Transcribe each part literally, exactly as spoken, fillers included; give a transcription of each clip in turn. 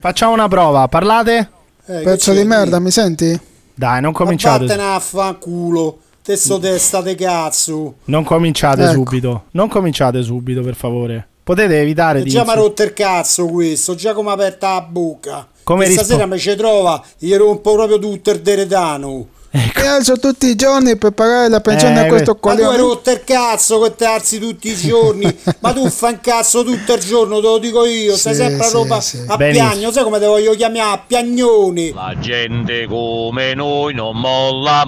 Facciamo una prova, parlate? Eh, Pezzo di merda, mi senti? Dai, non cominciate. Vattene a fanculo, testo testa de cazzo. Non cominciate ecco. subito. Non cominciate subito, per favore. Potete evitare e di... Già mi ha rotto il cazzo questo, già come aperta la bocca. Come Questa rispo- sera mi ci trova, gli rompo proprio tutto il deretano. Ecco. Mi alzo tutti i giorni per pagare la pensione Eh, a questo Ma tu hai coglione. rotto il cazzo che ti alzi tutti i giorni. Ma tu fai un cazzo tutto il giorno, te lo dico io. Stai Sì, sempre a sì, roba sì. a Benissimo. piagno. Sai come te voglio chiamare? Piagnoni. La gente come noi non molla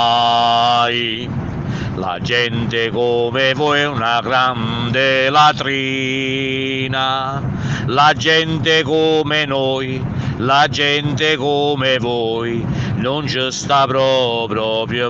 mai. La gente come voi è una grande latrina. La gente come noi, la gente come voi, non ci sta proprio più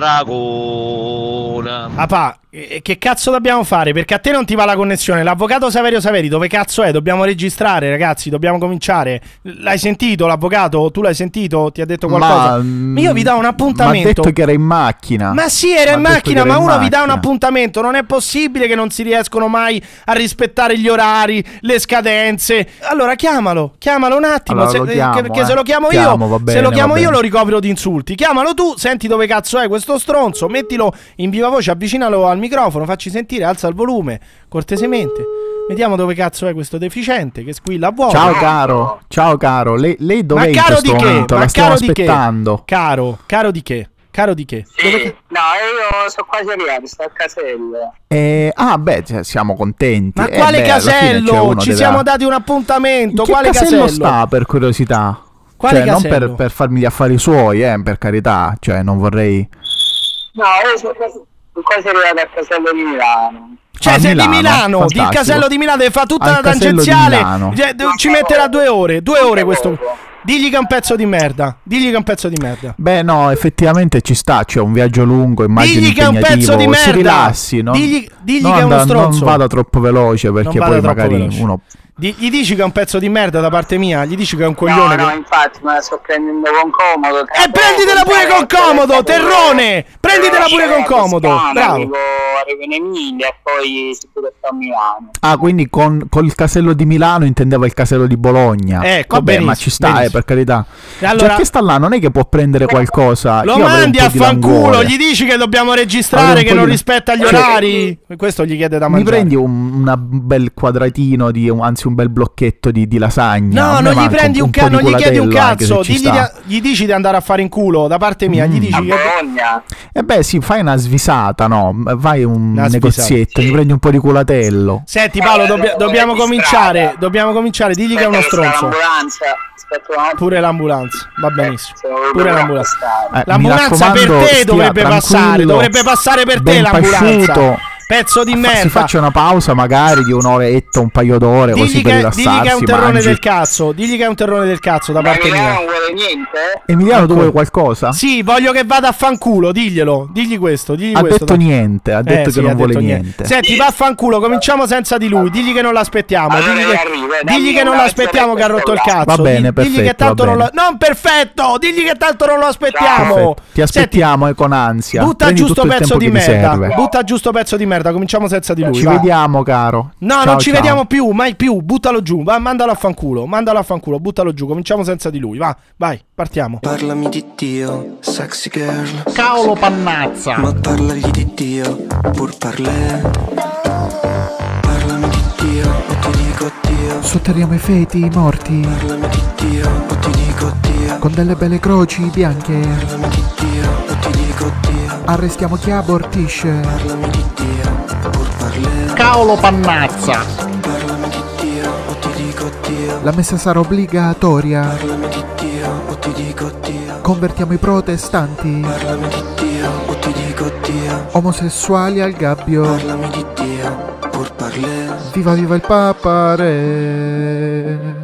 paragone. Papà, eh, che cazzo dobbiamo fare? Perché a te non ti va la connessione. L'avvocato Saverio Saveri, dove cazzo è? Dobbiamo registrare, ragazzi, dobbiamo cominciare. L'hai sentito l'avvocato? Tu l'hai sentito? Ti ha detto qualcosa? Ma Io vi do un mi ha appuntamento. detto che era in macchina. Ma sì, era in M'ha detto macchina, che ma era in uno vi dà un macchina. appuntamento. Non è possibile che non si riescono mai a rispettare gli orari, le scadenze. Allora chiamalo, chiamalo un attimo. Allora, se, lo chiamo, che- perché eh. se lo chiamo Chiamo, io, va se bene, lo chiamo va io bene. lo ricopro di insulti. Chiamalo tu, senti dove cazzo è questo stronzo, mettilo in viva voce, avvicinalo al microfono, facci sentire, alza il volume, cortesemente. Vediamo dove cazzo è questo deficiente che squilla a vuoto. Ciao caro, ciao caro, lei, lei dov'è Ma in caro questo di che? momento? Ma La stiamo caro di che? aspettando. Caro, caro di che? Caro di che? Sì, Dove ca- no, io sono quasi arrivato, sto a casello. Eh, ah beh, cioè, siamo contenti. Ma Eh, quale beh, alla fine, cioè, casello? uno Ci deve- siamo dati un appuntamento. In che Quale casello, casello? sta, per curiosità? Quale Cioè, non casello? per, per farmi gli affari suoi, eh, per carità. Cioè, non vorrei... No, io sono quasi, sono quasi arrivato al casello di Milano. Cioè, A sei Milano, di Milano, di il fantastico. casello di Milano, deve fare tutta Al la casello di tangenziale. Milano. Cioè, de- ci metterà due ore, due ore questo. Digli che è un pezzo di merda. Digli che è un pezzo di merda. Beh, no, effettivamente ci sta, c'è un viaggio lungo, immagino Digli che è un impegnativo. pezzo di merda. Si rilassi, no? Digli, digli non che è uno anda- stronzo. Non vada troppo veloce, perché vada poi troppo magari veloce. uno... Di- gli dici che è un pezzo di merda da parte mia. Gli dici che è un coglione. No, no, che- infatti me la sto prendendo con comodo. E Eh, prenditela pure con comodo, terrone! Prenditela pure con comodo. Bravo. Arrivo, arrivo in Emilia e poi si può a Milano. Ah, quindi con, col casello di Milano intendeva il casello di Bologna. Ecco, vabbè, benissimo, ma ci sta, benissimo. eh, per carità. E allora- Già che sta là, non è che può prendere qualcosa. Lo Io avrei mandi un a po' di fanculo, languore. gli dici che dobbiamo Avrei registrare, un che po' non di- rispetta gli Cioè, orari. Questo gli chiede da Mi mangiare. prendi un, una bel quadratino, di, un- anzi un bel blocchetto di, di lasagna. No, A me non gli manca prendi un, po' ca- di non gli chiedi un culatella, anche se cazzo, ci digli, sta. di- gli dici di andare a fare in culo da parte mia, gli Mm. dici A che... Bologna. Eh beh, sì, fai una svisata, no? Vai un Una negozietto, svisata. mi prendi un po' di culatello. Senti Paolo, dobbia- Eh, dobbiamo di cominciare, strada. dobbiamo cominciare, digli che è uno Aspetta sta stronzo. l'ambulanza. Aspetta un attimo. Pure l'ambulanza, va benissimo. Se lo Pure devo l'ambulanza. accostare. Eh, L'ambulanza mi per raccomando, te stia dovrebbe passare, tranquillo, dovrebbe passare per te ben l'ambulanza. pasciuto. Pezzo di Fa- merda. Si faccia una pausa magari di un'oretta, un paio d'ore, così Digli per che, rilassarsi. digli che è un terrone mangi. del cazzo, digli che è un terrone del cazzo da Ma parte Milano mia. non vuole niente? Emiliano, tu Ancora. vuoi qualcosa? Sì, voglio che vada a fanculo, diglielo, digli questo, digli Ha questo. detto niente, ha detto Eh, che sì, non ha vuole detto niente. Senti, va a fanculo, cominciamo senza di lui. Digli che non l'aspettiamo. Allora digli che, arrivo, eh, digli dammi che non una l'aspettiamo che ha rotto il mezz'oretta cazzo. Va bene, Digli- digli che perfetto, tanto va non lo... bene. Non perfetto! Digli che tanto non lo aspettiamo. Perfetto. Ti Senti, aspettiamo e con ansia. butta Prendi giusto tutto il pezzo tempo di che ti merda. serve. Butta giusto pezzo di merda, cominciamo senza di lui. Ci va. vediamo, caro. No, Ciao, non ci ciao. vediamo più, mai più. Buttalo giù, va, mandalo a fanculo. Mandalo a fanculo, buttalo giù. Cominciamo senza di lui. Va, vai, partiamo. Parlami di Dio, sexy girl. Cavolo pannazza. Ma parlagli di Dio, pur parlè. Parlami di Dio, o ti dico Dio. Sotterriamo i feti, i morti, Parlami di Dio, o ti dico Dio. con delle belle croci bianche. Parlami di Dio, o ti dico Dio. Arrestiamo chi abortisce. Parlami di Dio, pur parlè. Cavolo pannazza. Parlami di Dio, o ti dico Dio. La messa sarà obbligatoria. Parlami di Dio, o ti dico Dio. Convertiamo i protestanti. Parlami di Dio, o ti dico Dio. Omosessuali al gabbio. Parlami di Dio, pur parlè. Viva viva il Papa Re.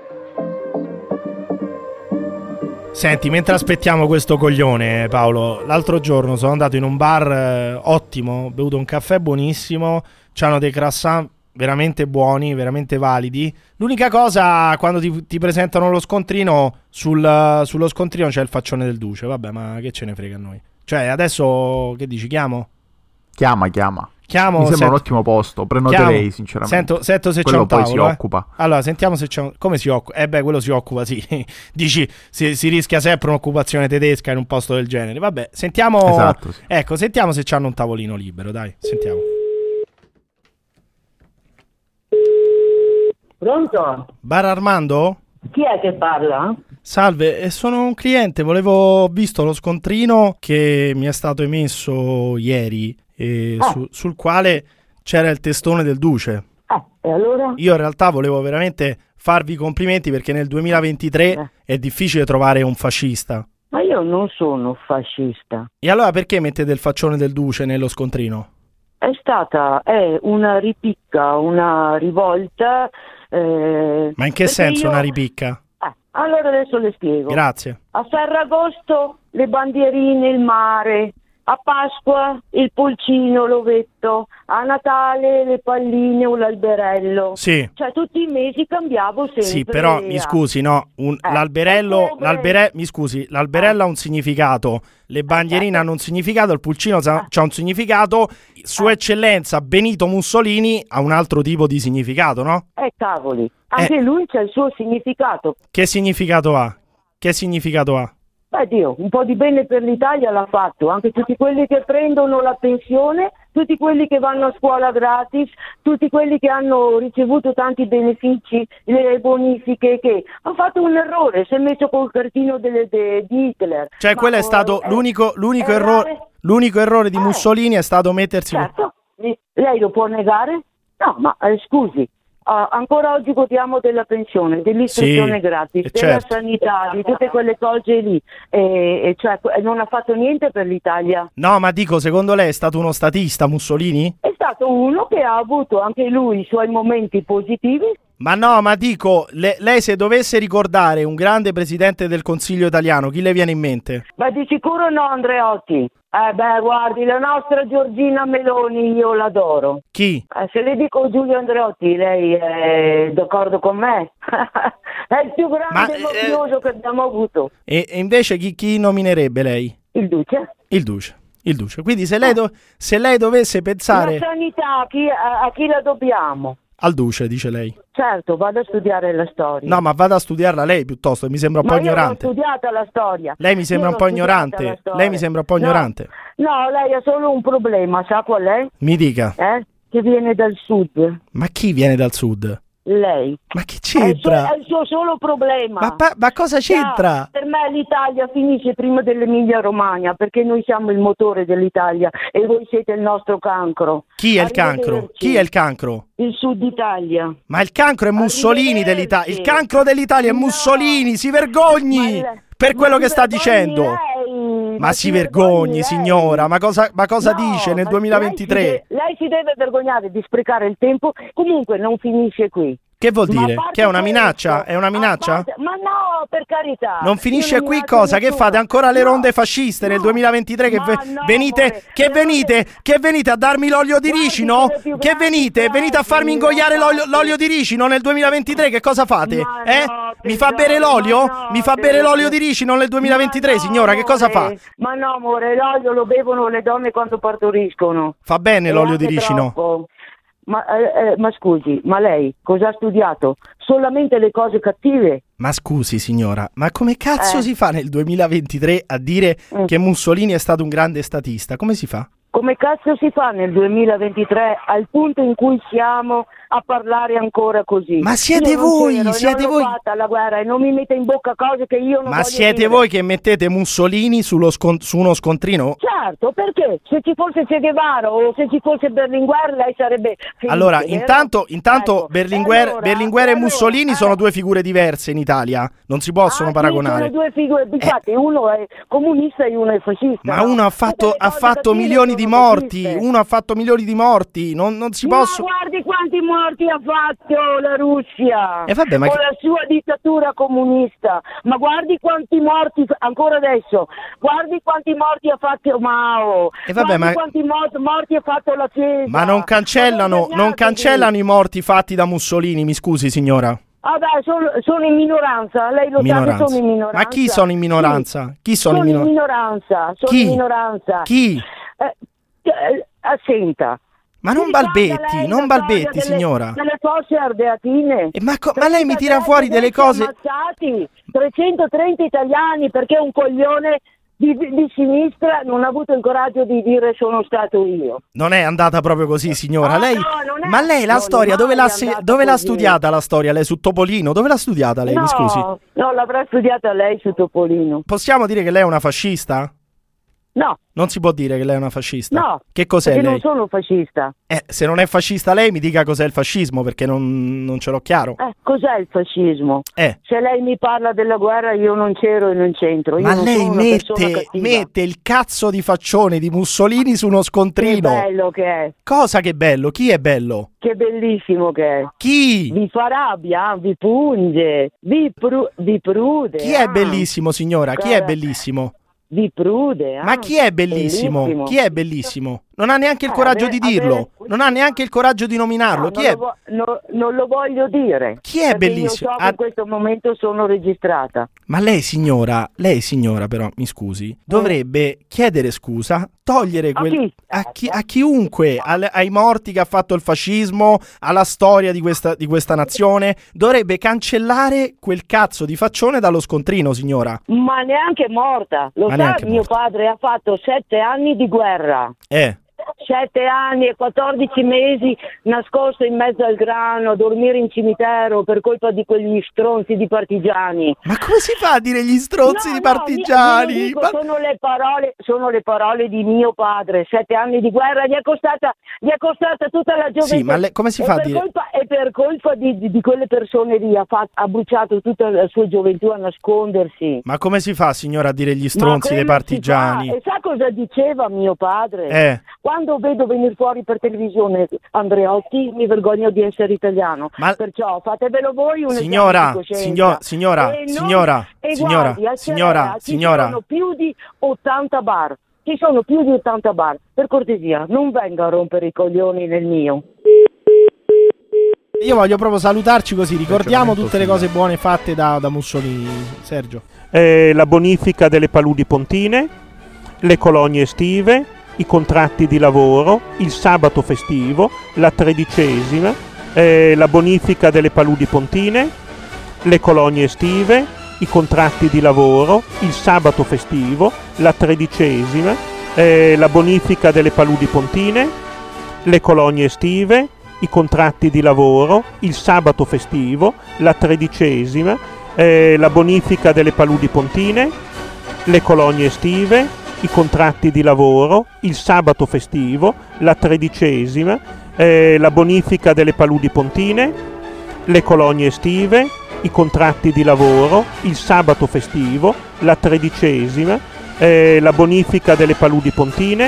Senti, mentre aspettiamo questo coglione, Paolo, l'altro giorno sono andato in un bar eh, ottimo, ho bevuto un caffè buonissimo, c'hanno dei croissant veramente buoni, veramente validi. L'unica cosa, quando ti, ti presentano lo scontrino, sul, sullo scontrino c'è il faccione del duce. Vabbè, ma che ce ne frega a noi? Cioè, adesso, che dici, chiamo? Chiama, chiama. Chiamo, Mi sembra sento, un ottimo posto, prenoterei chiamo, sinceramente. Sento, sento se quello c'è un poi tavolo. si eh. occupa. Allora, sentiamo se c'è un... Come si occupa? Eh beh, quello si occupa, sì. Dici, si, si rischia sempre un'occupazione tedesca in un posto del genere. Vabbè, sentiamo... Esatto, sì. Ecco, sentiamo se c'hanno un tavolino libero, dai, sentiamo. Pronto? Bar Armando? Chi è che parla? Salve, eh, sono un cliente, volevo... Ho visto lo scontrino che mi è stato emesso ieri, eh, Ah. su- sul quale c'era il testone del Duce. Eh, e allora? Io in realtà volevo veramente farvi i complimenti perché nel duemilaventitré Eh. è difficile trovare un fascista. Ma io non sono fascista. E allora perché mettete il faccione del Duce nello scontrino? È stata è una ripicca, una rivolta. eh, Ma in che perché senso io- una ripicca? Eh, allora adesso le spiego. Grazie. A Ferragosto le bandierine, il mare. A Pasqua il pulcino, l'ovetto. A Natale le palline o l'alberello. Sì. Cioè tutti i mesi cambiavo sempre. Sì, però mi scusi, no, un- Eh, l'alberello, ottobre. l'albere- mi scusi, l'alberello ha un significato, le bandierine hanno un significato, il pulcino ha un significato, Sua Eccellenza Benito Mussolini ha un altro tipo di significato, no? Eh cavoli, anche lui c'ha il suo significato. Che significato ha? Che significato ha? Beh Dio, un po' di bene per l'Italia l'ha fatto, anche tutti quelli che prendono la pensione, tutti quelli che vanno a scuola gratis, tutti quelli che hanno ricevuto tanti benefici, le bonifiche, che ha fatto un errore, si è messo col cartino delle- de- di Hitler. Cioè Ma, quello è stato eh, l'unico, l'unico, eh, errore, l'unico errore di eh. Mussolini è stato mettersi... Certo, lei lo può negare? No, ma eh, scusi. Ah, ancora oggi godiamo della pensione, dell'istruzione Sì, gratis, eh, della certo. sanità, di tutte quelle cose lì. E, e cioè, que- non ha fatto niente per l'Italia. No, ma dico, secondo lei è stato uno statista Mussolini? È stato uno che ha avuto anche lui i suoi momenti positivi. Ma no, ma dico, le- lei se dovesse ricordare un grande presidente del Consiglio italiano, chi le viene in mente? Ma di sicuro no, Andreotti. Eh beh, guardi, la nostra Giorgina Meloni io l'adoro. Chi? Eh, se le dico Giulio Andreotti, lei è d'accordo con me? È il più grande Ma, eh, mafioso che abbiamo avuto. E, e invece chi, chi nominerebbe lei? Il Duce. Il Duce. Il Duce. Quindi se lei, do- se lei dovesse pensare La sanità, a chi, a, a chi la dobbiamo? al Duce, dice lei. Certo, vado a studiare la storia. No, ma vada a studiarla lei piuttosto, mi sembra un po' Ma io l'ho ignorante. studiata la storia. Lei mi sembra Io un po' l'ho studiata la ignorante. storia. Lei mi sembra un po' No. ignorante. No, lei ha solo un problema, sa qual è? Mi dica, Eh? Che viene dal sud. ma chi viene dal sud? Lei. Ma che È il, suo, c'entra? è il suo solo problema. Ma, pa- ma cosa c'entra? Ah, per me l'Italia finisce prima dell'Emilia Romagna, perché noi siamo il motore dell'Italia e voi siete il nostro cancro. Chi è il cancro? Arrivederci. Chi è il cancro? Il Sud Italia. Ma il cancro è Mussolini Arrivederci. dell'Italia. Il cancro dell'Italia è No. Mussolini, si vergogni Ma il- per ma quello si che sta vergogni dicendo. lei, Ma si vergogni, lei. signora. Ma cosa, ma cosa No, dice nel ma duemilaventitré? Lei si, de- lei si deve vergognare di sprecare il tempo. Comunque non finisce qui. Che vuol Ma a dire? parte Che è una questo, minaccia? È una a minaccia? parte- ma no, per carità. Non finisce Io non qui minaccio cosa? Che nessuno. fate ancora le No, ronde fasciste nel no, duemilaventitré? Che ma ve- no, venite, amore, che le venite, ronde- che venite a darmi l'olio di Guardi, ricino? sono più Che grandi venite? Venite a farmi guardi, ingoiare l'olio, ragazzi. l'olio di ricino nel duemilaventitré? Che cosa fate? Ma Eh? no, Mi fa tesoro, bere l'olio? ma no, Mi fa bere tesoro. l'olio di ricino nel duemilaventitré, Ma no, signora? Che cosa fa? amore, Ma no, amore, l'olio lo bevono le donne quando partoriscono. Fa bene E l'olio di anche ricino? troppo. Ma, eh, eh, ma scusi, ma lei cosa ha studiato? Solamente le cose cattive? Ma scusi signora, ma come cazzo Eh. si fa nel duemilaventitré a dire Mm. che Mussolini è stato un grande statista? Come si fa? Come cazzo si fa nel duemilaventitré al punto in cui siamo a parlare ancora così? Ma siete Io non voi, c'ero e siete non voi- l'ho fatta la guerra e non mi mette in bocca cose che io non Ma voglio siete dire. voi che mettete Mussolini sullo scon- su uno scontrino? Certo, perché se ci fosse Che Guevara o se ci fosse Berlinguer lei sarebbe felice, Allora, vero? intanto, intanto Ecco, Berlinguer, e allora- Berlinguer e allora- Mussolini eh, sono due figure diverse in Italia, non si possono ah, sì, paragonare. sono due figure, infatti uno è comunista e uno è fascista. Ma no? uno ha Tutte fatto, le ha cose fatto cattive milioni di sono morti, fasciste. uno ha fatto milioni di morti, non, non si Ma possono... guardi quanti morti ha fatto la Russia E vabbè, ma con che- la sua dittatura comunista. Ma guardi quanti morti, ancora adesso, guardi quanti morti ha fatto Mao. E vabbè, guardi ma- quanti mo- morti ha fatto la Chiesa. Ma non cancellano, Ma non vergognatevi. cancellano i morti fatti da Mussolini, mi scusi signora. Ah beh, sono, sono in minoranza, lei lo Minoranza. sa che sono in minoranza. Ma chi sono in minoranza? Sì. Chi sono in in minor- minoranza? Sono Chi? in minoranza. Chi? Eh, eh, assenta. Ma non Si balbetti, ricorda lei non la balbetti, storia delle- signora. Delle fosse ardeatine. E ma, co- ma lei mi tira fuori delle cose... Ammazzati, trecentotrenta italiani perché un coglione di, di sinistra non ha avuto il coraggio di dire sono stato io. Non è andata proprio così, signora. Ah, Lei... no, non è- Ma lei la non storia è dove mai l'ha, se- andata dove l'ha così. studiata la storia? Lei su Topolino? Dove l'ha studiata lei? no, Mi scusi. no, l'avrà studiata lei su Topolino. Possiamo dire che lei è una fascista? No, Non si può dire che lei è una fascista. no. Che cos'è perché lei? non sono fascista. Eh, se non è fascista lei mi dica cos'è il fascismo, perché non, non ce l'ho chiaro. Eh, cos'è il fascismo? Eh. Se lei mi parla della guerra io non c'ero e non c'entro. Io Ma non lei sono una persona mette, cattiva. mette il cazzo di faccione di Mussolini su uno Che scontrino. bello che è, Cosa che bello? Chi è bello? che bellissimo che è. Chi? Vi fa rabbia, vi punge, vi, pru- vi prude. Chi è ah. bellissimo, signora? Chi è Cara- bellissimo? Vi prude. Ma ah. chi è bellissimo? Bellissimo. Chi è bellissimo? Non ha neanche il Eh, coraggio avere- di dirlo. avere- Non ha neanche il coraggio di nominarlo. No, Chi non, è? lo vo- no- non lo voglio dire. Chi è perché bellissimo? Io so che Ah. in questo momento sono registrata. Ma lei signora, lei signora però, mi scusi, dovrebbe chiedere scusa, togliere A quel... chi? A, chi- a chiunque, al- ai morti che ha fatto il fascismo, alla storia di questa, di questa nazione, dovrebbe cancellare quel cazzo di faccione dallo scontrino, signora. Ma neanche morta. Lo Ma sa, neanche mio morta. padre ha fatto sette anni di guerra. Eh, Sette anni e quattordici mesi nascosto in mezzo al grano a dormire in cimitero per colpa di quegli stronzi di partigiani. ma come si fa a dire gli stronzi No, di no, partigiani? io- io dico, Ma- sono le parole, sono le parole di mio padre. Sette anni di guerra gli è costata, gli è costata tutta la gioventù. Sì, ma lei- come si E fa a per dire- colpa- e per colpa di, di- di quelle persone lì ha, fatto, ha bruciato tutta la sua gioventù a nascondersi. Ma come si fa, signora, a dire gli Ma stronzi dei quello si partigiani? fa. E sa cosa diceva mio padre? Eh. Quando vedo venire fuori per televisione Andreotti mi vergogno di essere italiano. Ma- Perciò fatevelo voi un Signora, esame di coscienza. signor- signora, E non- signora, e signora, guardi, a signora, Cerrea ci signora. sono più di ottanta bar. Ci sono più di ottanta bar. Per cortesia, non venga a rompere i coglioni nel mio. Io voglio proprio salutarci così, ricordiamo Aggiornamento tutte le fine. cose buone fatte da, da Mussolini, Sergio. eh, la bonifica delle paludi pontine, le colonie estive, i contratti di lavoro, il sabato festivo, la tredicesima, eh, la bonifica delle paludi pontine, le colonie estive, i contratti di lavoro, il sabato festivo, la tredicesima, eh, la bonifica delle paludi pontine, le colonie estive, i contratti di lavoro, il sabato festivo, la tredicesima, eh, la bonifica delle paludi pontine, le colonie estive, i contratti di lavoro, il sabato festivo, la tredicesima, eh, la bonifica delle paludi pontine, le colonie estive, i contratti di lavoro, il sabato festivo, la tredicesima, eh, la bonifica delle paludi pontine,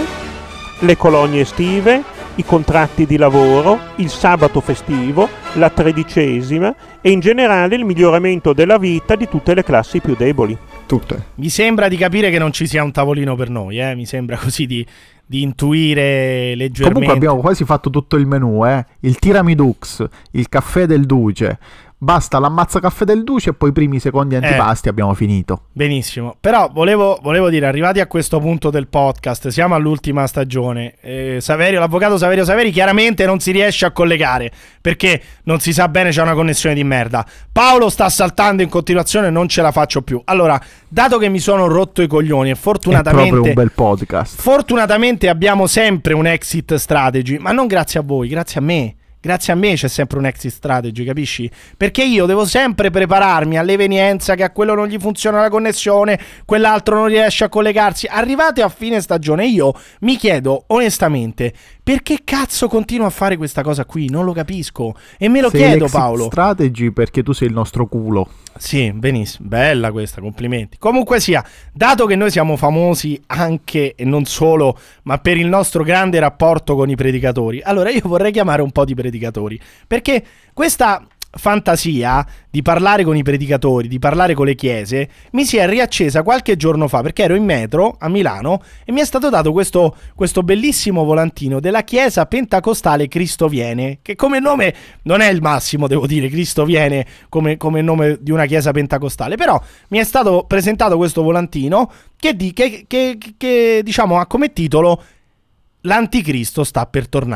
le colonie estive, i contratti di lavoro, il sabato festivo, la tredicesima e in generale il miglioramento della vita di tutte le classi più deboli. Tutte. Mi sembra di capire che non ci sia un tavolino per noi, eh? Mi sembra così di, di intuire leggermente. Comunque abbiamo quasi fatto tutto il menù, eh? Il tiramidux, il caffè del duce. Basta l'ammazza caffè del duce e poi i primi secondi antipasti abbiamo finito. Benissimo, però volevo, volevo dire, arrivati a questo punto del podcast, siamo all'ultima stagione, eh, Saverio, l'avvocato Saverio Saveri chiaramente non si riesce a collegare, perché non si sa bene, c'è una connessione di merda. Paolo sta saltando in continuazione, non ce la faccio più. Allora, dato che mi sono rotto i coglioni e È fortunatamente... proprio un bel podcast. Fortunatamente abbiamo sempre un exit strategy, ma non grazie a voi, grazie a me. Grazie a me c'è sempre un exit strategy, capisci? Perché io devo sempre prepararmi all'evenienza che a quello non gli funziona la connessione, quell'altro non riesce a collegarsi. Arrivate a fine stagione, io mi chiedo onestamente perché cazzo continuo a fare questa cosa qui? Non lo capisco. E me lo Sei chiedo, l'exit Paolo. strategy perché tu sei il nostro culo. Sì, benissimo, bella questa, complimenti. Comunque sia, dato che noi siamo famosi anche e non solo, ma per il nostro grande rapporto con i predicatori, allora io vorrei chiamare un po' di predicatori, perché questa fantasia di parlare con i predicatori, di parlare con le chiese, mi si è riaccesa qualche giorno fa, perché ero in metro a Milano e mi è stato dato questo, questo bellissimo volantino della chiesa pentecostale Cristo Viene, che come nome non è il massimo, devo dire, Cristo Viene come, come nome di una chiesa pentecostale, però mi è stato presentato questo volantino che, di, che, che, che diciamo ha come titolo "L'anticristo sta per tornare".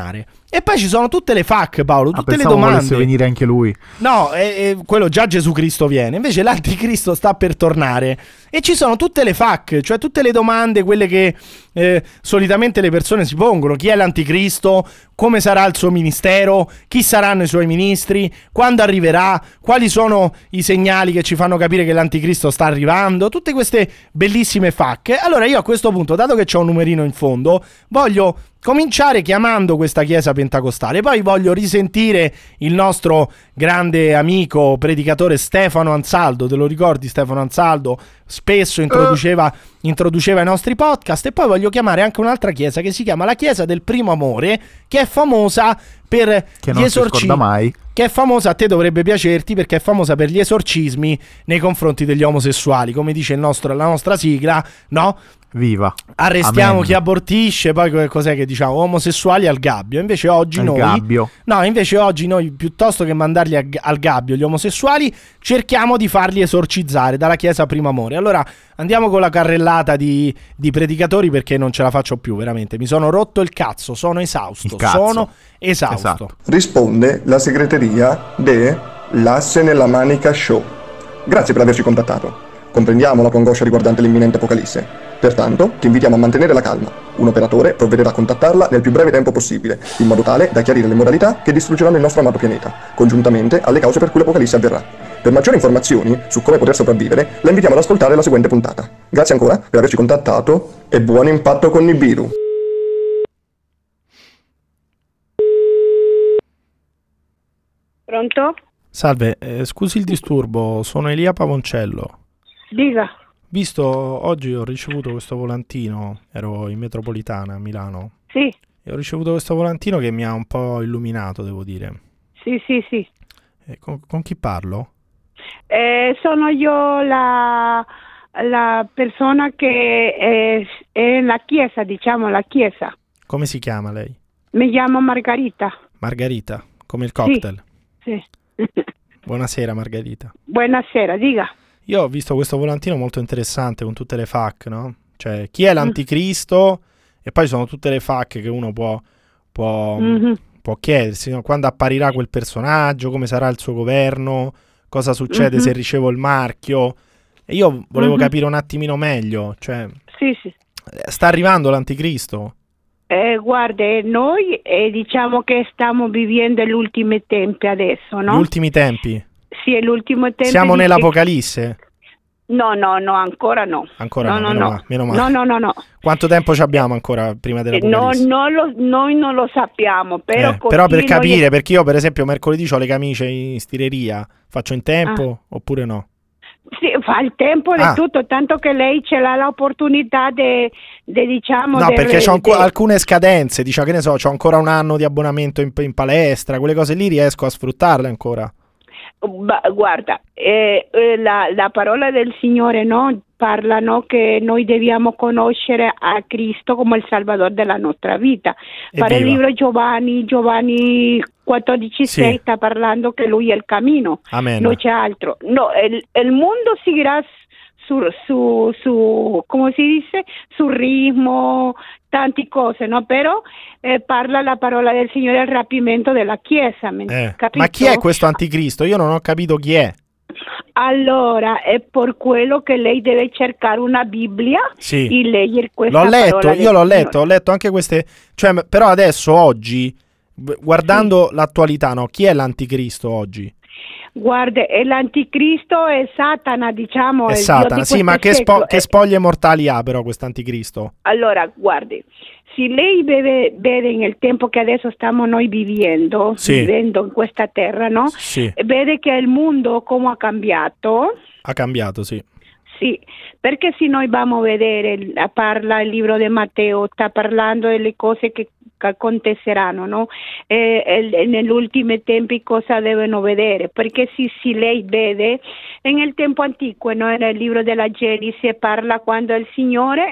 E poi ci sono tutte le F A Q, Paolo, tutte ah, le domande. Volesse venire anche lui. No, è, è, quello già Gesù Cristo viene. Invece l'anticristo sta per tornare. E ci sono tutte le F A Q, cioè tutte le domande, quelle che eh, solitamente le persone si pongono. Chi è l'anticristo? Come sarà il suo ministero? Chi saranno i suoi ministri? Quando arriverà? Quali sono i segnali che ci fanno capire che l'anticristo sta arrivando? Tutte queste bellissime F A Q. Allora io a questo punto, dato che c'è un numerino in fondo, voglio cominciare chiamando questa chiesa pentecostale. Poi voglio risentire il nostro grande amico predicatore Stefano Ansaldo. Te lo ricordi Stefano Ansaldo? Spesso introduceva, introduceva i nostri podcast. E poi voglio chiamare anche un'altra chiesa che si chiama la Chiesa del Primo Amore, che è famosa per che gli non esorcismi. Si scorda mai. Che è famosa, a te dovrebbe piacerti, perché è famosa per gli esorcismi nei confronti degli omosessuali, come dice il nostro, la nostra sigla, no? Viva. Arrestiamo Amen. Chi abortisce, poi cos'è che diciamo? Omosessuali al gabbio. Invece oggi al noi gabbio. No, invece oggi noi piuttosto che mandarli a, al gabbio gli omosessuali, cerchiamo di farli esorcizzare dalla Chiesa Primo Amore. Allora andiamo con la carrellata di, di predicatori, perché non ce la faccio più veramente. Mi sono rotto il cazzo, sono esausto, sono esausto. Esatto. Risponde la segreteria de L'Asse nella Manica Show. Grazie per averci contattato. Comprendiamo la tua angoscia riguardante l'imminente apocalisse. Pertanto, ti invitiamo a mantenere la calma. Un operatore provvederà a contattarla nel più breve tempo possibile, in modo tale da chiarire le modalità che distruggeranno il nostro amato pianeta, congiuntamente alle cause per cui l'apocalisse avverrà. Per maggiori informazioni su come poter sopravvivere, la invitiamo ad ascoltare la seguente puntata. Grazie ancora per averci contattato e buon impatto con Nibiru. Pronto? Salve, eh, scusi il disturbo, sono Elia Pavoncello. Dica. Visto, oggi ho ricevuto questo volantino, ero in metropolitana a Milano. Sì. E ho ricevuto questo volantino che mi ha un po' illuminato, devo dire. Sì, sì, sì. E con, con chi parlo? Eh, sono io la, la persona che è, è la chiesa, diciamo, la chiesa. Come si chiama lei? Mi chiamo Margarita. Margarita, come il cocktail. Sì. Buonasera Margarita. Buonasera, dica. Io ho visto questo volantino molto interessante con tutte le F A Q, no? Cioè, chi è l'anticristo? Mm. E poi sono tutte le F A Q che uno può, può, mm-hmm. può chiedersi, no? Quando apparirà quel personaggio, come sarà il suo governo, cosa succede mm-hmm. se ricevo il marchio. E io volevo mm-hmm. capire un attimino meglio, cioè, sì, sì. sta arrivando l'anticristo? Eh, guarda, noi eh, diciamo che stiamo vivendo gli ultimi tempi adesso, no? Gli ultimi tempi? Sì, è l'ultimo tempo. Siamo di... nell'Apocalisse? No, no, no, ancora no. Ancora no, no, meno, no. Ma, meno male. No, no, no, no. Quanto tempo ci abbiamo ancora prima dell'Apocalisse? No, no lo, noi non lo sappiamo, però... Eh, però per capire, noi... perché io per esempio mercoledì ho le camicie in stireria, faccio in tempo ah. oppure no? Sì, fa il tempo e ah. tutto, tanto che lei ce l'ha l'opportunità di, diciamo... No, de, perché c'ho de... alcune scadenze, diciamo, che ne so, c'ho ancora un anno di abbonamento in, in palestra, quelle cose lì riesco a sfruttarle ancora. Guarda, eh, la, la parola del Signore, no? Parlano che noi dobbiamo conoscere a Cristo come il Salvador della nostra vita. Per il libro Giovanni, Giovanni quattordici sei sì. sta parlando che lui è il cammino, Amen. Non c'è altro. No, il, il mondo seguirà su, su, su, come si dice, sul ritmo, tante cose, no? Però eh, parla la parola del Signore, il rapimento della Chiesa. Eh. Ma chi è questo anticristo? Io non ho capito chi è. Allora, è per quello che lei deve cercare una Bibbia sì. e leggere questa l'ho letto, io l'ho Signore. letto, ho letto anche queste, cioè, però adesso oggi, guardando sì. l'attualità, no? Chi è l'anticristo oggi? Guarda, l'anticristo è Satana, diciamo. È il Satana, sì, ma che, spo- che spoglie mortali ha però quest'anticristo? Allora, guardi, se lei vede, vede nel tempo che adesso stiamo noi vivendo, sì. vivendo in questa terra, no? Sì. Vede che il mondo come ha cambiato. Ha cambiato, sì. Sì, perché se noi vamo a vedere, parla il libro di Matteo, sta parlando delle cose che aconteceranno, no? E, e, negli ultimi tempi cosa devono vedere, perché se, se lei vede nel tempo antico, no? Nel libro della Genesi parla quando il Signore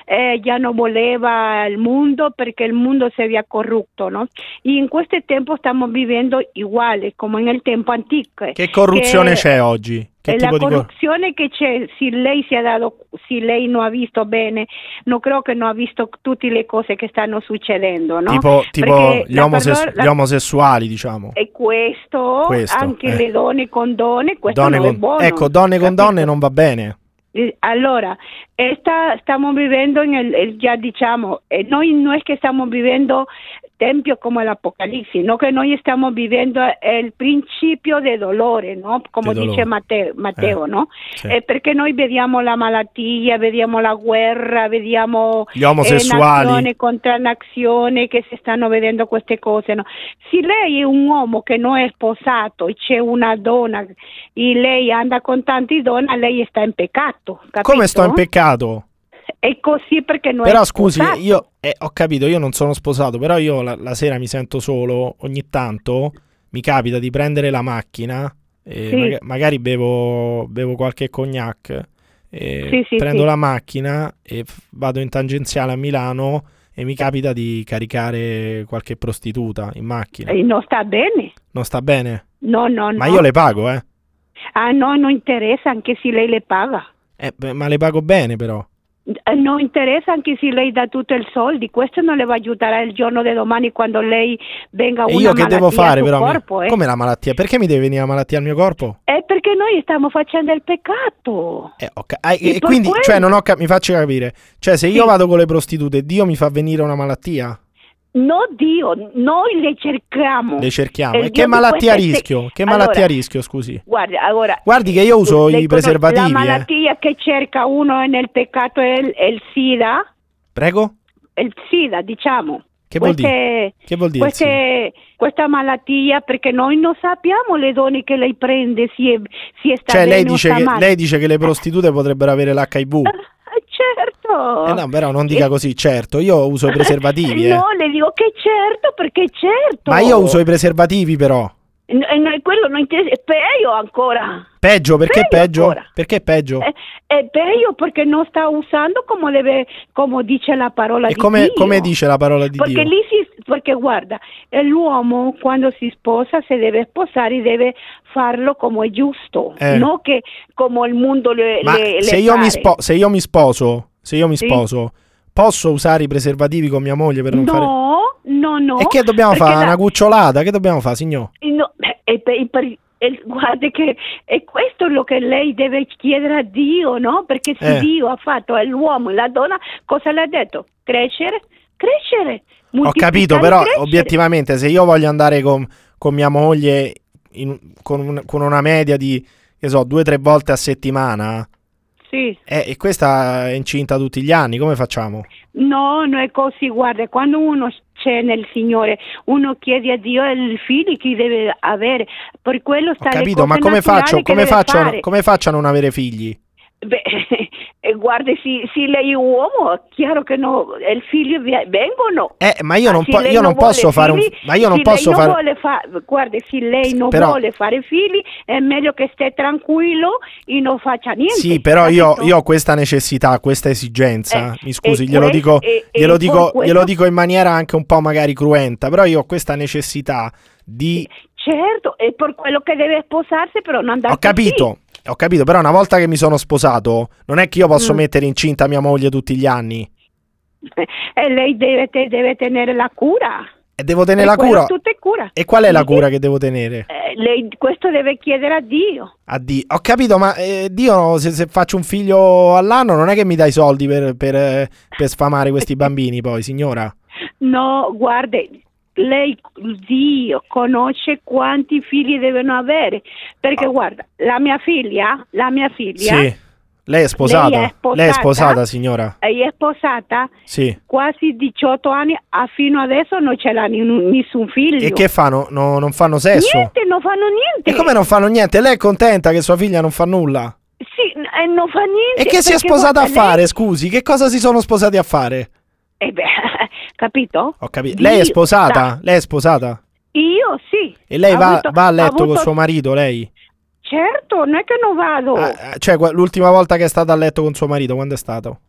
eh, già non voleva il mondo perché il mondo si aveva corrotto, no? E in questo tempo stiamo vivendo uguale come nel tempo antico. Che corruzione che c'è oggi? Che la tipo di cor- corruzione che c'è, se lei si è dato, se lei non ha visto bene, non credo che non ha visto tutte le cose che stanno succedendo, no? Tipo, tipo Perché gli, la omoses- parlo- la- gli omosessuali, diciamo. E questo, Questo, anche eh. le donne con donne, questo Donne non è con- buono. Ecco, donne con capito? donne non va bene. Eh, Allora, esta, stiamo vivendo en el, el- ya diciamo, eh, noi no es que estamos viviendo tempio como el Apocalipsis, no que noi stiamo vivendo el principio de dolore, no? Come Di dolore. dice Matteo, Matteo Eh, no? sì. Eh, perché noi vediamo la malattia, vediamo la guerra, vediamo Gli omosessuali. eh, nazione contro nazione che si stanno vedendo queste cose, no? Se lei è un uomo che non è sposato e c'è una donna e lei anda con tanti donne, lei sta in peccato, capito? Come sto in peccato? È così perché non Però è scusi, sposato. io eh, ho capito, io non sono sposato, però io la, la sera mi sento solo, ogni tanto mi capita di prendere la macchina, e Sì. maga- magari bevo, bevo qualche cognac, e Sì, sì, prendo sì. la macchina e f- vado in tangenziale a Milano e mi capita di caricare qualche prostituta in macchina. E non sta bene. Non sta bene? No, no, no. Ma io le pago, eh. Ah, no, non interessa anche se lei le paga. Eh, beh, ma le pago bene però. Eh, Non interessa anche se lei dà tutto il soldi, questo non le va a aiutare il giorno di domani quando lei venga E una io che malattia devo fare al suo però? Mi- corpo, eh. Come la malattia? Perché mi deve venire la malattia al mio corpo? È perché noi stiamo facendo il peccato. Eh, ok. Ah, E e per quindi, quello- cioè, non ho cap- mi faccio capire. Cioè, se io Sì. vado con le prostitute, Dio mi fa venire una malattia? No, Dio, noi le cerchiamo. Le cerchiamo. Il E Dio che di malattia queste- rischio? Che Allora, malattia rischio, scusi? Guarda, allora, Guardi che io uso lei i conos- preservativi, La eh. malattia che cerca uno nel peccato è il, è il SIDA, Prego? il SIDA, diciamo. Che vuol Queste- dire? Che vuol dire? sì? Queste, questa malattia, perché noi non sappiamo le donne che lei prende, si, è, si è sta Cioè, bene lei o dice, sta che, male. lei dice che le prostitute potrebbero avere l'H I V. Eh, certo. Eh no, però non dica Eh, così, certo. Io uso i preservativi, eh. No, le dico che certo, perché certo. Ma io uso i preservativi, però. No, eh, no, quello non interessa, è peggio ancora. Peggio, perché Peggio peggio? ancora. Perché peggio? È, è peggio perché non sta usando come deve, come dice la parola E di come, Dio. come dice la parola di Perché Dio? lì si, perché guarda, eh, l'uomo quando si sposa, se deve sposare, deve farlo come è giusto, Eh. non che come il mondo le, Ma le, le se io, mi pare. spo- se io mi sposo, se io mi Sì. sposo, posso usare i preservativi con mia moglie per non fare... No, no, no. E che dobbiamo perché fare? la- Una cucciolata? Che dobbiamo fare, signor? No, e per- e per- e guarda che è questo lo che lei deve chiedere a Dio, no? Perché se Eh. Dio ha fatto l'uomo e la donna, cosa le ha detto? Crescere, crescere. Ho capito, però obiettivamente se io voglio andare con, con mia moglie in- con, un- con una media di, che so, due o tre volte a settimana, Sì. eh, e questa è incinta tutti gli anni, come facciamo? No, non è così, guarda, quando uno c'è nel Signore, uno chiede a Dio il figlio che deve avere, per quello Ho sta le capito, cose ma come naturali faccio, che come, deve faccio, fare. come faccio a non avere figli? Beh, eh, guarda, se, se lei è un uomo, è chiaro che no, il figlio vi- vengono. Eh, ma io Ah, non, se po- lei io non vuole posso fare un... figli, Ma io non se posso lei non fare... vuole fa- guarda, se lei non Però- vuole fare figli, è meglio che stia tranquillo e non faccia niente. Sì, però io, capito? io ho questa necessità, questa esigenza, Eh, mi scusi, e glielo, que- dico, e- e glielo, per dico, questo- glielo dico in maniera anche un po' magari cruenta, però io ho questa necessità di... Certo, è per quello che deve sposarsi, però non andare Ho capito, ho capito, però una volta che mi sono sposato, non è che io posso Mm. mettere incinta mia moglie tutti gli anni. così. E lei deve, te- deve tenere la cura. E devo tenere Per la quello cura. tutta è cura. E qual è la Sì. cura che devo tenere? Eh, lei questo deve chiedere a Dio. A Dio. Ho capito, ma eh, Dio, se, se faccio un figlio all'anno, non è che mi dà i soldi per, per, eh, per sfamare questi bambini poi, signora. No, guardi, lei, Dio, conosce quanti figli devono avere. Perché guarda, la mia figlia, la mia figlia, Sì. Lei è sposata? Lei è sposata? Lei è sposata, signora? lei è sposata Sì. quasi diciotto anni, a fino adesso non ce l'ha ni- nessun figlio. E che fanno? No- non fanno sesso? Niente, non fanno niente. E come non fanno niente? Lei è contenta che sua figlia non fa nulla? Sì, e non fa niente. E che si è perché, sposata guarda, a fare, lei- scusi? Che cosa si sono sposati a fare? Eh beh, capito? Ho capito. Lei è Dio sposata? sa. Lei è sposata? Io sì. E lei Ha va, avuto- va a ha letto avuto- con suo marito, lei? Certo, non è che non vado. Ah, cioè, que- l'ultima volta che è stata a letto con suo marito, quando è stato?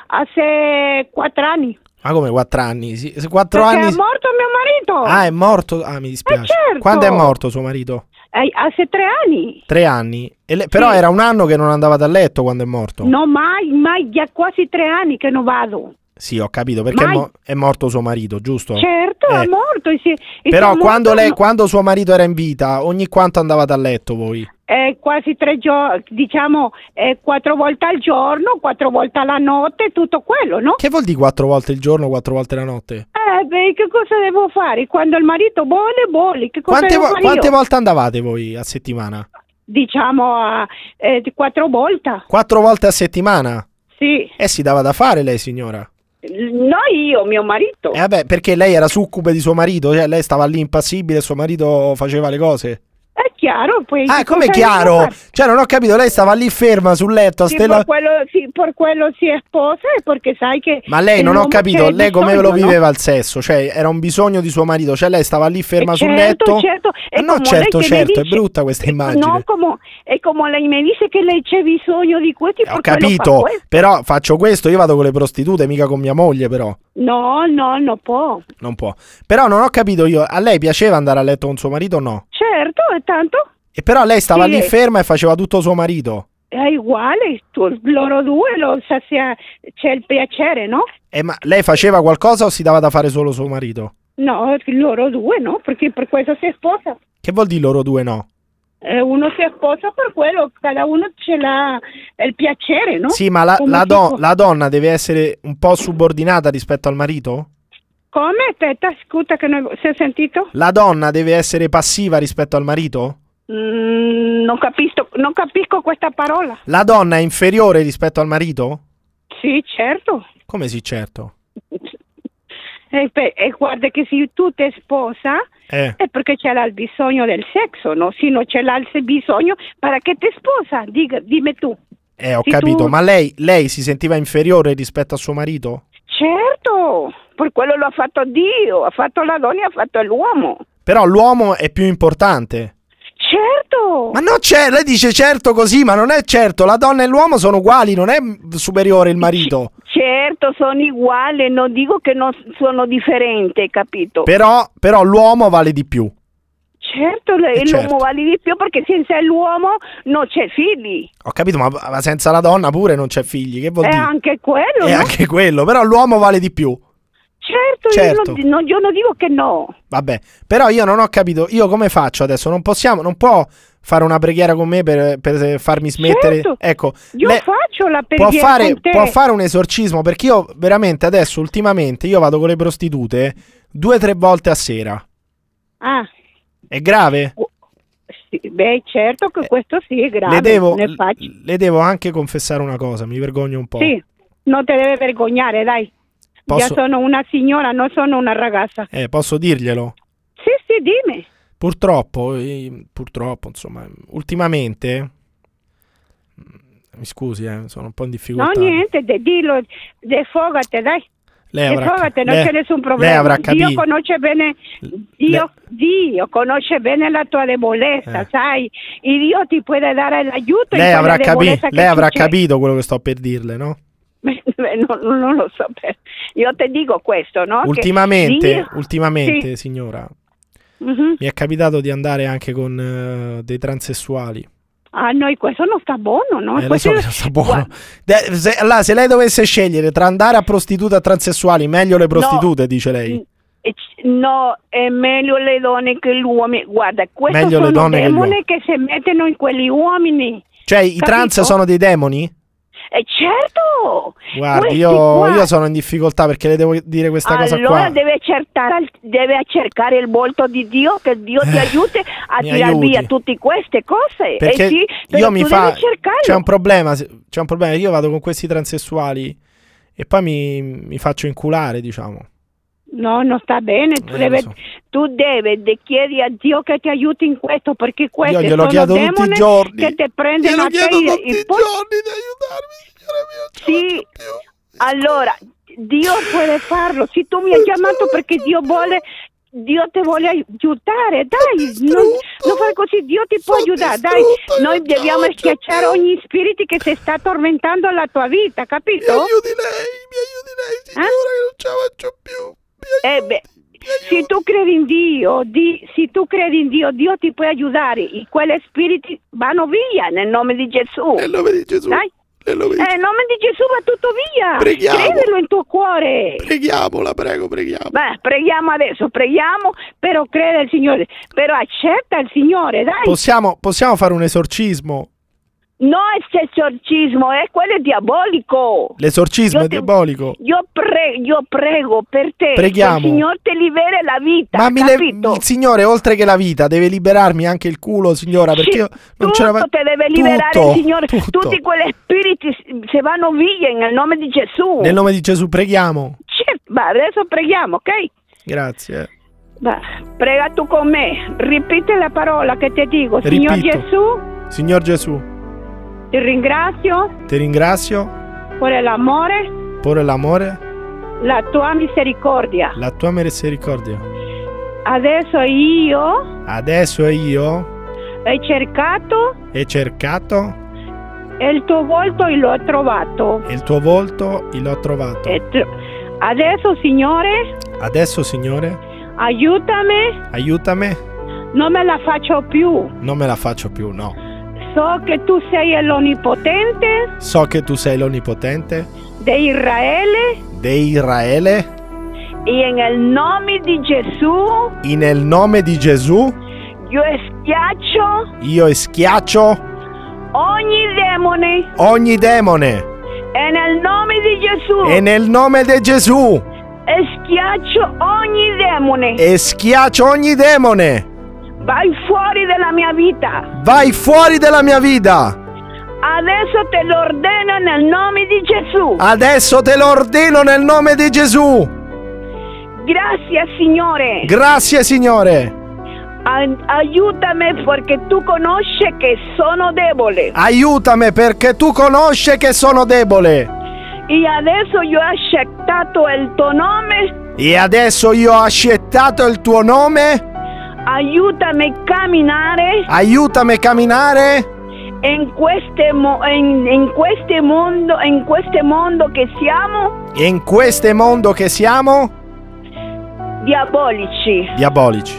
hace quattro anni. Ma come quattro anni? Sì, quattro Perché anni. è morto mio marito. Ah, è morto? Ah, mi dispiace. Eh, certo. Quando è morto suo marito? Eh, hace tre anni. Tre anni. E le- Però Sì. era un anno che non andavate a letto quando è morto. No, mai, mai, già quasi tre anni che non vado. Sì, ho capito, perché è, Mai. mo- è morto suo marito, giusto? Certo, Eh. è morto. e si- e si Però è quando, morto, lei, no, quando suo marito era in vita, ogni quanto andavate a letto voi? eh, quasi tre giorni, diciamo, eh, quattro volte al giorno, quattro volte alla notte, tutto quello, no? Che vuol dire quattro volte il giorno, quattro volte la notte? Eh, beh, che cosa devo fare? Quando il marito vuole, vuole. Che cosa Quante, devo vo- fare quante io? volte andavate voi a settimana? Diciamo, a- eh, quattro volte. Quattro volte a settimana? Sì. E si dava da fare lei, signora? No, io, mio marito. E vabbè, perché lei era succube di suo marito, cioè lei stava lì impassibile e suo marito faceva le cose. È chiaro, poi... Ah, che come cosa devo chiaro? fare? Cioè, non ho capito, lei stava lì ferma sul letto, Sì, stella... per quello, sì, per quello si è sposa e perché sai che... Ma lei non ho l'uomo capito, c'è lei come bisogno, lo no? viveva il sesso? Cioè, era un bisogno di suo marito, cioè lei stava lì ferma Eh, sul certo, letto? certo. Ma E no, come certo, lei che certo, mi è dice- brutta questa immagine. No, come, e come lei mi dice che lei c'è bisogno di questi... Ho per quello fa capito, questo. però faccio questo, io vado con le prostitute, mica con mia moglie, però. No, no, non può. Non può. Però non ho capito io, a lei piaceva andare a letto con suo marito o no? Certo, e tanto E però lei stava Sì, lì eh. ferma e faceva tutto suo marito. è uguale, tu- loro due lo sazia- c'è il piacere, no? E ma lei faceva qualcosa o si dava da fare solo suo marito? No, loro due, no? Perché per questo si sposa. Che vuol dire loro due no? Eh, uno si sposa per quello, cada uno ce l'ha il piacere, no? Sì, ma la, Come la si do- può- la donna deve essere un po' subordinata rispetto al marito? Come? Aspetta, scusa che non si è sentito? La donna deve essere passiva rispetto al marito? Mm, non, capisco, non capisco questa parola. La donna è inferiore rispetto al marito? Sì, certo. Come sì, certo. E, pe- e guarda che se tu ti sposa Eh. è perché c'è il bisogno del sesso, no? Se non c'è il bisogno, perché ti sposa? Dica, dimmi tu. Eh, ho Sì, capito, tu- ma lei, lei si sentiva inferiore rispetto a suo marito? Certo, per quello lo ha fatto Dio, ha fatto la donna e ha fatto l'uomo. Però l'uomo è più importante. Certo. Ma no, c'è, lei dice certo così, ma non è certo. La donna e l'uomo sono uguali, non è superiore il marito. Certo, sono uguali, non dico che non sono differenti, capito? Però, però l'uomo vale di più. Certo, le- Eh, l'uomo certo. vale di più perché senza l'uomo non c'è figli. Ho capito, ma, ma senza la donna pure non c'è figli. Che vuol È dire? anche quello, È no? anche quello, però l'uomo vale di più. Certo, Certo. Io, non, non- io non dico che no. Vabbè, però io non ho capito, io come faccio adesso? Non possiamo, non può fare una preghiera con me per, per farmi smettere. Certo. Ecco, Io lei faccio la può preghiera fare, con te. può fare un esorcismo, perché io veramente adesso ultimamente io vado con le prostitute due o tre volte a sera. Ah, È grave? sì, beh, certo che questo sì è grave. Le devo, ne faccio. le devo anche confessare una cosa, mi vergogno un po'. Sì, non te deve vergognare, dai. Posso- Io sono una signora, non sono una ragazza. Eh, posso dirglielo? Sì, sì, dimmi. Purtroppo, eh, purtroppo, insomma, ultimamente, mi scusi, eh, sono un po' in No, difficoltà. niente, de- dillo, defogate, dai. Lei avrà, Defogate, non lei- c'è nessun lei problema. avrà Dio capito. conosce bene, Dio, Dio conosce bene la tua debolezza, Eh. sai? E Dio ti può dare l'aiuto in Lei quella avrà, capi- debolezza che lei avrà tu c'è. capito quello che sto per dirle, no? Beh, non, non lo so, per- io ti dico questo, no? Che Ultimamente, Dio- ultimamente, Sì. signora, Mhm. mi è capitato di andare anche con eh, dei transessuali. Ah, no, questo non sta buono, no? Eh, lo Questo- so che non sta buono. De- se, allora, se lei dovesse scegliere tra andare a prostitute e a transessuali, meglio le prostitute, dice lei. Eh, c- No, è meglio le donne che gli uomini. Guarda, questi Meglio le sono donne che gli demoni uomini. che si mettono in quegli uomini. Cioè, i trans Capito? sono dei demoni? E certo! Guardi, Questi io, qua- io sono in difficoltà perché le devo dire questa cosa allora qua. deve cercare, deve cercare il volto di Dio, che Dio ti Eh, aiuti a mi tirare aiuti. via tutte queste cose. Perché eh sì, però io mi tu fa devi cercarlo. c'è un problema, se- c'è un problema, io vado con questi transessuali e poi mi, mi faccio inculare, diciamo. No, non sta bene. Tu Eh, devi, lo so. tu devi de- chiedi a Dio che ti aiuti in questo, perché questi glielo sono chiedo tutti i demoni giorni. che ti prendono Glielo a te chiedo e- tutti e i poi- giorni di aiutarmi, signora mia, non ce la Sì, faccio più. allora Dio può farlo. Se tu mi hai chiamato perché Dio vuole Dio ti vuole aiutare, dai, non, non fare così, Dio ti può aiutare, dai, noi dobbiamo schiacciare ogni spirito che si sta tormentando la tua vita, capito? Mi aiuti lei, mi aiuti lei, signora, eh? Che non ce la faccio più. Eh beh, se tu credi in Dio, di, se tu credi in Dio, Dio ti può aiutare, e quegli spiriti vanno via nel nome di Gesù. Nel nome di Gesù. Dai. Nel nome di, eh, nome di Gesù va tutto via. Preghiamo. Credilo in tuo cuore. Preghiamo, la prego, preghiamo. Beh, preghiamo adesso, preghiamo, però crede al Signore, però accetta il Signore, dai. Possiamo, possiamo fare un esorcismo? No, è esorcismo, è quello diabolico. L'esorcismo io è ti, diabolico. Io, pre, io prego per te. Preghiamo. Il Signore ti libera la vita. Ma mi le, il Signore, oltre che la vita, deve liberarmi anche il culo, signora, perché io non tutto ce la te deve liberare tutto, il Signore. tutto. Tutti quegli spiriti se vanno via nel nome di Gesù. Nel nome di Gesù preghiamo. Certo, ma adesso preghiamo, ok? Grazie. Beh, prega tu con me. Ripete la parola che ti dico. Signor Ripito. Gesù. Signor Gesù. Ti ringrazio. Ti ringrazio. Per l'amore. Per l'amore. La tua misericordia. La tua misericordia. Adesso io. Adesso io. Ho cercato. Ho cercato. E il tuo volto e l'ho trovato. E il tuo volto e l'ho trovato. E tro- adesso, Signore. Adesso, Signore. Aiutami. Aiutami. Non me la faccio più. Non me la faccio più, no. So che tu sei l'Onnipotente. So che tu sei l'Onnipotente. Di Israele. Di Israele. E nel nome di Gesù. E nel nome di Gesù. Io schiaccio. Io schiaccio. Ogni demone. Ogni demone. E nel nome di Gesù. E nel nome di Gesù. E schiaccio ogni demone. E schiaccio ogni demone. Vai fuori dalla mia vita. Vai fuori dalla mia vita. Adesso te lo ordeno nel nome di Gesù. Adesso te lo ordino nel nome di Gesù. Grazie, Signore. Grazie, Signore. A- aiutami perché tu conosci che sono debole. Aiutami perché tu conosci che sono debole. E adesso io ho accettato il tuo nome. E adesso io ho accettato il tuo nome. Aiutami a camminare. Aiutami a camminare. In questo mo- in, in questo mondo, in questo mondo che siamo. In questo mondo che siamo. Diabolici. Diabolici.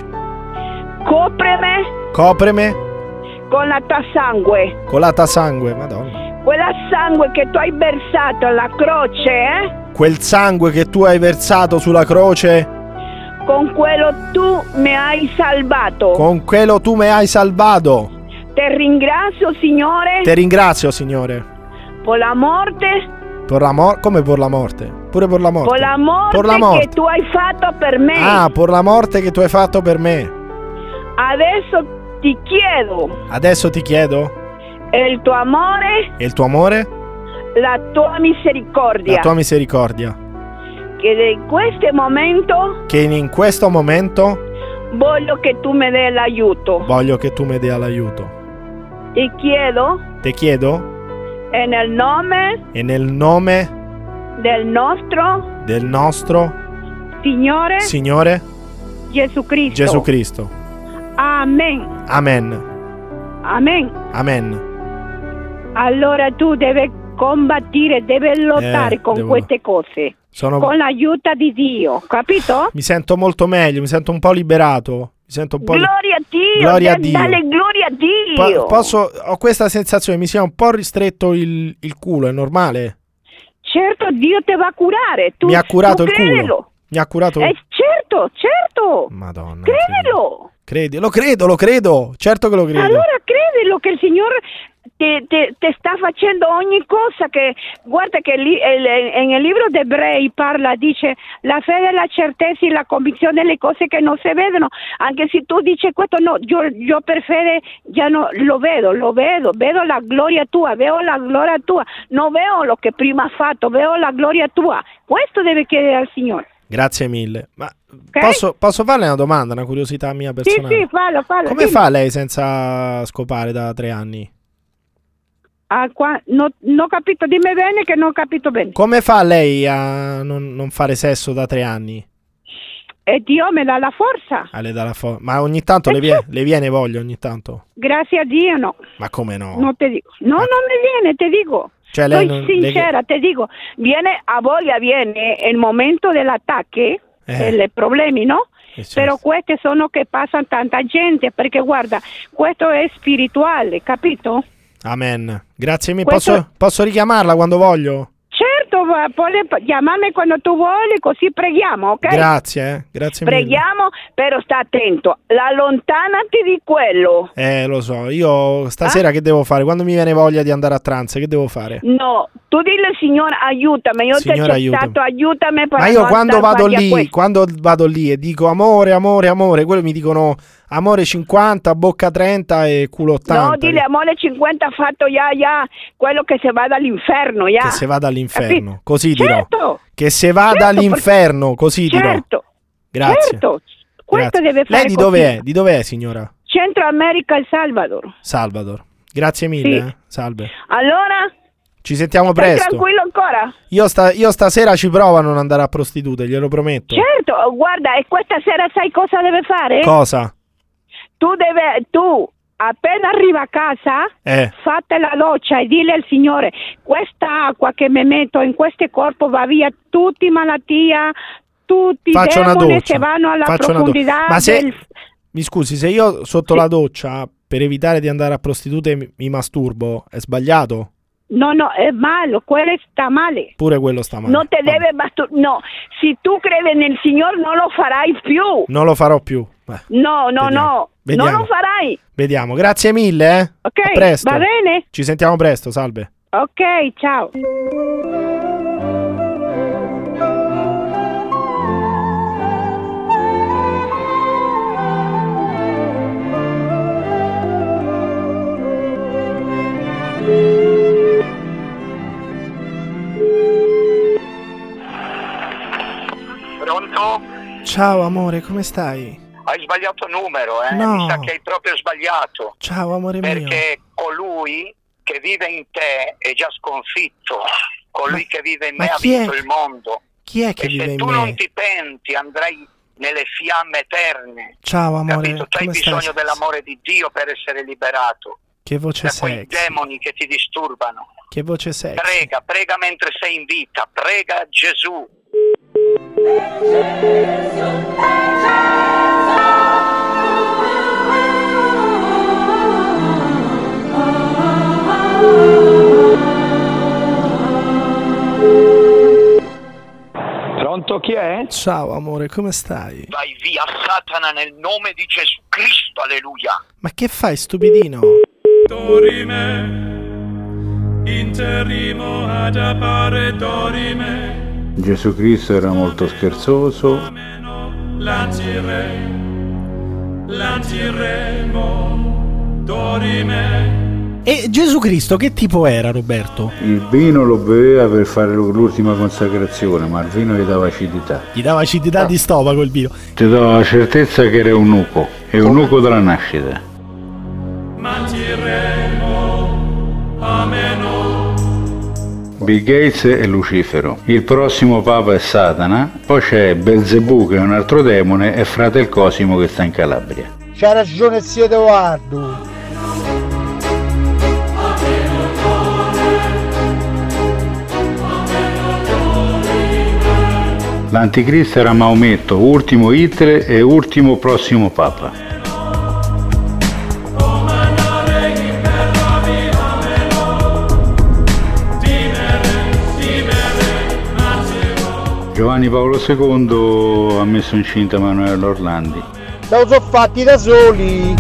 Coprimi. Coprimi. Con la tua sangue. Con la tua sangue, Madonna. Quella sangue che tu hai versato alla croce, eh? Quel sangue che tu hai versato sulla croce. Con quello tu mi hai salvato. Con quello tu mi hai salvato. Ti ringrazio, Signore. Ti ringrazio, Signore. Per la morte. Per la morte? Come per la morte? Pure per la morte. Per la morte, per la morte che tu hai fatto per me. Ah, per la morte che tu hai fatto per me. Adesso ti chiedo. Adesso ti chiedo. Il tuo amore. E il tuo amore? La tua misericordia. La tua misericordia. Che in questo momento. Che in questo momento. Voglio che tu mi dia l'aiuto. Voglio che tu mi dia l'aiuto. Ti chiedo. Ti chiedo. E nel nome. E nel nome. Del nostro. Del nostro. Signore. Signore. Gesù Cristo. Gesù Cristo. Amen. Amen. Amen. Amen. Allora tu devi combattere, devi lottare Eh, con devo- queste cose. Sono- Con l'aiuto di Dio, capito? Mi sento molto meglio, mi sento un po' liberato. Mi sento un po' li- Gloria a Dio, Gloria a da- Dio. dalle gloria a Dio. Po- posso, ho questa sensazione, mi sia un po' ristretto il, il culo, è normale? Certo, Dio ti va a curare. Tu, Mi ha curato tu il culo. credilo. Mi ha curato. Eh, certo, certo. Madonna. Credilo. Credi, lo credo, lo credo. Certo che lo credo. Allora credilo che il Signore ti, ti- ti sta facendo ogni cosa che, guarda che lì, el- nel libro di Ebrei parla, dice la fede, la certezza e la convinzione delle cose che non si vedono. Anche se tu dici questo, no, io, io per fede già no, lo vedo, lo vedo, vedo la gloria tua, vedo la gloria tua, non vedo lo che prima ha fatto, vedo la gloria tua. Questo deve chiedere al Signore. Grazie mille. Ma Ok? posso, posso farle una domanda, una curiosità mia Sì, personale? sì, fallo, fallo. Come dimmi. fa lei senza scopare da tre anni? Ah, qua, no, non ho capito, dimmi bene che non ho capito bene. Come fa lei a non, non fare sesso da tre anni? e Dio me dà la forza. Ah, le dà la fo- Ma ogni tanto le, vie- le viene voglia, ogni tanto? Grazie a Dio no. Ma come no? No, te dico. No, Ma... non mi viene, te dico. Cioè, lei Soy non, sincera, lei... te dico. Viene, a voglia viene il momento dell'attacco, Eh. dei problemi, no? Eh, certo. Però queste sono che passano tanta gente, perché guarda, questo è spirituale, capito? Amen. Grazie mille. Questo- Posso, posso richiamarla quando voglio? Certo, va- puoi chiamarmi quando tu vuoi, così preghiamo, ok? Grazie, eh. Grazie mille. Preghiamo, però sta attento, allontanati di quello. Eh, lo so. Io stasera Ah? che devo fare? Quando mi viene voglia di andare a trance, che devo fare? No, tu dillo Signore aiutami, io Signore, ti ho aiutami. stato aiutami per Ma io non quando andare vado avanti a lì, questo. quando vado lì e dico amore, amore, amore, quello mi dicono amore cinquanta, bocca trenta e culo ottanta. No, dile amore cinquanta ha fatto ya ya quello che se va dall'inferno, ya. Che se va dall'inferno, Capito? così dirò. Certo. Che se va Certo, dall'inferno, così dirò. Certo. Grazie. Certo. Questo Grazie. deve fare Lei di così. dov'è? Di dov'è, signora? Centro America, El Salvador. Salvador. Grazie mille. Sì. eh. Salve. Allora, Ci sentiamo stai presto. tranquillo ancora? Io, sta- io stasera ci provo a non andare a prostitute, glielo prometto. Certo, guarda, e questa sera sai cosa deve fare? Cosa? Tu deve, tu appena arriva a casa, Eh. fate la doccia e dile al Signore, questa acqua che mi metto in questo corpo va via tutti malattia, tutti i Faccio una demoni doccia. se vanno alla Faccio una profondità doccia. Ma se del... mi scusi, se io sotto la doccia per evitare di andare a prostitute mi, mi masturbo, è sbagliato? No, no, è male, quello sta male. Pure quello sta male. Non te deve bastur- no, se tu credi nel Signore non lo farai più. Non lo farò più. Beh, No, no, Vediamo. no, Vediamo. non lo farai. vediamo. Grazie mille, eh. Ok, A presto. va bene? Ci sentiamo presto, salve. Ok, ciao. Pronto? Ciao amore, come stai? Hai sbagliato numero, eh? No. Mi sa che hai proprio sbagliato. Ciao amore mio. Perché colui che vive in te è già sconfitto. Colui Ma- che vive in ma me ha chi è- vinto il mondo. Chi è che e vive se in tu me? non ti penti andrai nelle fiamme eterne. Ciao amore, Capito? Tu hai come bisogno stai? dell'amore di Dio per essere liberato Che voce da quei sexy. demoni che ti disturbano. Che voce sexy. Prega, prega mentre sei in vita, prega Gesù. Pronto, chi è? Ciao amore, come stai? Vai via Satana nel nome di Gesù Cristo, alleluia. Ma che fai, stupidino? Dorime, interrimo ad appare dorime, Gesù Cristo era molto scherzoso, lancire, lanciremo, dorime. E Gesù Cristo che tipo era, Roberto? il vino lo beveva per fare l'ultima consacrazione, ma il vino gli dava acidità. Gli dava acidità di stomaco il vino. Ti dava la certezza che era eunuco, eunuco dalla nascita. Mantiremo, ameno, Bill Gates e Lucifero. Il prossimo papa è Satana, poi c'è Belzebù che è un altro demone e Fratel Cosimo che sta in Calabria. C'ha ragione zio Edoardo. L'anticristo era Maometto, ultimo Hitler e ultimo prossimo papa. Giovanni Paolo secondo ha messo incinta Manuela Orlandi. Lo sono fatti da soli.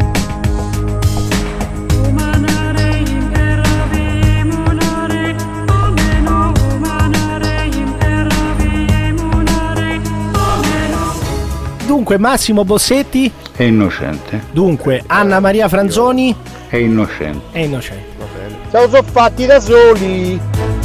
Dunque Massimo Bossetti, È innocente. dunque Anna Maria Franzoni È innocente. è innocente. Va bene. Lo sono fatti da soli.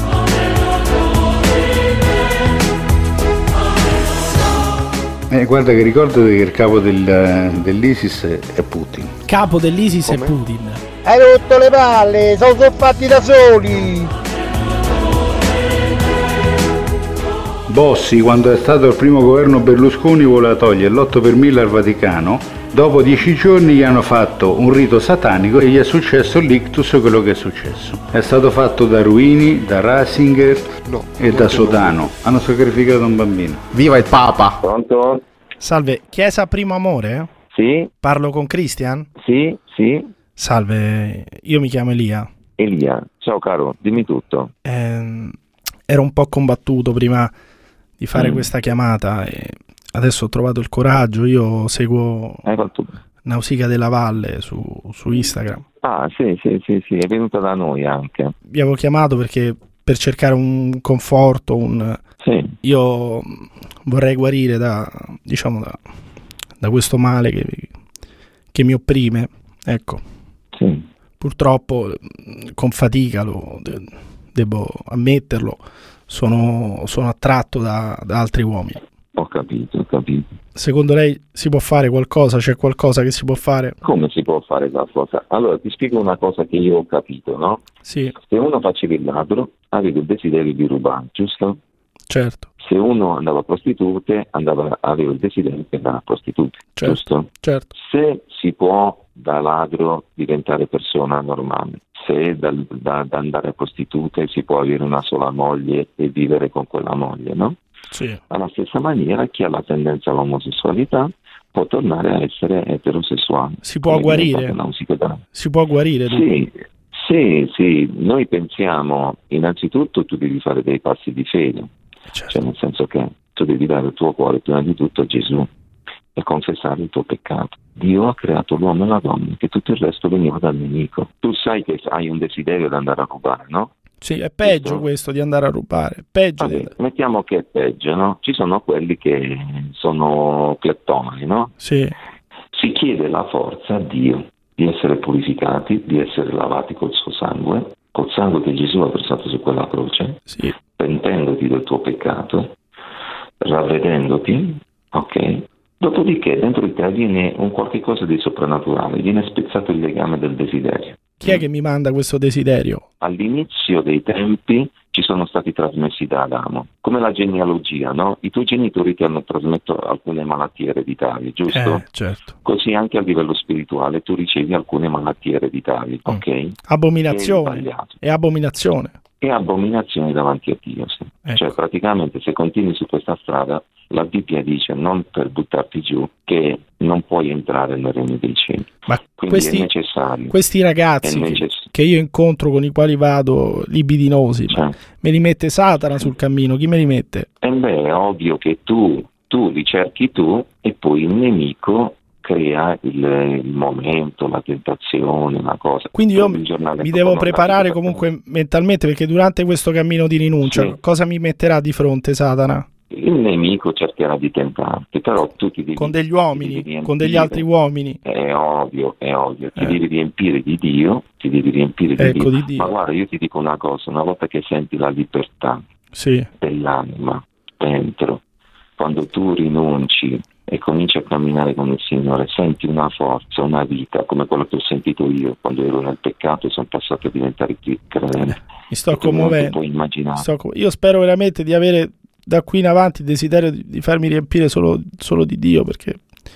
Eh, guarda che ricordati che il capo del- dell'ISIS è Putin. Capo dell'ISIS è Putin. Hai rotto le palle, sono sono fatti da soli. Bossi, quando è stato il primo governo Berlusconi, voleva togliere l'otto per mille al Vaticano. Dopo dieci giorni gli hanno fatto un rito satanico e gli è successo l'ictus, quello che è successo. È stato fatto da Ruini, da Ratzinger no, e da Sodano. Hanno sacrificato un bambino. Viva il Papa! Pronto? Salve, Chiesa Primo Amore? Sì. Parlo con Christian? Sì, sì. Salve, io mi chiamo Elia. Elia, ciao caro, dimmi tutto. Eh, ero un po' combattuto prima di fare Mm. questa chiamata e adesso ho trovato il coraggio. Io seguo Hai fatto... Nausica della Valle su, su Instagram. Ah, sì, sì, sì, sì, è venuta da noi anche. Vi avevo chiamato perché per cercare un conforto, un... Sì. Io vorrei guarire da, diciamo, da, da questo male che, che mi opprime. Ecco. Sì. Purtroppo con fatica, lo, de- devo ammetterlo, sono, sono attratto da, da altri uomini. Ho capito, ho capito. Secondo lei si può fare qualcosa? C'è qualcosa che si può fare? Come si può fare qualcosa? Allora, ti spiego una cosa che io ho capito, no? Sì, Se uno faceva il ladro, aveva il desiderio di rubare, giusto? certo, Se uno andava a prostitute, andava, aveva il desiderio di andare a prostitute, Certo. giusto? certo. Se si può da ladro diventare persona normale, se dal- da, da andare a prostitute si può avere una sola moglie e vivere con quella moglie, no? Sì. Alla stessa maniera chi ha la tendenza all'omosessualità può tornare a essere eterosessuale. Si può Come guarire? diventa Nausica della- Si può guarire? tu? Sì, sì, sì, noi pensiamo innanzitutto tu devi fare dei passi di fede, Certo. cioè nel senso che tu devi dare il tuo cuore prima di tutto a Gesù e confessare il tuo peccato. Dio ha creato l'uomo e la donna, che tutto il resto veniva dal nemico. Tu sai che hai un desiderio di andare a rubare, no? Sì, è peggio Giusto. questo di andare a rubare. Peggio di Vabbè, andare- mettiamo che è peggio, no? Ci sono quelli che sono cleptomani, no? Sì, Si chiede la forza a Dio di essere purificati, di essere lavati col suo sangue, col sangue che Gesù ha versato su quella croce, sì, pentendoti del tuo peccato, ravvedendoti, ok? Dopodiché dentro di te avviene un qualche cosa di soprannaturale, viene spezzato il legame del desiderio. chi è che mi manda questo desiderio? All'inizio dei tempi ci sono stati trasmessi da Adamo, come la genealogia, no? I tuoi genitori ti hanno trasmesso alcune malattie ereditarie, giusto? Eh, certo. Così anche a livello spirituale tu ricevi alcune malattie ereditarie, ok? Che è Abominazione. sbagliato. È abominazione. E abominazione davanti a Dio, sì. Ecco. Cioè praticamente se continui su questa strada la Bibbia dice, non per buttarti giù, che non puoi entrare nel regno dei cieli. Ma Quindi questi, è necessario. questi ragazzi È che, necess- che io incontro, con i quali vado libidinosi, ma Cioè, me li mette Satana sul cammino? Chi me li mette? e beh, è ovvio che tu, tu li cerchi tu e poi il nemico crea il, il momento, la tentazione, una cosa. Quindi io Trovi il giornale mi devo pornografico preparare per te. comunque mentalmente, perché durante questo cammino di rinuncia Sì. cosa mi metterà di fronte Satana? Il nemico cercherà di tentarti, però tu ti devi... Con degli ti uomini, devi riempire. con degli altri uomini. È ovvio, è ovvio, ti Eh. devi riempire di Dio, ti devi riempire di, Ecco, Dio. di Dio. Ma guarda, io ti dico una cosa, una volta che senti la libertà Sì, dell'anima dentro, quando tu rinunci e cominci a camminare con il Signore, senti una forza, una vita, come quello che ho sentito io quando ero nel peccato e sono passato a diventare più credente. mi sto E tu non ti commuovendo. puoi immaginare. Sto com- io spero veramente di avere da qui in avanti il desiderio di, di farmi riempire solo, solo di Dio, perché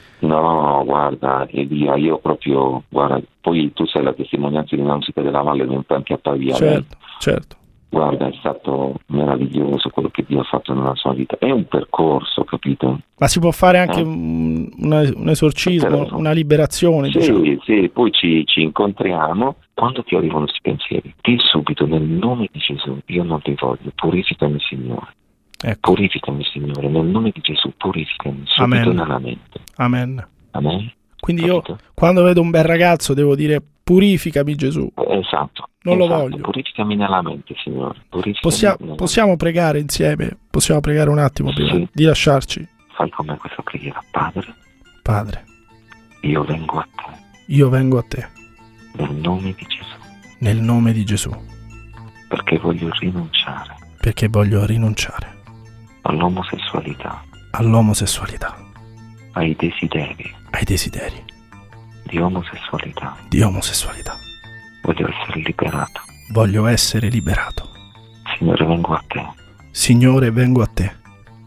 No, guarda, Elia, io proprio, guarda, poi tu sei la testimonianza di Nausica della Valle, venuta anche a Pavia. certo, certo. Guarda, è stato meraviglioso quello che Dio ha fatto nella sua vita. È un percorso, capito? Ma si può fare anche Eh. un, una- un esorcismo, Certo. una liberazione, Sì, diciamo. sì, poi ci, ci incontriamo. Quando ti arrivano questi pensieri, di subito nel nome di Gesù, io non ti voglio, purificami Signore. Ecco. Purificami Signore, nel nome di Gesù, purificami subito Amen. nella mente. Amen. Amen? Quindi io Capito? quando vedo un bel ragazzo devo dire purificami Gesù. Esatto. Non lo esatto. voglio. Purificami nella mente, Signore. Purificami Possia- nella possiamo pregare insieme? Possiamo pregare un attimo prima Sì. di lasciarci? Fai con me questa preghiera. Padre, Padre, io vengo a te io vengo a te nel nome di Gesù nel nome di Gesù, perché voglio rinunciare perché voglio rinunciare all'omosessualità, all'omosessualità, ai desideri ai desideri di omosessualità. di omosessualità. Voglio essere liberato. Voglio essere liberato. Signore, vengo a te Signore, vengo a te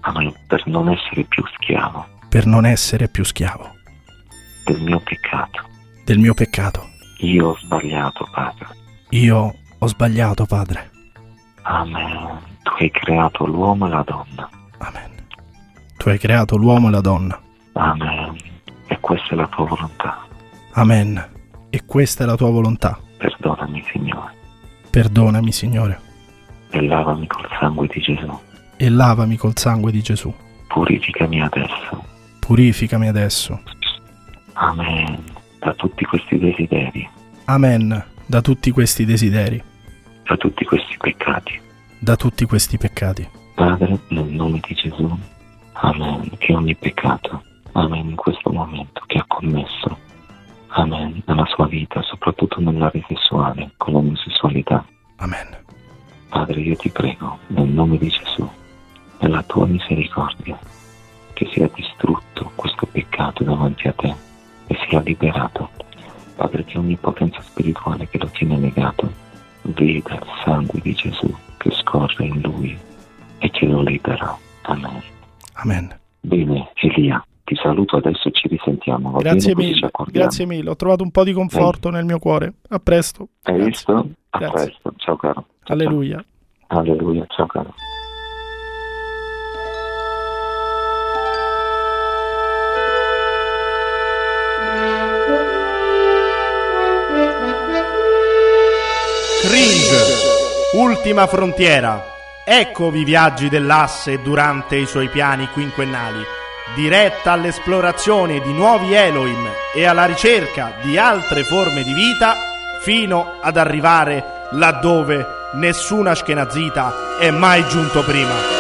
Amen. Per non essere più schiavo. Per non essere più schiavo. Del mio peccato. Del mio peccato. Io ho sbagliato, Padre. Io ho sbagliato, Padre. Amen. Tu hai creato l'uomo e la donna. Amen. Tu hai creato l'uomo e la donna. Amen. E questa è la tua volontà. Amen. E questa è la tua volontà. Perdonami, Signore. Perdonami, Signore. E lavami col sangue di Gesù. E lavami col sangue di Gesù. Purificami adesso. Purificami adesso. Amen. Da tutti questi desideri. Amen. Da tutti questi desideri. Da tutti questi peccati. Da tutti questi peccati. Padre, nel nome di Gesù. Amen. Che ogni peccato. Amen. In questo momento che ha commesso. Amen. Nella sua vita, soprattutto nell'area sessuale, con l'omosessualità. Amen. Padre, io ti prego, nel nome di Gesù, nella tua misericordia, che sia distrutto questo peccato davanti a te e sia liberato. Padre, che ogni potenza spirituale che lo tiene legato veda il sangue di Gesù che scorre in lui e che lo libera. Amen. Amen. Bene, Elia, ti saluto adesso, ci risentiamo. Va Grazie bene, mille, grazie mille, ho trovato un po' di conforto Ehi. nel mio cuore. A presto. Hai Grazie. visto? A Grazie. presto, ciao caro. Ciao, Alleluia. ciao. Alleluia, ciao caro. Cringe, ultima frontiera. Eccovi i viaggi dell'asse durante i suoi piani quinquennali, diretta all'esplorazione di nuovi Elohim e alla ricerca di altre forme di vita, fino ad arrivare laddove nessun ashkenazita è mai giunto prima.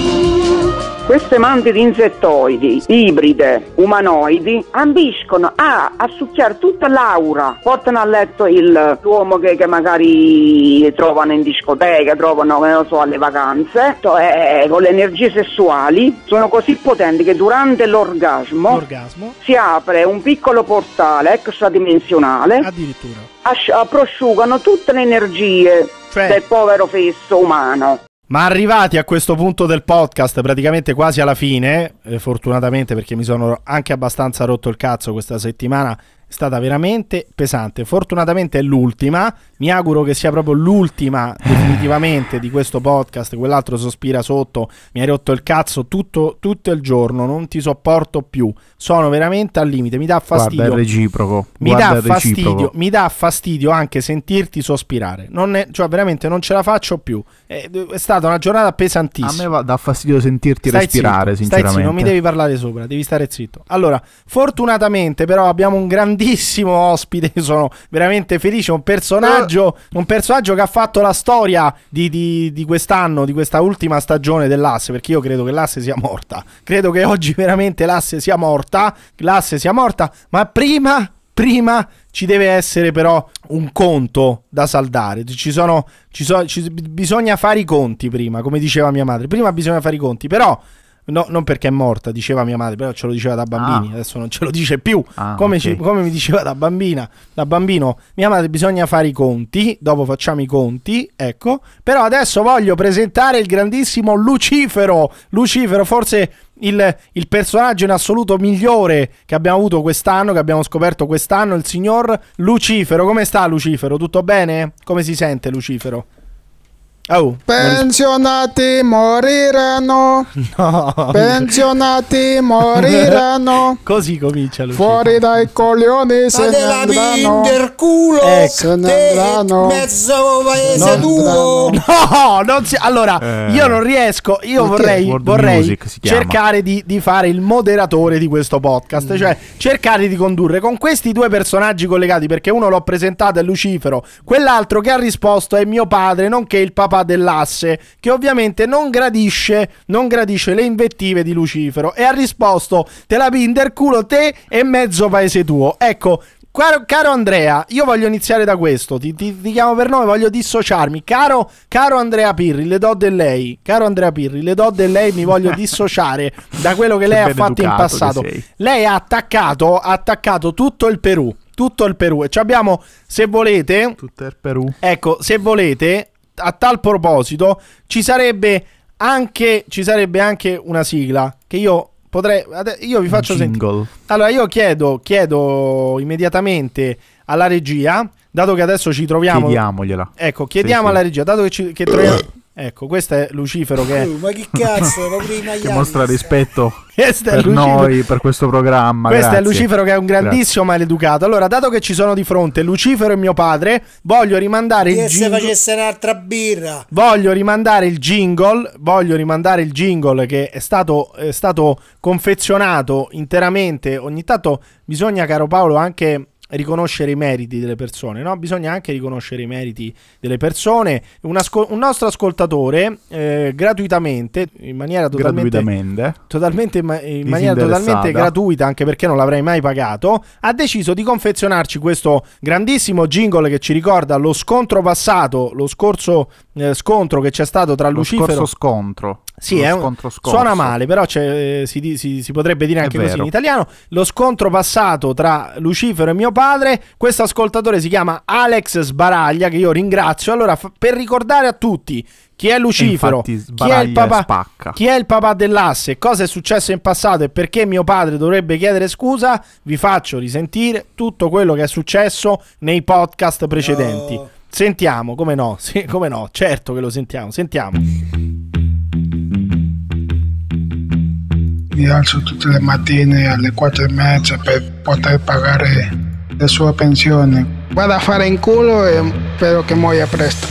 Queste mantide insettoidi, ibride, umanoidi, ambiscono a, a succhiare tutta l'aura, portano a letto il, l'uomo che, che magari trovano in discoteca, trovano, che non so, alle vacanze, e con le energie sessuali sono così potenti che durante l'orgasmo, L'orgasmo. si apre un piccolo portale extradimensionale, addirittura asci- prosciugano tutte le energie Cioè- del povero fesso umano. Ma arrivati a questo punto del podcast, praticamente quasi alla fine, eh, fortunatamente, perché mi sono anche abbastanza rotto il cazzo questa settimana, è stata veramente pesante. Fortunatamente è l'ultima, mi auguro che sia proprio l'ultima definitivamente di questo podcast. Quell'altro sospira sotto, mi hai rotto il cazzo tutto, tutto il giorno, non ti sopporto più, sono veramente al limite, mi dà fastidio. Guarda, è reciproco. Mi Guarda, dà è reciproco. fastidio, mi dà fastidio anche sentirti sospirare. Non è, cioè veramente non ce la faccio più. È, è stata una giornata pesantissima. A me va, dà fastidio sentirti Stai respirare, zitto, sinceramente. stai zitto, non mi devi parlare sopra, devi stare zitto. Allora, fortunatamente però abbiamo un grandissimo ospite, sono veramente felice, un personaggio, un personaggio che ha fatto la storia di, di, di quest'anno, di questa ultima stagione dell'Asse, perché io credo che l'Asse sia morta. Credo che oggi veramente l'Asse sia morta, l'Asse sia morta, ma prima prima ci deve essere però un conto da saldare. Ci sono, ci sono ci, bisogna fare i conti prima, come diceva mia madre. Prima bisogna fare i conti, però no, non perché è morta, diceva mia madre, però ce lo diceva da bambini, ah. adesso non ce lo dice più, ah, come, okay. ci, come mi diceva da bambina, da bambino, mia madre, bisogna fare i conti, dopo facciamo i conti, ecco, però adesso voglio presentare il grandissimo Lucifero, Lucifero forse il, il personaggio in assoluto migliore che abbiamo avuto quest'anno, che abbiamo scoperto quest'anno, il signor Lucifero. Come sta Lucifero? Tutto bene? Come si sente Lucifero? Oh, pensionati moriranno. No. Pensionati moriranno. Così comincia Lucifero. Fuori dai coglioni se ne andranno. Per culo. Ecco. Se ne andranno. Mezzo paese Non- tuo. No, non si, allora Eh. io non riesco. Io Perché? vorrei, World vorrei Music si chiama. cercare di, di fare il moderatore di questo podcast, cioè cercare di condurre con questi due personaggi collegati, perché uno l'ho presentato è Lucifero, quell'altro che ha risposto è mio padre, nonché il papà dell'Asse, che ovviamente non gradisce, non gradisce le invettive di Lucifero e ha risposto: te la pinder culo te e mezzo paese tuo. Ecco. Caro, caro Andrea, io voglio iniziare da questo, ti, ti, ti chiamo per nome, voglio dissociarmi. Caro, caro Andrea Pirri, le do del lei. Caro Andrea Pirri, le do del lei, mi voglio dissociare da quello che lei ha ben fatto in educato passato. che sei. Lei ha attaccato, ha attaccato tutto il Perù, tutto il Perù. E ci abbiamo, se volete, Tutto il Perù. ecco, se volete, a tal proposito, ci sarebbe anche ci sarebbe anche una sigla che io potrei io vi faccio sentire. Allora io chiedo chiedo immediatamente alla regia, dato che adesso ci troviamo, chiediamogliela. Ecco, chiediamo sì, alla regia, dato che ci che troviamo. Ecco, questo è Lucifero che uh, ma che cazzo, che mostra rispetto questo per noi, per questo programma. Questo Grazie. è Lucifero che è un grandissimo Grazie. maleducato. Allora, dato che ci sono di fronte Lucifero e mio padre, voglio rimandare il jingle. Se facesse un'altra birra. Voglio rimandare il jingle, voglio rimandare il jingle che è stato, è stato confezionato interamente. Ogni tanto bisogna, caro Paolo, anche riconoscere i meriti delle persone, no? Bisogna anche riconoscere i meriti delle persone. Un, ascol- un nostro ascoltatore eh, gratuitamente, in maniera totalmente totalmente in, ma- in maniera totalmente gratuita, anche perché non l'avrei mai pagato, ha deciso di confezionarci questo grandissimo jingle che ci ricorda lo scontro passato, lo scorso eh, scontro che c'è stato tra lo Lucifero. Scorso scontro. Sì, è un, suona male, però c'è, eh, si, si, si potrebbe dire anche così in italiano. Lo scontro passato tra Lucifero e mio padre. Questo ascoltatore si chiama Alex Sbaraglia, che io ringrazio. Allora, f- per ricordare a tutti chi è Lucifero, chi è, il papà, chi è il papà dell'asse, cosa è successo in passato e perché mio padre dovrebbe chiedere scusa, vi faccio risentire tutto quello che è successo nei podcast precedenti. No. Sentiamo, come no, sì, come no, certo che lo sentiamo, sentiamo. Mi alzo tutte le mattine alle quattro e mezza per poter pagare la sua pensione. Vado a fare in culo e spero che muoia presto.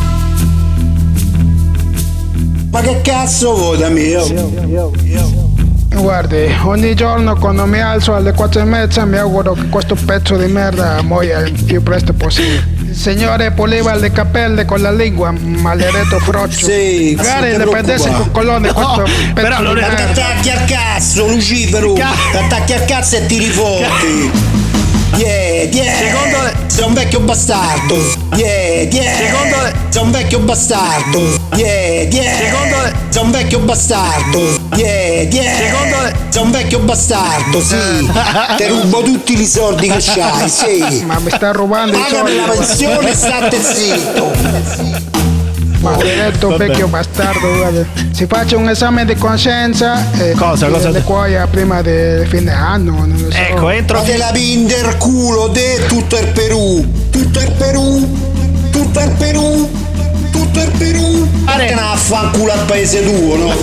Ma che cazzo vuoi da me? Io, io, io. Guardi, ogni giorno quando mi alzo alle quattro e mezza mi auguro che questo pezzo di merda muoia il più presto possibile. Il signore puliva le capelle con la lingua, maledetto froccio. Sì, magari le prendesse il coccolone no, questo pezzo però non di merda. Attacchi al cazzo, Lucifero! Attacchi al cazzo e tiri fuori! Yeah, yeah. Secondo le... sei un vecchio bastardo. Yeah, yeah. Secondo le... sei un vecchio bastardo. Yeah, yeah. Secondo le... sei un vecchio bastardo. Yeah, yeah. Secondo le... sei un vecchio bastardo, sì. Te rubo tutti i soldi che c'hai, sì. Ma mi sta rubando i soldi. Pagami la pensione e state zitto. Maledetto vecchio bastardo, guarda. Si faccia un esame di coscienza e cosa, cosa le cuoia prima del fine anno, non lo so. Ecco, entro. Ma te la pinder culo de tutto il Perù, tutto il Perù, tutto il Perù, tutto il Perù. Vattene a fanculo al paese tuo, no?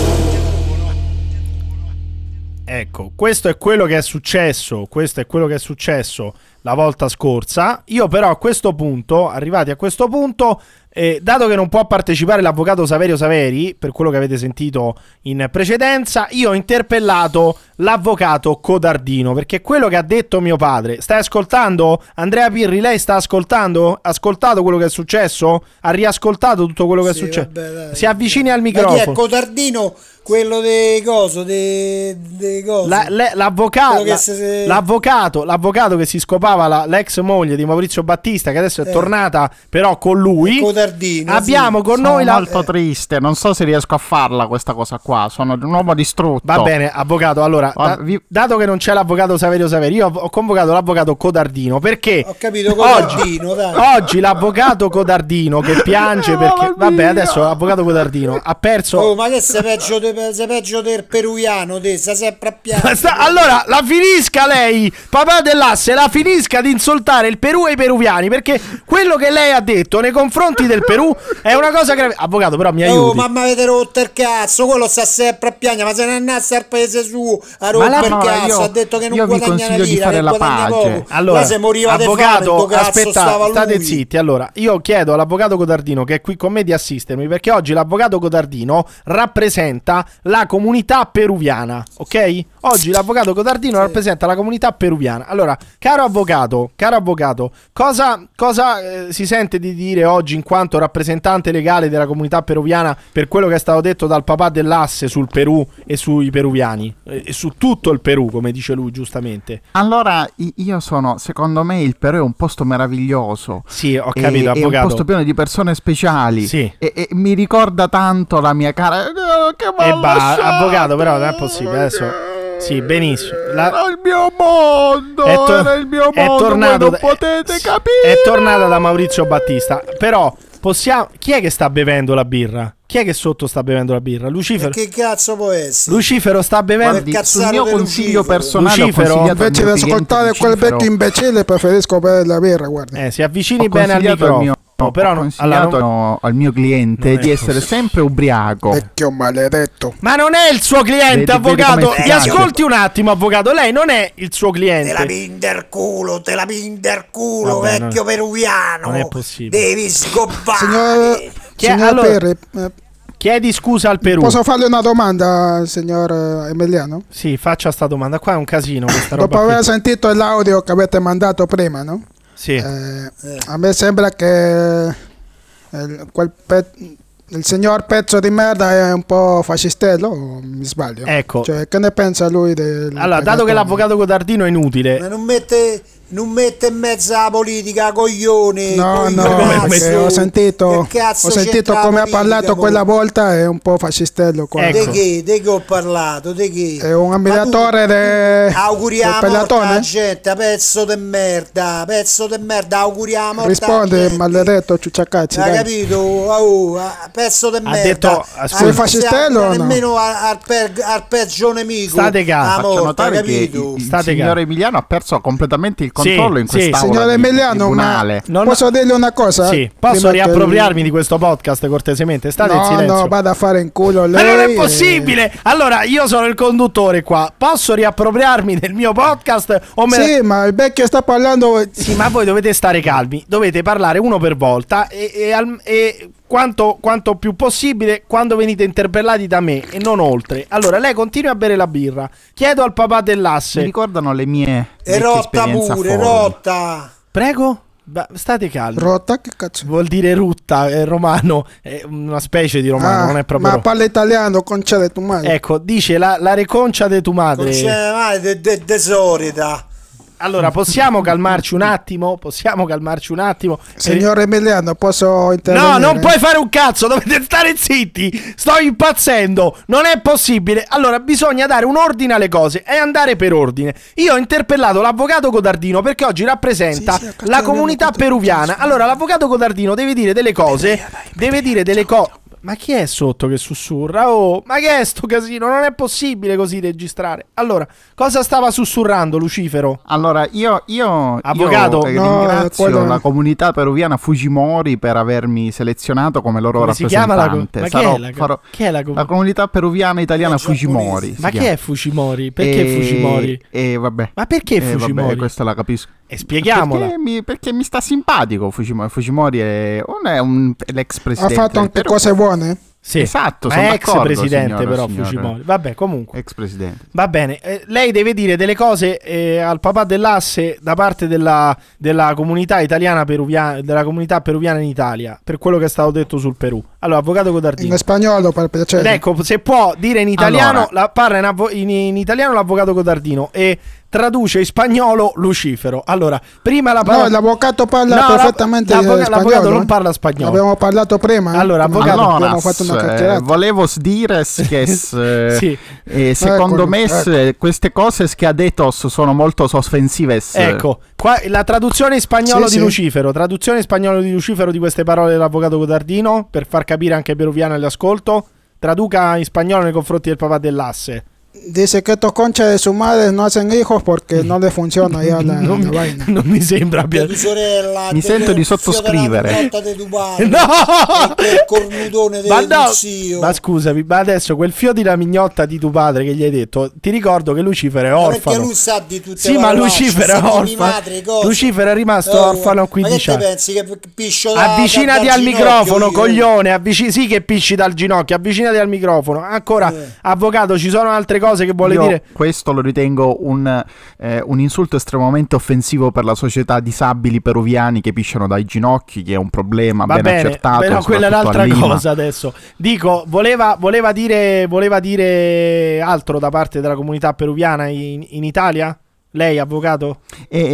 Ecco, questo è quello che è successo, questo è quello che è successo la volta scorsa. Io però a questo punto, arrivati a questo punto, eh, dato che non può partecipare l'avvocato Saverio Saveri, per quello che avete sentito in precedenza, io ho interpellato l'avvocato Codardino, perché quello che ha detto mio padre, stai ascoltando? Andrea Pirri, lei sta ascoltando? Ha ascoltato quello che è successo? Ha riascoltato tutto quello che sì, è successo? Vabbè, si avvicini al microfono. Ma chi è Codardino? Quello dei coso, dei, dei coso. La, le, l'avvocato, la, se... l'avvocato, l'avvocato che si scopava la, l'ex moglie di Maurizio Battista, che adesso è eh. tornata però con lui. Codardino, abbiamo sì. con sono noi la... molto triste, non so se riesco a farla questa cosa qua, sono un uomo distrutto. Va bene, avvocato, allora, da, vi... dato che non c'è l'avvocato Saverio Saveri, io ho convocato l'avvocato Codardino, perché ho capito, Codardino, oggi, dai. oggi l'avvocato Codardino che piange perché, vabbè, adesso l'avvocato Codardino ha perso. Oh, ma che sei peggio de... sei peggio del peruviano, te sta sempre a piangere. Allora la finisca lei, papà dell'asse, la finisca di insultare il Perù e i peruviani, perché quello che lei ha detto nei confronti del Perù è una cosa grave. Avvocato, però mi aiuti. Oh, mamma, avete rotto il cazzo, quello sta sempre a piangere, ma se ne annassa al paese suo a rompere il cazzo, io, ha detto che non guadagna una lira, che guadagna poco. Allora, se moriva avvocato, fame, aspettate, state zitti. Allora, io chiedo all'avvocato Codardino, che è qui con me, di assistermi, perché oggi l'avvocato Codardino rappresenta la comunità peruviana, ok? Oggi l'avvocato Codardino sì. rappresenta la comunità peruviana. Allora, caro avvocato, caro avvocato, cosa, cosa eh, si sente di dire oggi in quanto rappresentante legale della comunità peruviana per quello che è stato detto dal papà dell'asse sul Perù e sui peruviani e, e su tutto il Perù, come dice lui giustamente? Allora, io sono, secondo me il Perù è un posto meraviglioso. Sì, ho capito, e, avvocato. È un posto pieno di persone speciali. Sì. E, e mi ricorda tanto la mia cara. Oh, che e ba- avvocato, però non è possibile adesso. Sì, benissimo. La... Era il mio mondo, è to- era il mio mondo, è tornato non da... potete capire. È tornata da Maurizio Battista. Però possiamo... chi è che sta bevendo la birra? Chi è che sotto sta bevendo la birra? Lucifero? E che cazzo può essere? Lucifero sta bevendo. Guardi, sul mio consiglio personale Lucifero, invece di ascoltare quel vecchio imbecille preferisco bere la birra, guarda. Eh, si avvicini bene al microfono. Mio, no, però ho non, consigliato allora, non, al mio cliente di essere sempre ubriaco. Vecchio maledetto. Ma non è il suo cliente, vedi, avvocato. Vedi, mi ascolti un attimo, avvocato. Lei non è il suo cliente. Te la pinder culo, te la pinder culo, vabbè, vecchio non, peruviano. Non è possibile. Devi scoppare. Signor, signor allora, Perri, eh, chiedi scusa al Perù. Posso farle una domanda, signor Emiliano? Sì, faccia sta domanda. Qua è un casino questa roba. Dopo aver qui. sentito l'audio che avete mandato prima, no? Sì. Eh, a me sembra che il, quel pe- il signor pezzo di merda è un po' fascistello, o mi sbaglio? Ecco. Cioè, che ne pensa lui del... Allora, dato che l'avvocato Cotardino è inutile... Ma non mette... Non mette in mezzo la politica, coglione. No, coglione, no, perché ho sentito, ho sentito come ha parlato mo? quella volta, è un po' fascistello. Ecco. Di che? Di che ho parlato? Di che? È un ammiratore de... Auguriamo alla gente, pezzo di merda, pezzo di merda, auguriamo. Risponde, maledetto ciucciacazzi. Hai capito? Oh, pezzo di merda. Detto, sei fascistello o no? Nemmeno al, per, al peggio nemico. State calmi. Faccio notare che il, il State signore calmi. Emiliano ha perso completamente il controllo sì, in quest'aula. Sì, signore Emiliano, ma non posso dirle una cosa? Sì, posso riappropriarmi di questo podcast cortesemente? State no, in silenzio. No, vada a fare in culo lei. Ma non è possibile! E... Allora, io sono il conduttore qua. Posso riappropriarmi del mio podcast? O me... Sì, ma il vecchio sta parlando... Sì, ma voi dovete stare calmi. Dovete parlare uno per volta e... e, al... e... Quanto, quanto più possibile quando venite interpellati da me e non oltre. Allora lei continua a bere la birra. Chiedo al papà dell'asse. Mi ricordano le mie e rotta pure, rotta. Prego? Ba- state calmi. Rotta che cazzo? Vuol dire rutta, è romano, è una specie di romano, ah, non è proprio. Ma parla italiano, concede tu madre. Ecco, dice la, la reconcia de tu madre. Concede madre de, de, de solita. Allora, possiamo calmarci un attimo? Possiamo calmarci un attimo? Signor Emiliano, posso intervenire? No, non puoi fare un cazzo, dovete stare zitti. Sto impazzendo, non è possibile. Allora, bisogna dare un ordine alle cose e andare per ordine. Io ho interpellato l'avvocato Cotardino perché oggi rappresenta sì, sì, la comunità peruviana. Allora, l'avvocato Cotardino deve dire delle cose, deve dire delle cose. Ma chi è sotto che sussurra? Oh, ma che è sto casino? Non è possibile così registrare. Allora, cosa stava sussurrando Lucifero? Allora, io, io, avvocato, io no, ringrazio quello... la comunità peruviana Fujimori per avermi selezionato come loro come rappresentante. Si chiama la, ma Sarò, chi è la, farò, chi è la, com- la comunità peruviana italiana eh, Fujimori. Ma chi è Fujimori? Perché e, Fujimori? E vabbè. Ma perché Fujimori? E vabbè, questa la capisco. E spieghiamola. Perché mi, perché mi sta simpatico Fujimori. Fujimori è, non è un, l'ex presidente. Ha fatto anche cose buone? Sì, esatto, ma è ex presidente signora, però signora. Fujimori. Vabbè, comunque. Ex presidente. Va bene, eh, lei deve dire delle cose eh, al papà dell'asse da parte della, della comunità italiana peruviana, della comunità peruviana in Italia, per quello che è stato detto sul Perù. Allora, avvocato Cotardino. In spagnolo, per piacere. Ecco, se può dire in italiano, allora. la, parla in, avvo- in, in italiano l'avvocato Cotardino e traduce in spagnolo Lucifero. Allora, prima la parola... No, l'avvocato parla no, perfettamente l'avvoca- spagnolo. L'avvocato non parla spagnolo. Abbiamo parlato prima. Allora, avvocato, allora, abbiamo fatto una chiacchierata. Eh, volevo dire che sì. eh, secondo ecco, me ecco. queste cose che ha detto sono molto offensive. Ecco, qua la traduzione in spagnolo sì, di sì. Lucifero, traduzione in spagnolo di Lucifero di queste parole dell'avvocato Cotardino per far capire anche ai peruviani all'ascolto. Traduca in spagnolo nei confronti del papà dell'asse. Dice que estos conchas de su madre no hacen hijos porque no le funciona ya la, non, la vaina. Non mi sembra abbia... sorella, mi sento di sottoscrivere. No! Ma, no! Ma scusami, ma adesso quel fio di la mignotta di tuo padre che gli hai detto, ti ricordo che Lucifero è orfano. Perché lui sa di tutte sì, le ma Lucifero è orfano. Lucifero è rimasto oh, orfano a quindici anni. Pensi che piscio da, avvicinati da, al microfono, io. coglione. Avvic- sì, che pisci dal ginocchio. Avvicinati al microfono. Ancora, eh. avvocato, ci sono altre cose che vuole Io dire? Questo lo ritengo un, eh, un insulto estremamente offensivo per la società disabili peruviani che pisciano dai ginocchi, che è un problema Va ben bene, accertato. Però quella è un'altra cosa adesso. Dico, voleva, voleva, dire, voleva dire altro da parte della comunità peruviana in, in Italia? Lei, avvocato? E, e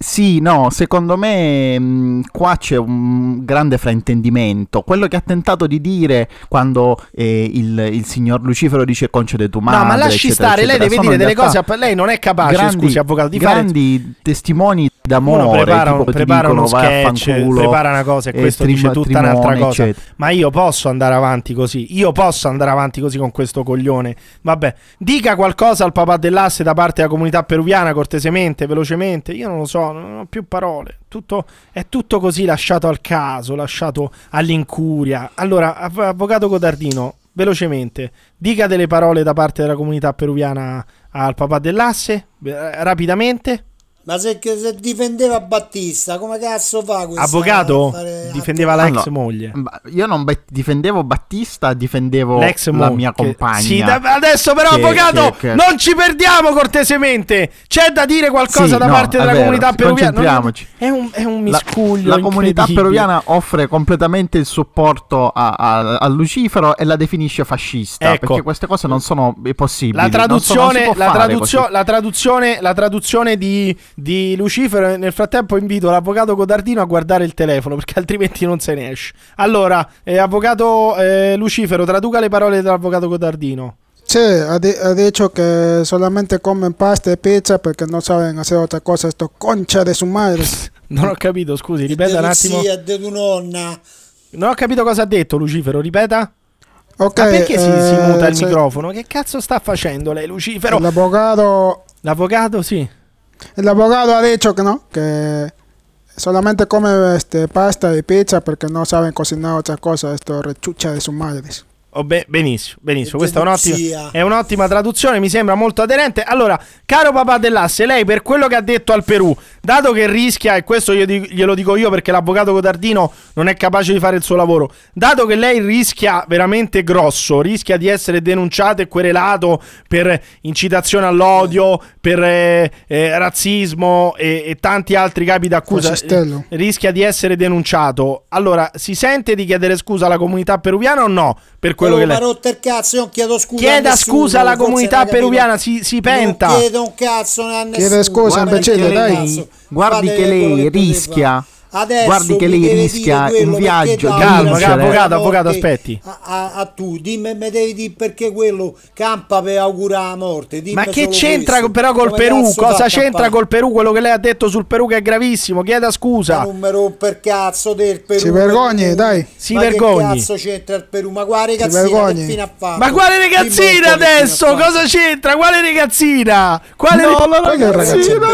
Sì, no, secondo me mh, qua c'è un grande fraintendimento. Quello che ha tentato di dire quando eh, il, il signor Lucifero dice concede tu madre, no, ma lasci eccetera, stare, eccetera. lei deve Sono dire in delle realtà cose, lei non è capace, grandi, scusi avvocato, di grandi fare... testimoni d'amore. Uno prepara, tipo, prepara dicono, uno sketch, prepara una cosa e questo dice tutta un'altra cosa. Eccetera. Ma io posso andare avanti così, io posso andare avanti così con questo coglione. Vabbè, dica qualcosa al papà dell'asse da parte della comunità peruviana, cortesemente, velocemente. Io non lo so, non ho più parole. Tutto, è tutto così lasciato al caso, lasciato all'incuria. Allora, avvocato Cotardino, velocemente, dica delle parole da parte della comunità peruviana al papà dell'asse, rapidamente. Ma se, se difendeva Battista, come cazzo fa questo? Avvocato? Difendeva la allora, ex moglie. Io non be- difendevo Battista, difendevo l'ex la mo- mia che, compagna. Sì, da, adesso però, che, avvocato, che, che... non ci perdiamo cortesemente. C'è da dire qualcosa sì, da no, parte della vero, comunità peruviana. Concentriamoci. È un, è un miscuglio. La, la comunità peruviana offre completamente il supporto a, a, a Lucifero e la definisce fascista. Ecco. Perché queste cose non sono possibili. La traduzione, non so, non la, traduzio- la traduzione, la traduzione di, di Lucifero. Nel frattempo invito l'avvocato Cotardino a guardare il telefono perché altrimenti non se ne esce. Allora, eh, avvocato eh, Lucifero, traduca le parole dell'avvocato Cotardino. Sí, ha, di- ha dicho que solamente comen pasta e pizza perché non saben hacer otra cosa, sto concha de su madre. Non ho capito, scusi, ripeta un attimo. Zia, de tu nonna. Non ho capito cosa ha detto Lucifero, ripeta. Ok, ma perché si, eh, si muta il se... microfono? Che cazzo sta facendo lei, Lucifero? L'avvocato... L'avvocato, sì. El abogado ha dicho que no, que solamente come este, pasta y pizza porque no saben cocinar otra cosa, esto rechucha de sus madres. Oh, be- benissimo, benissimo. Questa è un'ottima, è un'ottima traduzione, mi sembra molto aderente. Allora, caro papà dell'asse, lei per quello che ha detto al Perù, dato che rischia, e questo io dico, glielo dico io perché l'avvocato Cotardino non è capace di fare il suo lavoro, dato che lei rischia veramente grosso, rischia di essere denunciato e querelato per incitazione all'odio, per eh, eh, razzismo e, e tanti altri capi d'accusa, eh, rischia di essere denunciato. Allora, si sente di chiedere scusa alla comunità peruviana o no? Per quello che lei... rotto il cazzo, io non chiedo scusa. Chieda nessuno, scusa alla comunità peruviana, si, si penta. Non chiedo un cazzo a nessuno. Chiede scusa imbecille, dai. Guardi che lei rischia. Adesso guardi che lei rischia un viaggio. Calma, avvocato, avvocato, aspetti. A, a, a tu, dimmi, mi devi dire perché quello campa per augurare la morte. Dimmi. Ma che c'entra questo. però col Come Perù? Cosa c'entra campare? col Perù? Quello che lei ha detto sul Perù che è gravissimo. Chieda scusa. Ma non mi rompe il cazzo del Perù. Si vergogni, dai. Si ma vergogni. Che cazzo c'entra il Perù? Ma quale ragazzina che fine ha fatto? Ma quale ragazzina adesso? Cosa c'entra? Quale ragazzina? Quale no, ri- la ragazzina,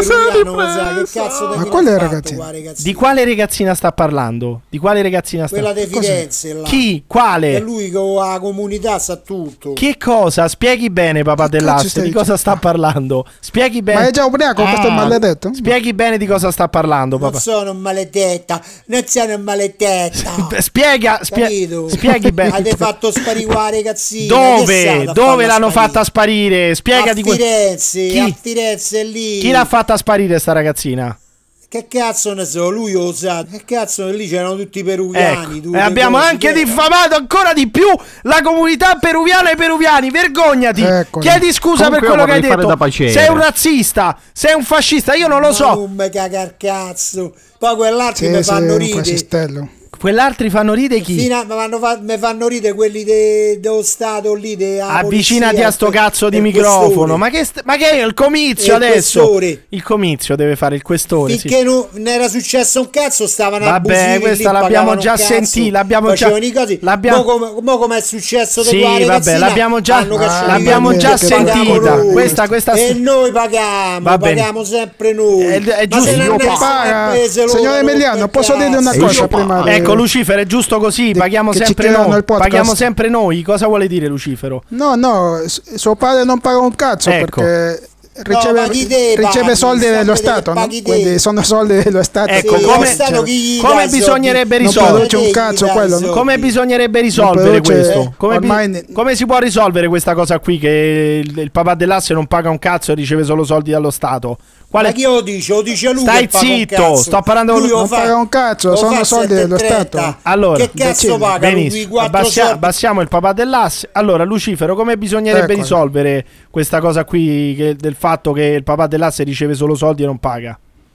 Ma quale ragazzina? Di quale ragazzina sta parlando? Di quale ragazzina sta parlando? Quella di Firenze là. Chi? Quale? È lui che la comunità sa tutto. Che cosa? Spieghi bene, papà dell'asse, di cosa sta parlando? Spieghi bene. Ma è già ubriaco, questo è maledetto? Spieghi bene di cosa sta parlando, papà. Non sono maledetta, non sono maledetta. Spiega, spie- spieghi bene. Avete fatto sparire la ragazzina. Dove? Dove l'hanno sparire? fatta sparire? Spiega a di Firenze, Chi? a Firenze lì. Chi l'ha fatta sparire sta ragazzina? Che cazzo ne so, lui lo sa. Che cazzo, lì c'erano tutti i peruviani. Ecco. E abbiamo cose, anche che... diffamato ancora di più la comunità peruviana e i peruviani. Vergognati. Eccoli. Chiedi scusa Comunque per quello che hai detto. Sei un razzista, sei un fascista, io non lo Ma so. Non mi cagar cazzo. Poi quell'altro sì, mi fanno ridere. Quell'altri fanno ridere chi? Fino a, mi fanno, fanno ridere quelli de, dello Stato lì. De, Avvicinati polizia, a sto cazzo di microfono. Ma che, st- ma che è il comizio il adesso? Questore. Il comizio deve fare il questore. Finché sì. non, non era successo un cazzo, stavano a Vabbè, questa lì, l'abbiamo già sentita. L'abbiamo già. L'abbiamo... Mo, come, mo come è successo? Sì, vabbè, l'abbiamo già, ah, l'abbiamo già sentita. Questa, questa... E noi paghiamo, Va paghiamo sempre noi. È, è giusto. Io paga. Signor Emiliano, posso dire una cosa prima? Ecco, Lucifero, è giusto così, paghiamo sempre noi. Paghiamo sempre noi. Cosa vuole dire Lucifero? No, no, suo padre non paga un cazzo ecco. perché riceve, no, te, riceve paghi, soldi dello Stato, no? Quindi sono soldi dello Stato. Ecco, sì, come, Stato come bisognerebbe risolvere un cazzo quello, no? Come bisognerebbe risolvere questo? Come, ormai... bi- come si può risolvere questa cosa qui che il, il papà dell'asse non paga un cazzo e riceve solo soldi dallo Stato? Quale... Ma chi lo dice? Lo dice lui. Stai zitto, sto parlando con lui. Non paga un cazzo, sono soldi dello Stato. Allora, che cazzo paga? Benissimo, abbassia, abbassiamo il papà dell'asse. Allora, Lucifero, come bisognerebbe ecco. risolvere questa cosa qui che, del fatto che il papà dell'asse riceve solo soldi e non paga?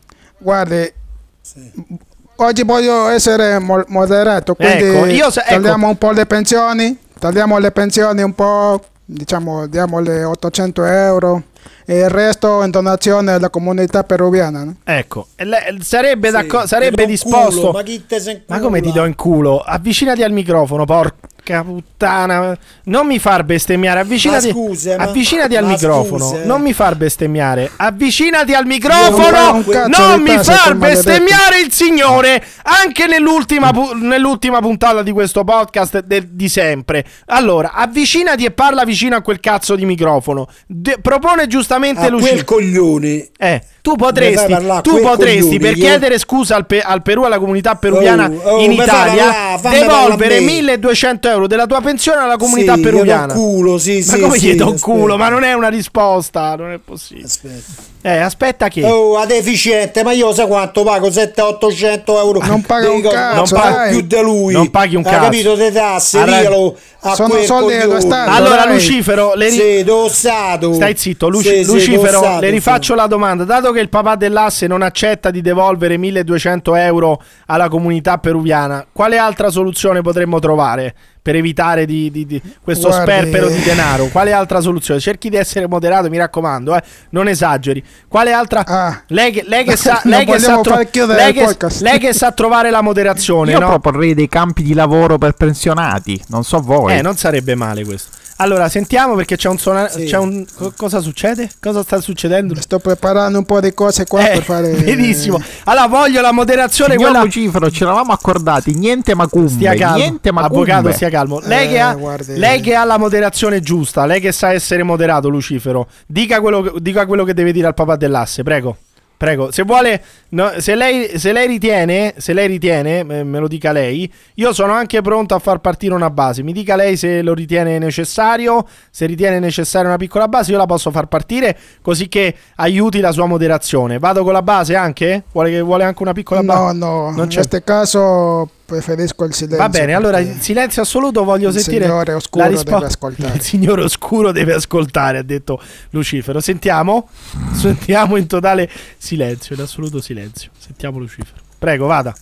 guardi, sì. Oggi voglio essere mo- moderato, quindi ecco, io se- tagliamo ecco. un po' le pensioni, tagliamo le pensioni un po', diciamo, diamo le ottocento euro e il resto in donazione alla comunità peruviana, no? Ecco, le- sarebbe, Sì, d'acco- sarebbe ti do un disposto. culo, ma chi te se Ma come ti do in culo? Avvicinati al microfono, porca puttana. Non mi far bestemmiare. Avvicinati, Ma scusa, ma- avvicinati al ma microfono. scusa. Non mi far bestemmiare. Avvicinati al Non microfono. fare un cazzo Non di mi tasse, far per maledetto. bestemmiare il signore. Anche nell'ultima, pu- nell'ultima puntata di questo podcast de- di sempre. Allora, avvicinati e parla vicino a quel cazzo di microfono. De- propone giustamente A Lucia. quel coglione. Eh, tu Mi fai potresti, parlare a tu quel potresti coglione, per io- chiedere scusa al, Pe- al Perù, alla comunità peruviana Oh, oh, in mi fai Italia, parlare, fammi devolvere parlare a me. milleduecento euro della tua pensione alla comunità Sì, gli do peruviana. culo, sì, Ma sì, come sì, gli do aspetta. culo? Ma non è una risposta, non è possibile. Aspetta. Eh, aspetta che Oh, a deficiente, ma io sai quanto pago? settecento ottocento euro. Non paga un Dico, cazzo, non pago dai. più di lui. Non paghi un Hai cazzo. capito? Le tasse, Ha rag- diglielo a Sono quel soldi dello coglione. Stato. Allora, dai. Lucifero, le ri- Sì, do stato. stai zitto, Luci- Sì, sì, Lucifero, do stato, le rifaccio sì. la domanda. Dato che il papà dell'asse non accetta di devolvere milleduecento euro alla comunità peruviana, quale altra soluzione potremmo trovare per evitare di, di- di questo Guardi- sperpero di denaro? Quale altra soluzione? Cerchi di essere moderato, mi raccomando, eh, non esageri. Quale altra? Ah. Lei, che- lei che sa, Non lei che sa, vogliamo tro- far chiudere lei il che- podcast. lei che sa trovare la moderazione, Io no? proporrei dei campi di lavoro per pensionati, non so voi. Eh, non sarebbe male questo. Allora, sentiamo perché c'è un suona- Sì. c'è un co- cosa succede? Cosa sta succedendo? Sto preparando un po' di cose qua Eh, per fare... benissimo. Allora, voglio la moderazione Signor quella. Lucifero, ci eravamo accordati, niente Stia macumbe, calmo, niente macumbe. avvocato, stia calmo. Lei, Eh, che ha, guardi. lei che ha la moderazione giusta, lei che sa essere moderato, Lucifero, dica quello, che- dica quello che deve dire al papà dell'asse, prego. Prego, se vuole, no, se, lei, se lei ritiene, se lei ritiene, me, me lo dica lei. Io sono anche pronto a far partire una base. Mi dica lei se lo ritiene necessario. Se ritiene necessaria una piccola base, io la posso far partire così che aiuti la sua moderazione. Vado con la base anche? Vuole, che- vuole anche una piccola base? No, no, Non in c'è- questo caso preferisco il silenzio. Va bene, allora perché in silenzio assoluto voglio il sentire signore la oscuro risposta. deve ascoltare. Il signore oscuro deve ascoltare, ha detto Lucifero. Sentiamo? Sentiamo in totale silenzio, in assoluto silenzio. Sentiamo Lucifero. Prego, vada.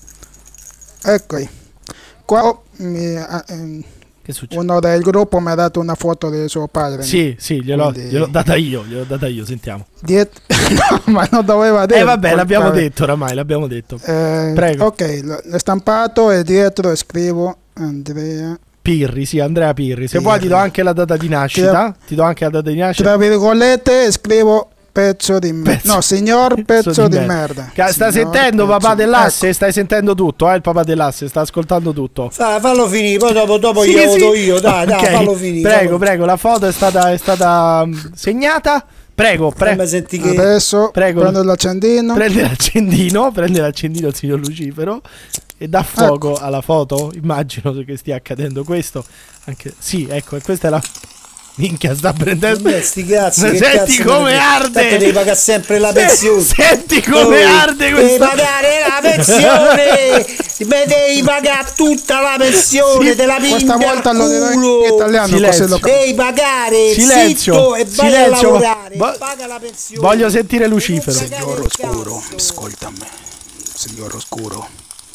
Ecco, qua mi, ah, ehm, Che succede? uno del gruppo mi ha dato una foto di suo padre. Sì, sì, gliel'ho, Quindi- gliel'ho data io, gliel'ho data io, sentiamo. Diet- no, ma non doveva dire. Eh vabbè, l'abbiamo Vabbè. detto oramai, l'abbiamo detto. Eh, Prego. Ok, lo- l'ho stampato e dietro scrivo Andrea. Pirri, sì, Andrea Pirri. Se Pirri. vuoi ti do anche la data di nascita. Ti do anche la data di nascita. Tra virgolette scrivo pezzo di merda. Pezzo- No, signor pezzo, di, merda. Ca- Stai Signor sentendo pezzo papà di- dell'asse? Ecco. Stai sentendo tutto, eh? Il papà dell'asse sta ascoltando tutto. Fa- fallo finire, poi dopo, dopo Sì, glielo sì. do io. Dai, dai, Ok, fallo finire. Prego, fallo- prego, la foto è stata, è stata mm, segnata. Prego, Fammi pre- sentire che... Adesso Prego. prendo l'accendino. prende l'accendino, prende l'accendino il signor Lucifero e dà fuoco alla foto. Immagino che stia accadendo questo. Anche sì, ecco, e questa è la minchia sta prendendo. Vabbè, sti cazzi, che Senti cazzo come me ne- arde. Tanto devi pagare sempre la Se- pensione. Senti come Oh, arde devi questa. pagare la pensione. Me devi pagare tutta la pensione. Sì, te la questa pinga volta al lo dirò in culo. italiano, Silenzio. così lo Devi pagare. Silenzio. Zitto e vai Silenzio. a lavorare. Vo- paga la pensione. Voglio sentire Lucifero. Signor Oscuro, ascoltami. Signor Oscuro,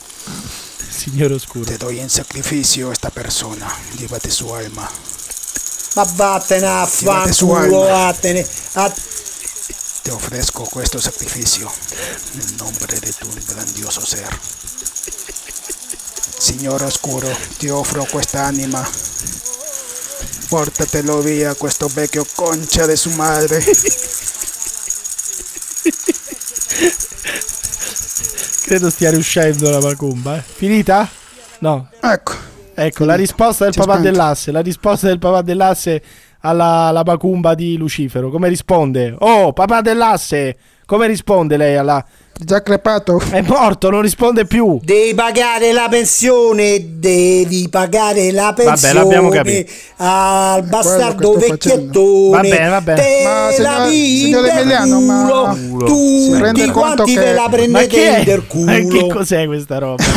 Signor Oscuro. te doy en sacrificio a esta persona. Llévate su alma. Ma vattene a Tirate su fanculo, alma. vattene. A... Te ofrezco questo sacrificio nel nombre de tu grandioso ser. Signor Oscuro, ti offro questa anima. Portatelo via questo vecchio concha de su madre. Credo stia riuscendo la macumba. Eh. Finita? No. Ecco. Ecco, la risposta del Si è papà spento. dell'asse. La risposta del papà dell'asse alla, alla macumba di Lucifero. Come risponde? Oh, papà dell'asse! Come risponde lei alla... Già crepato. È morto, non risponde più. Devi pagare la pensione, devi pagare la pensione. l'abbiamo capito. Al bastardo sto vecchiettone. Va bene, va bene. Te Ma la signor- pigli signor del Emiliano, ma- culo. Tu Si rende tutti conto quanti che- ve la Ma prendete che, del è? Ma che culo. cos'è questa roba? Che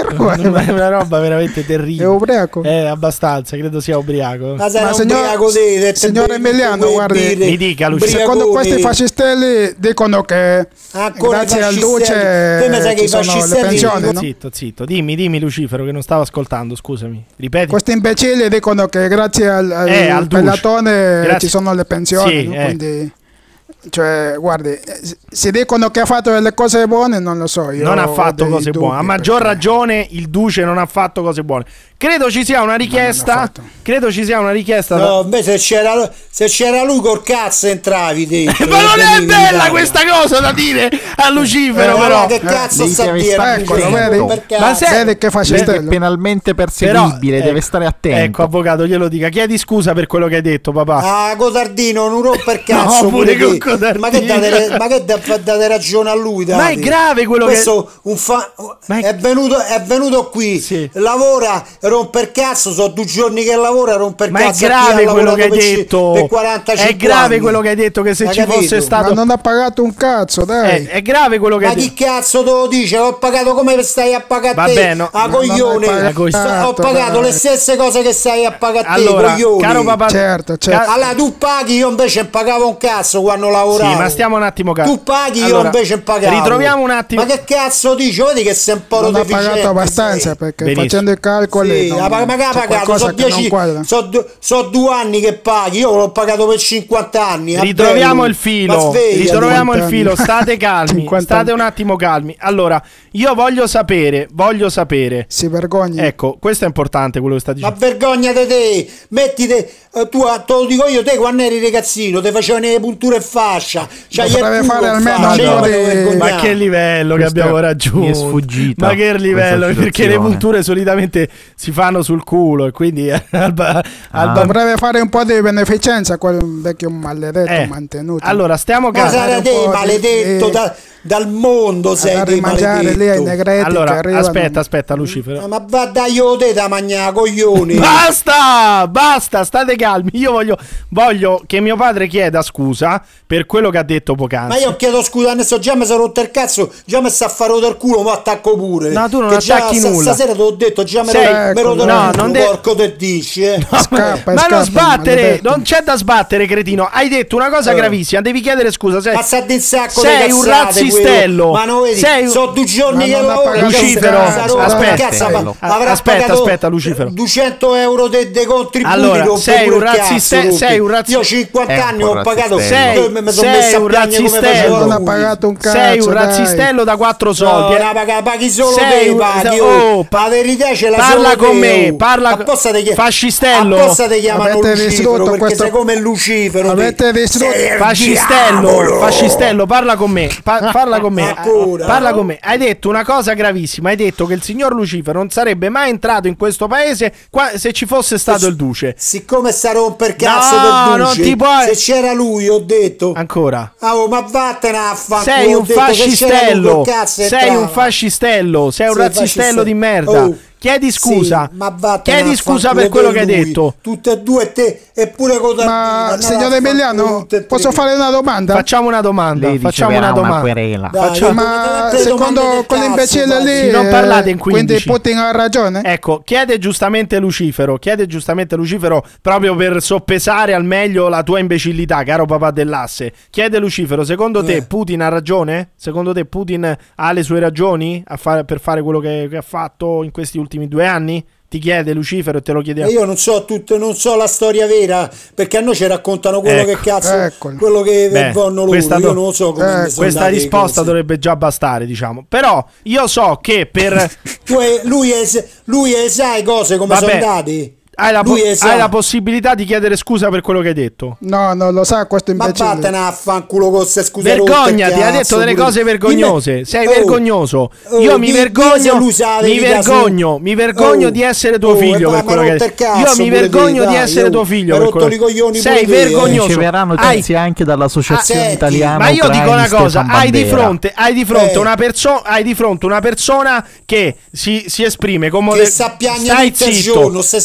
È una roba veramente terribile. È ubriaco? È abbastanza, credo sia ubriaco. Ma sei Ma un signor- ubriaco te, signor Emiliano, guardi, Mi dica, Lucia. secondo questi fascistelli dicono che Ancora grazie i al fascistelli. Te mi sai duce che i ci sono le fascistelli- pensioni, no? Zitto, zitto. Dimmi, dimmi Lucifero che non stavo ascoltando, scusami. Ripeti. Questi imbecilli dicono che grazie al, al, Eh, al duce. Pellatone Grazie. ci sono le pensioni, Sì, no? eh. Quindi, cioè, guardi, eh, si dicono che ha fatto delle cose buone, non lo so. Io Non ha ho fatto dei cose dubbi, buone. A maggior ragione il duce non ha fatto cose buone. Credo ci sia una richiesta. Credo ci sia una richiesta. da- No, beh, se c'era, se c'era lui col cazzo entravi dentro. Ma non è Venivi in bella Italia. questa cosa da dire a Lucifero, Eh, però. che cazzo Devi sta a dire? stare Eccolo, attento. perché- Ma se- Vede che Lei fascistello. è penalmente perseguibile, Però, deve ecco, stare attento. Ecco, avvocato, glielo dica. Chiedi scusa per quello che hai detto, papà. Ah, Cotardino, non romper cazzo. No, pure pure con te. Cotardino. Ma che date, ma che da- date ragione a lui? Date. Ma è grave quello Questo che- un fa- Ma è- è... venuto, è venuto qui, Sì. lavora, romper cazzo. Sono due giorni che lavora, romper Ma è cazzo. a chi grave ha quello lavorato che hai per ci- detto. per quarantacinque È grave anni. quello che hai detto. Che se Hai ci capito? fosse Ma stato. non ha pagato un cazzo, dai. Eh, è grave quello che Ma hai chi detto. cazzo te lo dice? L'ho pagato come stai a pagare Vabbè, te? no. A Ma coglione. non hai pagato, Ho pagato dai. le stesse cose che stai a pagare te, Allora, coglione. caro papà, Certo, certo. Ca- Allora tu paghi, io invece pagavo un cazzo quando lavoravo. Sì, ma stiamo un attimo calmi. Tu paghi, Allora, io invece pagavo. ritroviamo un attimo. Ma che cazzo dici? Vedi che sei un po' Non ha deficiente, pagato abbastanza sei. perché Benissimo. facendo i calcoli Sì, non- ma ma che ha c'è pagato? qualcosa Sono che non dieci, quadra. so, du- so due anni che paghi, io l'ho pagato per cinquanta anni. ah, Ritroviamo bello. il filo, Ma svegliati. ritroviamo il cinquanta filo, anni. state calmi, cinquanta state anni. un attimo calmi. Allora, io voglio sapere, voglio sapere. Si vergogna. Ecco, questo è importante quello che sta Ma dicendo. vergognate te, mettite, eh, tu te lo dico io, te quando eri ragazzino, te facevano le punture in fascia, c'hai il Dovrebbe culo fare in almeno fascia, un io po' me devo di- vergognare. Ma che livello che Questa abbiamo raggiunto. mi è sfuggita Ma che livello, questa perché le situazione. punture solitamente si fanno sul culo e quindi eh, al, ba- al Ah. ba- Dovrebbe fare un po' di beneficenza a quel vecchio maledetto Eh, mantenuto. Allora, stiamo Ma calmi. sarà un te po' di- maledetto eh, da- dal mondo, sei a te rimangiare lì ai maledetto. negretti Allora, che arrivano. aspetta, aspetta, Lucifero. Ma va dai io te da mangiare, coglioni. Basta, basta, state calmi. Io voglio, voglio che mio padre chieda scusa per quello che ha detto poc'anzi. Ma io chiedo scusa, adesso già mi sono rotto il cazzo, già mi sta a fare rotto il culo, ma attacco pure. No, tu non Che già attacchi sta- nulla. Stasera te l'ho detto, già mi Sei- ero rotto no, il non culo, de- porco te dici, eh. Scappa, Ma scappa, non sbattere, maledetto. non c'è da sbattere, cretino. Hai detto una cosa Eh. gravissima, devi chiedere scusa. Sei, Ma sta di un sacco sei di un cazzate, razzistello. quello. Ma non vedi, Sei un- sono due giorni Ma che non ha lavoro. pagato che Lucifero, sta roba, aspetta, cazzo, ma aspetta, avrà aspetta, pagato aspetta, Lucifero. duecento euro dei de contributi. Allora, rompe sei pure un il cazzo, razziste- rompe. sei un razzi- Io cinquanta È un anni po' ho pagato, razzistello. io mi sono Sei messo a un piangere come razzistello. faceva Non ha lui. pagato un cazzo. sei un dai. razzistello da quattro soldi. No, eh. no, paghi, paghi solo Sei te, un- paghi. oh, Oh, la verità ce la parla solo con te, me, oh. parla- Apposta te chi- fascistello. apposta te chiamano Avete Lucifero distrutto perché questo- sei come Lucifero. Avete te. distrutto- Sei il Fascistello, diavolo. fascistello, parla con me. Pa- parla con me. Ancora? Parla con me. Hai detto una cosa gravissima. Hai detto che il signor Lucifero non sarebbe mai entrato in questo paese qua- se ci fosse stato il duce. Siccome sta a romper cazzo No, del non duce, ti puoi- se c'era lui ho detto Ancora. ah, oh, ma vattene a fanculo, Sei ho un detto che c'era lui, fascistello. col cazzo Sei entrava. un fascistello. Sei un Sei razzistello fascistello. di merda. Oh, Chiedi scusa. sì, ma vattene Chiedi a scusa fanculo per quello che hai lui. detto. Tutte e due te e pure con Ma signor Emiliano, posso fare una domanda? Facciamo una domanda. Lei Facciamo riceverà una una domanda. querela. Dai, Facciamo- Ma tutte le domande secondo del quell'imbecille cazzo, lì, Sì, non eh, parlate in quindi quindici. Putin ha ragione? Ecco, chiede giustamente Lucifero, chiede giustamente Lucifero proprio per soppesare al meglio la tua imbecillità, caro papà dell'asse. Chiede Lucifero, secondo te Eh. Putin ha ragione? Secondo te Putin ha le sue ragioni a fare- per fare quello che, che ha fatto in questi ultimi due anni? Ti chiede Lucifero e te lo E chiediamo. io non so tutto, non so la storia vera perché a noi ci raccontano quello Ecco, che cazzo eccolo. quello che Beh, vanno loro, questa io do- non lo so come eh, ne sono Questa andate le risposta cose. dovrebbe già bastare, diciamo. Però io so che per... Tu è- lui è lui è sai cose come Vabbè, sono andate. hai, la po- Lui è sa- hai la possibilità di chiedere scusa per quello che hai detto. No, non lo sa questo Ma imbecille. vattene a fanculo con queste scuse Vergognati, rotte, hai detto cazzo, delle pure- cose vergognose. Dimmi- Sei Oh, vergognoso. oh, Io mi di- di se vergogno. lui sa la Mi verità su- vergogno, mi vergogno Oh, di essere tuo oh, figlio e per va- quello ma che rotte il cazzo Io mi pure vergogno te, di dai, essere oh, tuo figlio hai per rotto quello i coglioni sei pure te, eh. vergognoso. Riceveranno Hai- notizie anche dall'Associazione senti, Italiana Ma io dico Ucraini una cosa, Stefan hai di Bandera. fronte, hai di fronte Eh. una persona, hai di fronte una persona che si, si esprime come Che le- sta piagnando Stai tutto il zitto. giorno, se sta Fammi piagnando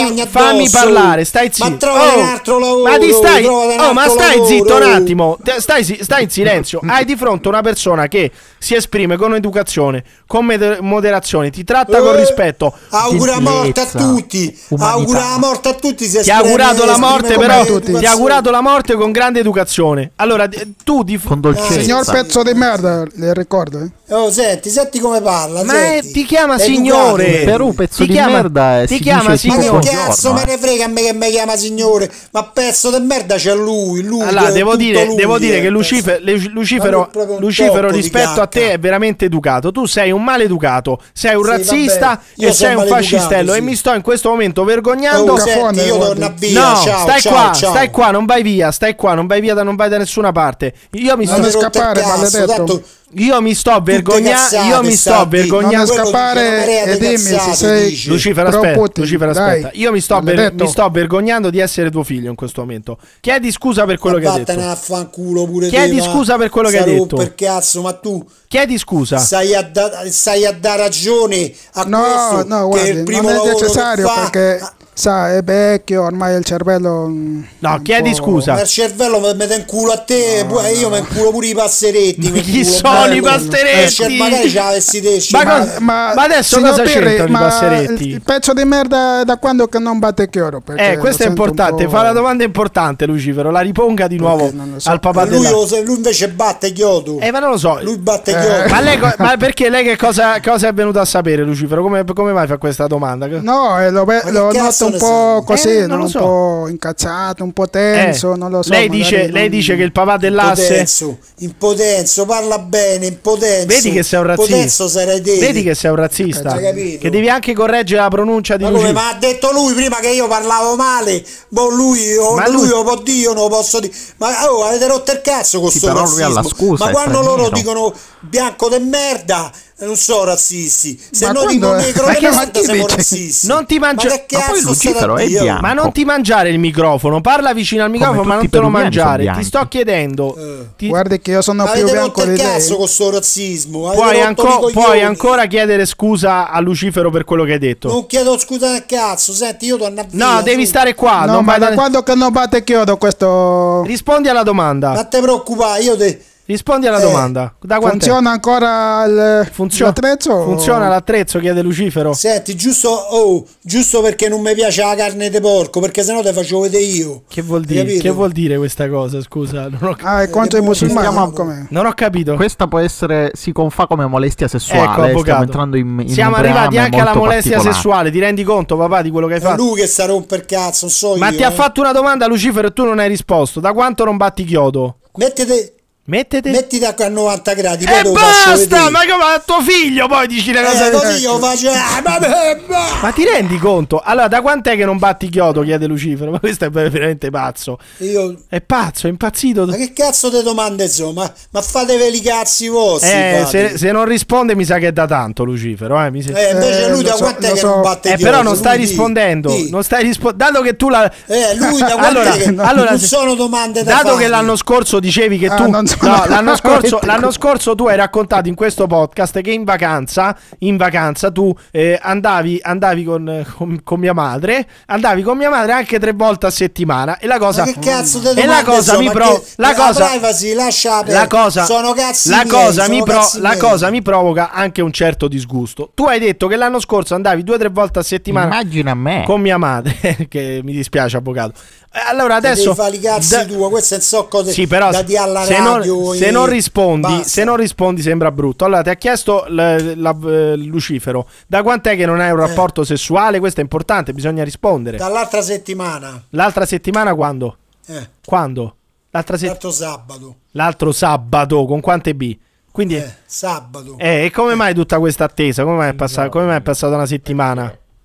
guadagni addosso. Fammi parlare, stai zitto. Ma trova un altro lavoro. Ma ti stai, oh, ma stai lavoro. zitto un attimo. Stai, stai in silenzio. Hai di fronte una persona che si esprime con educazione, con moderazione, ti tratta eh, con rispetto. Augura la morte a tutti. Umanità. Augura la morte a tutti. Si ti ha augurato la morte, però. Tutti. Ti ha augurato la morte con grande educazione. Allora, tu di con dolcezza. Signor pezzo di merda, le ricordo, eh? Oh, senti, senti come parla. Ma senti. È, ti chiama È signore. educato, Perù, pezzo ti di chiama, merda. Ti si chiama dice signore. Ma che cazzo buongiorno, me ne frega a me che mi chiama signore? Ma pezzo di merda c'è lui. lui allora, devo dire, lui, devo dire eh, che Lucifero, Lucifero, Lucifero rispetto a te è veramente educato. Tu sei un maleducato, sei un sì, razzista e sei un fascistello. Sì. E mi sto in questo momento vergognando. Oh, senti, io torno via. No, ciao, stai ciao, qua, ciao. stai qua, non vai via, stai qua, non vai via, da, non vai da nessuna parte. Io mi non sto scappare, maledetto. Io mi sto vergognando. Io mi sto vergognando. Non scappare e dimmi se sei. Lucifero, aspetta. Lucifero, aspetta. Io mi sto, ver- mi sto vergognando di essere tuo figlio in questo momento. Chiedi scusa per quello ma che hai detto. A fanculo pure Chiedi te, scusa per quello che hai detto. Per cazzo, ma tu. Chiedi scusa. Stai a, da- stai a dare ragione a no, questo. No, che guardi, è il primo non è necessario fa... perché. Sa, è vecchio, ormai il cervello. No, chiedi scusa. Ma il cervello mi mette in culo a te, no, e io no. mi inculo pure i passeretti. Ma chi sono bello. I passeretti? Eh, magari ce l'avessi te. Ma, ma, ma, ma adesso cosa c'entrano i passeretti? Il pezzo di merda da quando che non batte chiodo. Eh, questo è importante. Fa una domanda importante, Lucifero. La riponga di nuovo so. al papà lui, della... lui invece batte chiodo. Eh, ma non lo so. Lui batte eh. chiodo. Ma, lei, ma perché lei che cosa, cosa è venuta a sapere, Lucifero? Come, come mai fa questa domanda? No, eh, lo, lo noto un po' così. Eh, non lo un so. po' incazzato, un po' tenso, eh, non lo so. Lei dice, non... lei dice che il papà dell'asse impotenzo, impotenzo, parla bene, impotenzo. Vedi che sei un razzista. Sarai te. Vedi che sei un razzista. Eh, che devi anche correggere la pronuncia di ma Lucifero. Ma ha detto lui prima che io parlavo male. Boh, lui o ma lui, lui lo può dire, io non lo posso dire. Ma oh, avete rotto il cazzo con sì, sto razzismo. Scusa, ma quando straniero. loro dicono bianco de merda, non sono razzisti. Se ma non dico negro ma de che merda siamo razzisti. Non ti mangia... Ma che cazzo stai io? Ma non ti mangiare il microfono, parla vicino al microfono, ma non te lo mangiare. Ti sto chiedendo. Eh. Ti... Guardi che io sono ma più bianco di lei. lei. Cazzo con sto razzismo. Puoi, anco, puoi ancora chiedere scusa a Lucifero per quello che hai detto. Non chiedo scusa a cazzo, senti, io torno a via. No, devi stare qua. No, non ma vai da da... quando che non batte chiodo questo. Rispondi alla domanda. Non te preoccupare, io te. Rispondi alla eh, domanda. Da funziona ancora il, funziona, l'attrezzo? Funziona l'attrezzo, chiede Lucifero. Senti, giusto, oh, giusto perché non mi piace la carne di porco, perché sennò te facevo vedere io. Che vuol dire? Che vuol dire questa cosa? Scusa, non ho capito. Ah, è contro i musulmani. Com'è? Non ho capito. Questa può essere, si confà come molestia sessuale. Ecco, stiamo entrando in, in Siamo arrivati anche alla molestia sessuale. Ti rendi conto, papà, di quello che hai fatto? È lui che sta rompe il cazzo, non so Ma io. ti eh. ha fatto una domanda, Lucifero, e tu non hai risposto. Da quanto non batti chiodo? Mettete. Mettete Mettiti a novanta gradi e basta, ma come a tuo figlio poi dici le cose eh, così io faccio ah, ma, ma ti rendi conto? Allora da quant'è che non batti chiodo, chiede Lucifero? Ma questo è veramente pazzo. Io... È pazzo, è impazzito. Ma che cazzo di domande sono? Ma, ma fatevi i cazzi vostri. Eh, se, se non risponde mi sa che è da tanto Lucifero eh, mi sa... eh invece eh, lui da so, quant'è che so. non batte eh, chiodo? però non stai lui rispondendo di. non stai rispondendo dato che tu la eh lui da quant'è allora, che allora, non sono domande da dato fare. che l'anno scorso dicevi che ah, tu non so no, l'anno scorso l'anno scorso tu hai raccontato in questo podcast che in vacanza in vacanza tu eh, andavi andavi con, con, con mia madre andavi con mia madre anche tre volte a settimana e la cosa ma che cazzo di e la cosa mi pro la cosa privacy lascia la cosa sono cazzi la miei, cosa mi pro cazzi la miei. cosa mi provoca anche un certo disgusto. Tu hai detto che l'anno scorso andavi due o tre volte a settimana immagina me con mia madre che mi dispiace avvocato. Allora adesso devi fare i cazzi da, tua, questo è un socco de, sì, però da dire alla se, radio, non, se non rispondi basta. se non rispondi sembra brutto. Allora ti ha chiesto la, la, la, Lucifero da quant'è che non hai un rapporto eh. sessuale? Questo è importante, bisogna rispondere. Dall'altra settimana. L'altra settimana quando? Eh. Quando? L'altra se... L'altro sabato. L'altro sabato con quante B? Quindi eh, sabato. Eh, e come mai tutta questa attesa? Come mai è passata, come mai è passata una settimana?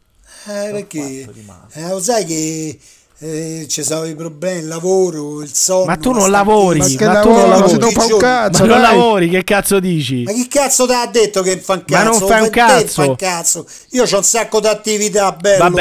Eh, perché eh, lo sai che eh, ci sono i problemi, il lavoro, il sonno. Ma tu non lavori, ma, che ma lavoro, tu non lavori, non fa un cazzo, ma non dai. lavori, che cazzo dici? Ma chi cazzo ti ha detto che fa un cazzo? Ma non fai un cazzo. Fa un cazzo. Io c'ho un sacco di attività, bello. Vabbè,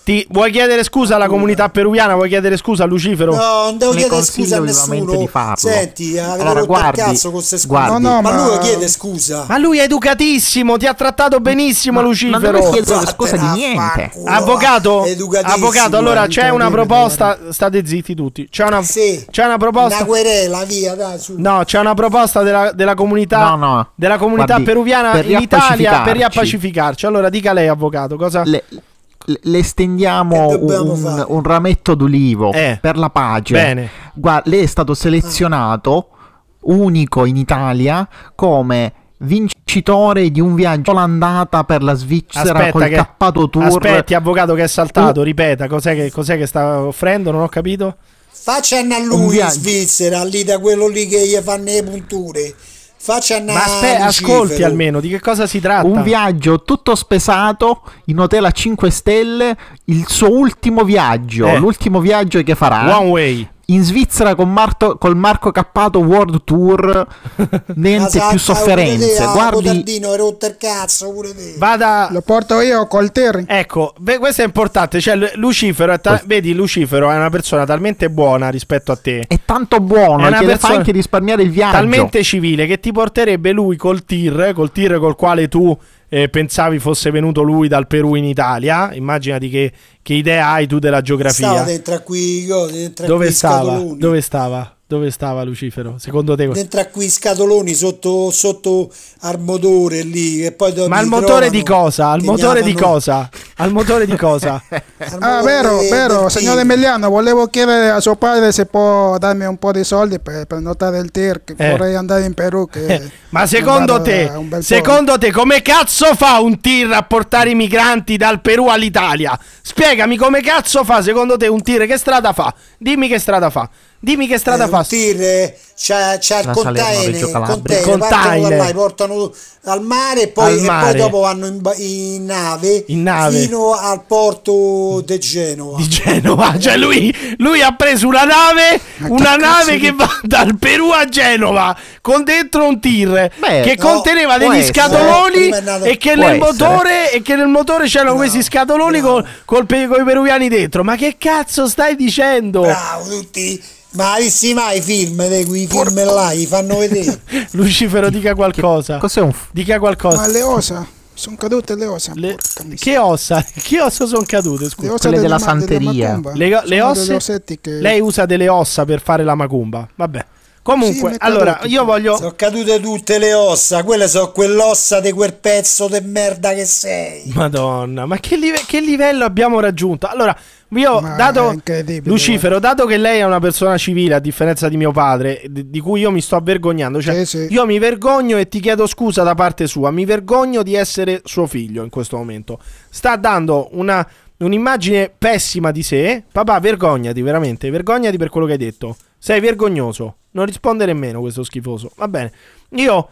Ti vuoi chiedere scusa alla comunità peruviana? Vuoi chiedere scusa a Lucifero? No, non devo Ne chiedere consiglio scusa a vivamente nessuno. di farlo. Senti, avete Allora, rotto guardi, il cazzo con queste scuse. guardi. No, no, ma- ma lui lo chiede scusa. Ma lui è educatissimo, ti ha trattato benissimo, Ma Lucifero. non deve chiedere Vattene scusa di a niente. fanculo. Avvocato, Educatissimo, avvocato, allora c'è una educatissimo, proposta, state zitti tutti. C'è una, Sì. c'è una proposta. Una querela, via, dai, su. No, c'è una proposta della, della comunità No, no. della comunità Guardi, peruviana per in Italia per riappacificarci. riappacificarci. Allora dica lei, avvocato, cosa Le, le- le stendiamo Che dobbiamo un, fare? un rametto d'olivo Eh. per la pace. Bene. Guarda, lei è stato selezionato unico in Italia come vincitore di un viaggio all'andata per la Svizzera Aspetta col che- cappato tour. Aspetti, avvocato, che è saltato, Uh. ripeta, cos'è che, cos'è che sta offrendo? Non ho capito. Faccia a Un lui in viaggio. Svizzera, lì da quello lì che gli fanno le punture. Faccia a Ma aspe- ascolti almeno, di che cosa si tratta? Un viaggio tutto spesato in hotel a cinque stelle, il suo ultimo viaggio, Eh. l'ultimo viaggio che farà One way. in Svizzera con Marto- col Marco Cappato World Tour. Niente più sofferenze. Guardi, Cotardino, hai rotto il cazzo pure te. Vada. Lo porto io col Terry. Ecco, beh, questo è importante. Cioè, Lu- Lucifero è ta- vedi, Lucifero è una persona talmente buona rispetto a te. è tanto buono È una che le fa persona anche risparmiare il viaggio. talmente civile che ti porterebbe lui col tir, col tir col quale tu eh, pensavi fosse venuto lui dal Perù in Italia. Immaginati che, che idea hai tu della geografia. Stava dentro a qui, oh, dentro a Dove qui stava? scatoloni. Dove stava? Dove stava Lucifero? Secondo te? Dentro a qui scatoloni sotto, sotto al motore lì. E poi dopo Ma al mi motore trovano di cosa? Al che motore di chiamano- cosa? Al motore di cosa? al Ah, motore vero, del vero, tir. signor Emiliano, volevo chiedere a suo padre se può darmi un po' di soldi per, per notare il tir, che Eh. vorrei andare in Perù. Che Eh, ma non secondo vado te, da un bel po'. secondo te, come cazzo fa un tir a portare i migranti dal Perù all'Italia? Spiegami come cazzo fa, secondo te, un tir? Che strada fa? Dimmi che strada fa. Dimmi che strada Eh, fa. un tir eh, c'ha, c'ha il La Salerno, container, Reggio Calabria. container, partono Container. da là, portano al mare e poi, Al e mare. poi dopo vanno in, ba- in nave, In nave. fino al porto di Genova. Di Genova, cioè lui, lui ha preso una nave, una nave che va dal Perù a Genova con dentro un tir Beh, che no, conteneva può degli essere. scatoloni Prima è nato- e che può nel essere. motore e che nel motore c'erano questi scatoloni bravo. col, col pe- coi peruviani dentro. Ma che cazzo stai dicendo? Bravo, tutti. Ma hai visto mai i film di quei film là, gli fanno vedere. Lucifero, dica qualcosa. Cos'è un f- Dica qualcosa. Ma le ossa, sono cadute le ossa. Le- porca miseria. che ossa? Che ossa sono cadute? Le Scusa. ossa Quelle della ma- santeria. macumba. Le, le Sono delle osse? ossetti che- Lei usa delle ossa per fare la macumba. Vabbè. Comunque, Sì, allora, metà io voglio... Sono cadute tutte le ossa, quelle sono quell'ossa di quel pezzo di merda che sei. Madonna, ma che, live- che livello abbiamo raggiunto? Allora, io, Ma è dato incredibile, Lucifero, dato che lei è una persona civile, a differenza di mio padre, di, di cui io mi sto vergognando, cioè Sì, sì. io mi vergogno e ti chiedo scusa da parte sua, mi vergogno di essere suo figlio in questo momento. Sta dando una, un'immagine pessima di sé. Papà, vergognati, veramente, vergognati per quello che hai detto. Sei vergognoso. Non risponde nemmeno questo schifoso. Va bene. Io...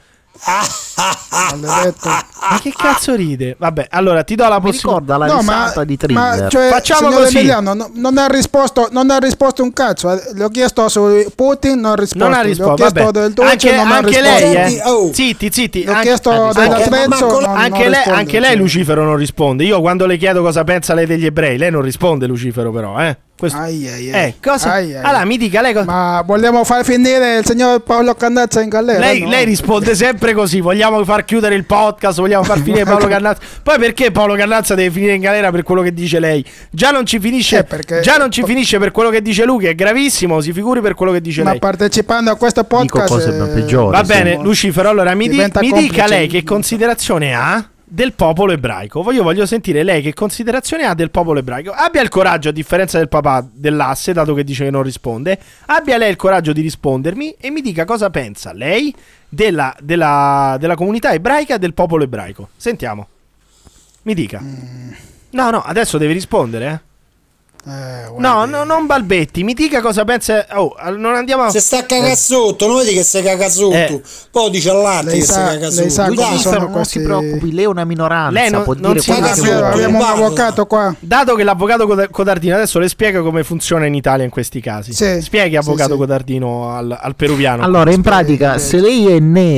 Maledetto. Ma che cazzo ride? Vabbè, allora ti do la Mi possibilità. ricorda la No, ma, risata di ma Thriller. cioè, Facciamo signor così. Emiliano, no- non ha risposto, non ha risposto un cazzo. eh. Le ho chiesto su Putin, non ha risposto. Non ha Le ho risposto, chiesto vabbè. del dolce, Anche, non ha anche risposto. lei, Senti, eh. oh. Zitti, zitti. Le ho Anche, chiesto anche- dell'attrezzo, ma- non, anche non lei, risponde, anche lei cioè. Lucifero non risponde. Io quando le chiedo cosa pensa lei degli ebrei, lei non risponde, Lucifero, però, eh. Questo... Ai, ai, ai. Eh, cosa? Ai, ai. Allora, mi dica lei cosa... Ma vogliamo far finire il signor Paolo Cannazza in galera? Lei, no? lei risponde sempre così. Vogliamo far chiudere il podcast, vogliamo far finire Paolo Cannazza. Poi perché Paolo Cannazza deve finire in galera per quello che dice lei? Già non ci finisce, Eh, perché- già non ci finisce per quello che dice lui, che è gravissimo. Si figuri per quello che dice Ma lei. partecipando a questo Dico podcast cose eh, ben peggiori. Va bene, insomma, Lucifero, allora mi, di- diventa mi complice. dica lei che considerazione ha del popolo ebraico. Io voglio sentire lei che considerazione ha del popolo ebraico. Abbia il coraggio, a differenza del papà dell'asse, dato che dice che non risponde, abbia lei il coraggio di rispondermi e mi dica cosa pensa lei della, della, della comunità ebraica e del popolo ebraico. Sentiamo. Mi dica. Mm. No, no, adesso devi rispondere, eh. eh, No, no, non balbetti, mi dica cosa pensa. Oh, non andiamo a... Se sta a cagare sotto, non vedi che sei caga sotto. Eh. Poi dice all'altro Lei che si sa- caga lei sa sotto. come Dai, sono non questi- si preoccupi, lei è una minoranza, Lei non- può non dire si quello caga che sotto. vuole. abbiamo un Guarda. avvocato qua. Dato che l'avvocato Cod- Codardino adesso le spiego come funziona in Italia in questi casi. Sì, Spieghi, sì, avvocato sì. Codardino, al, al peruviano. Allora, in pratica, se lei è nero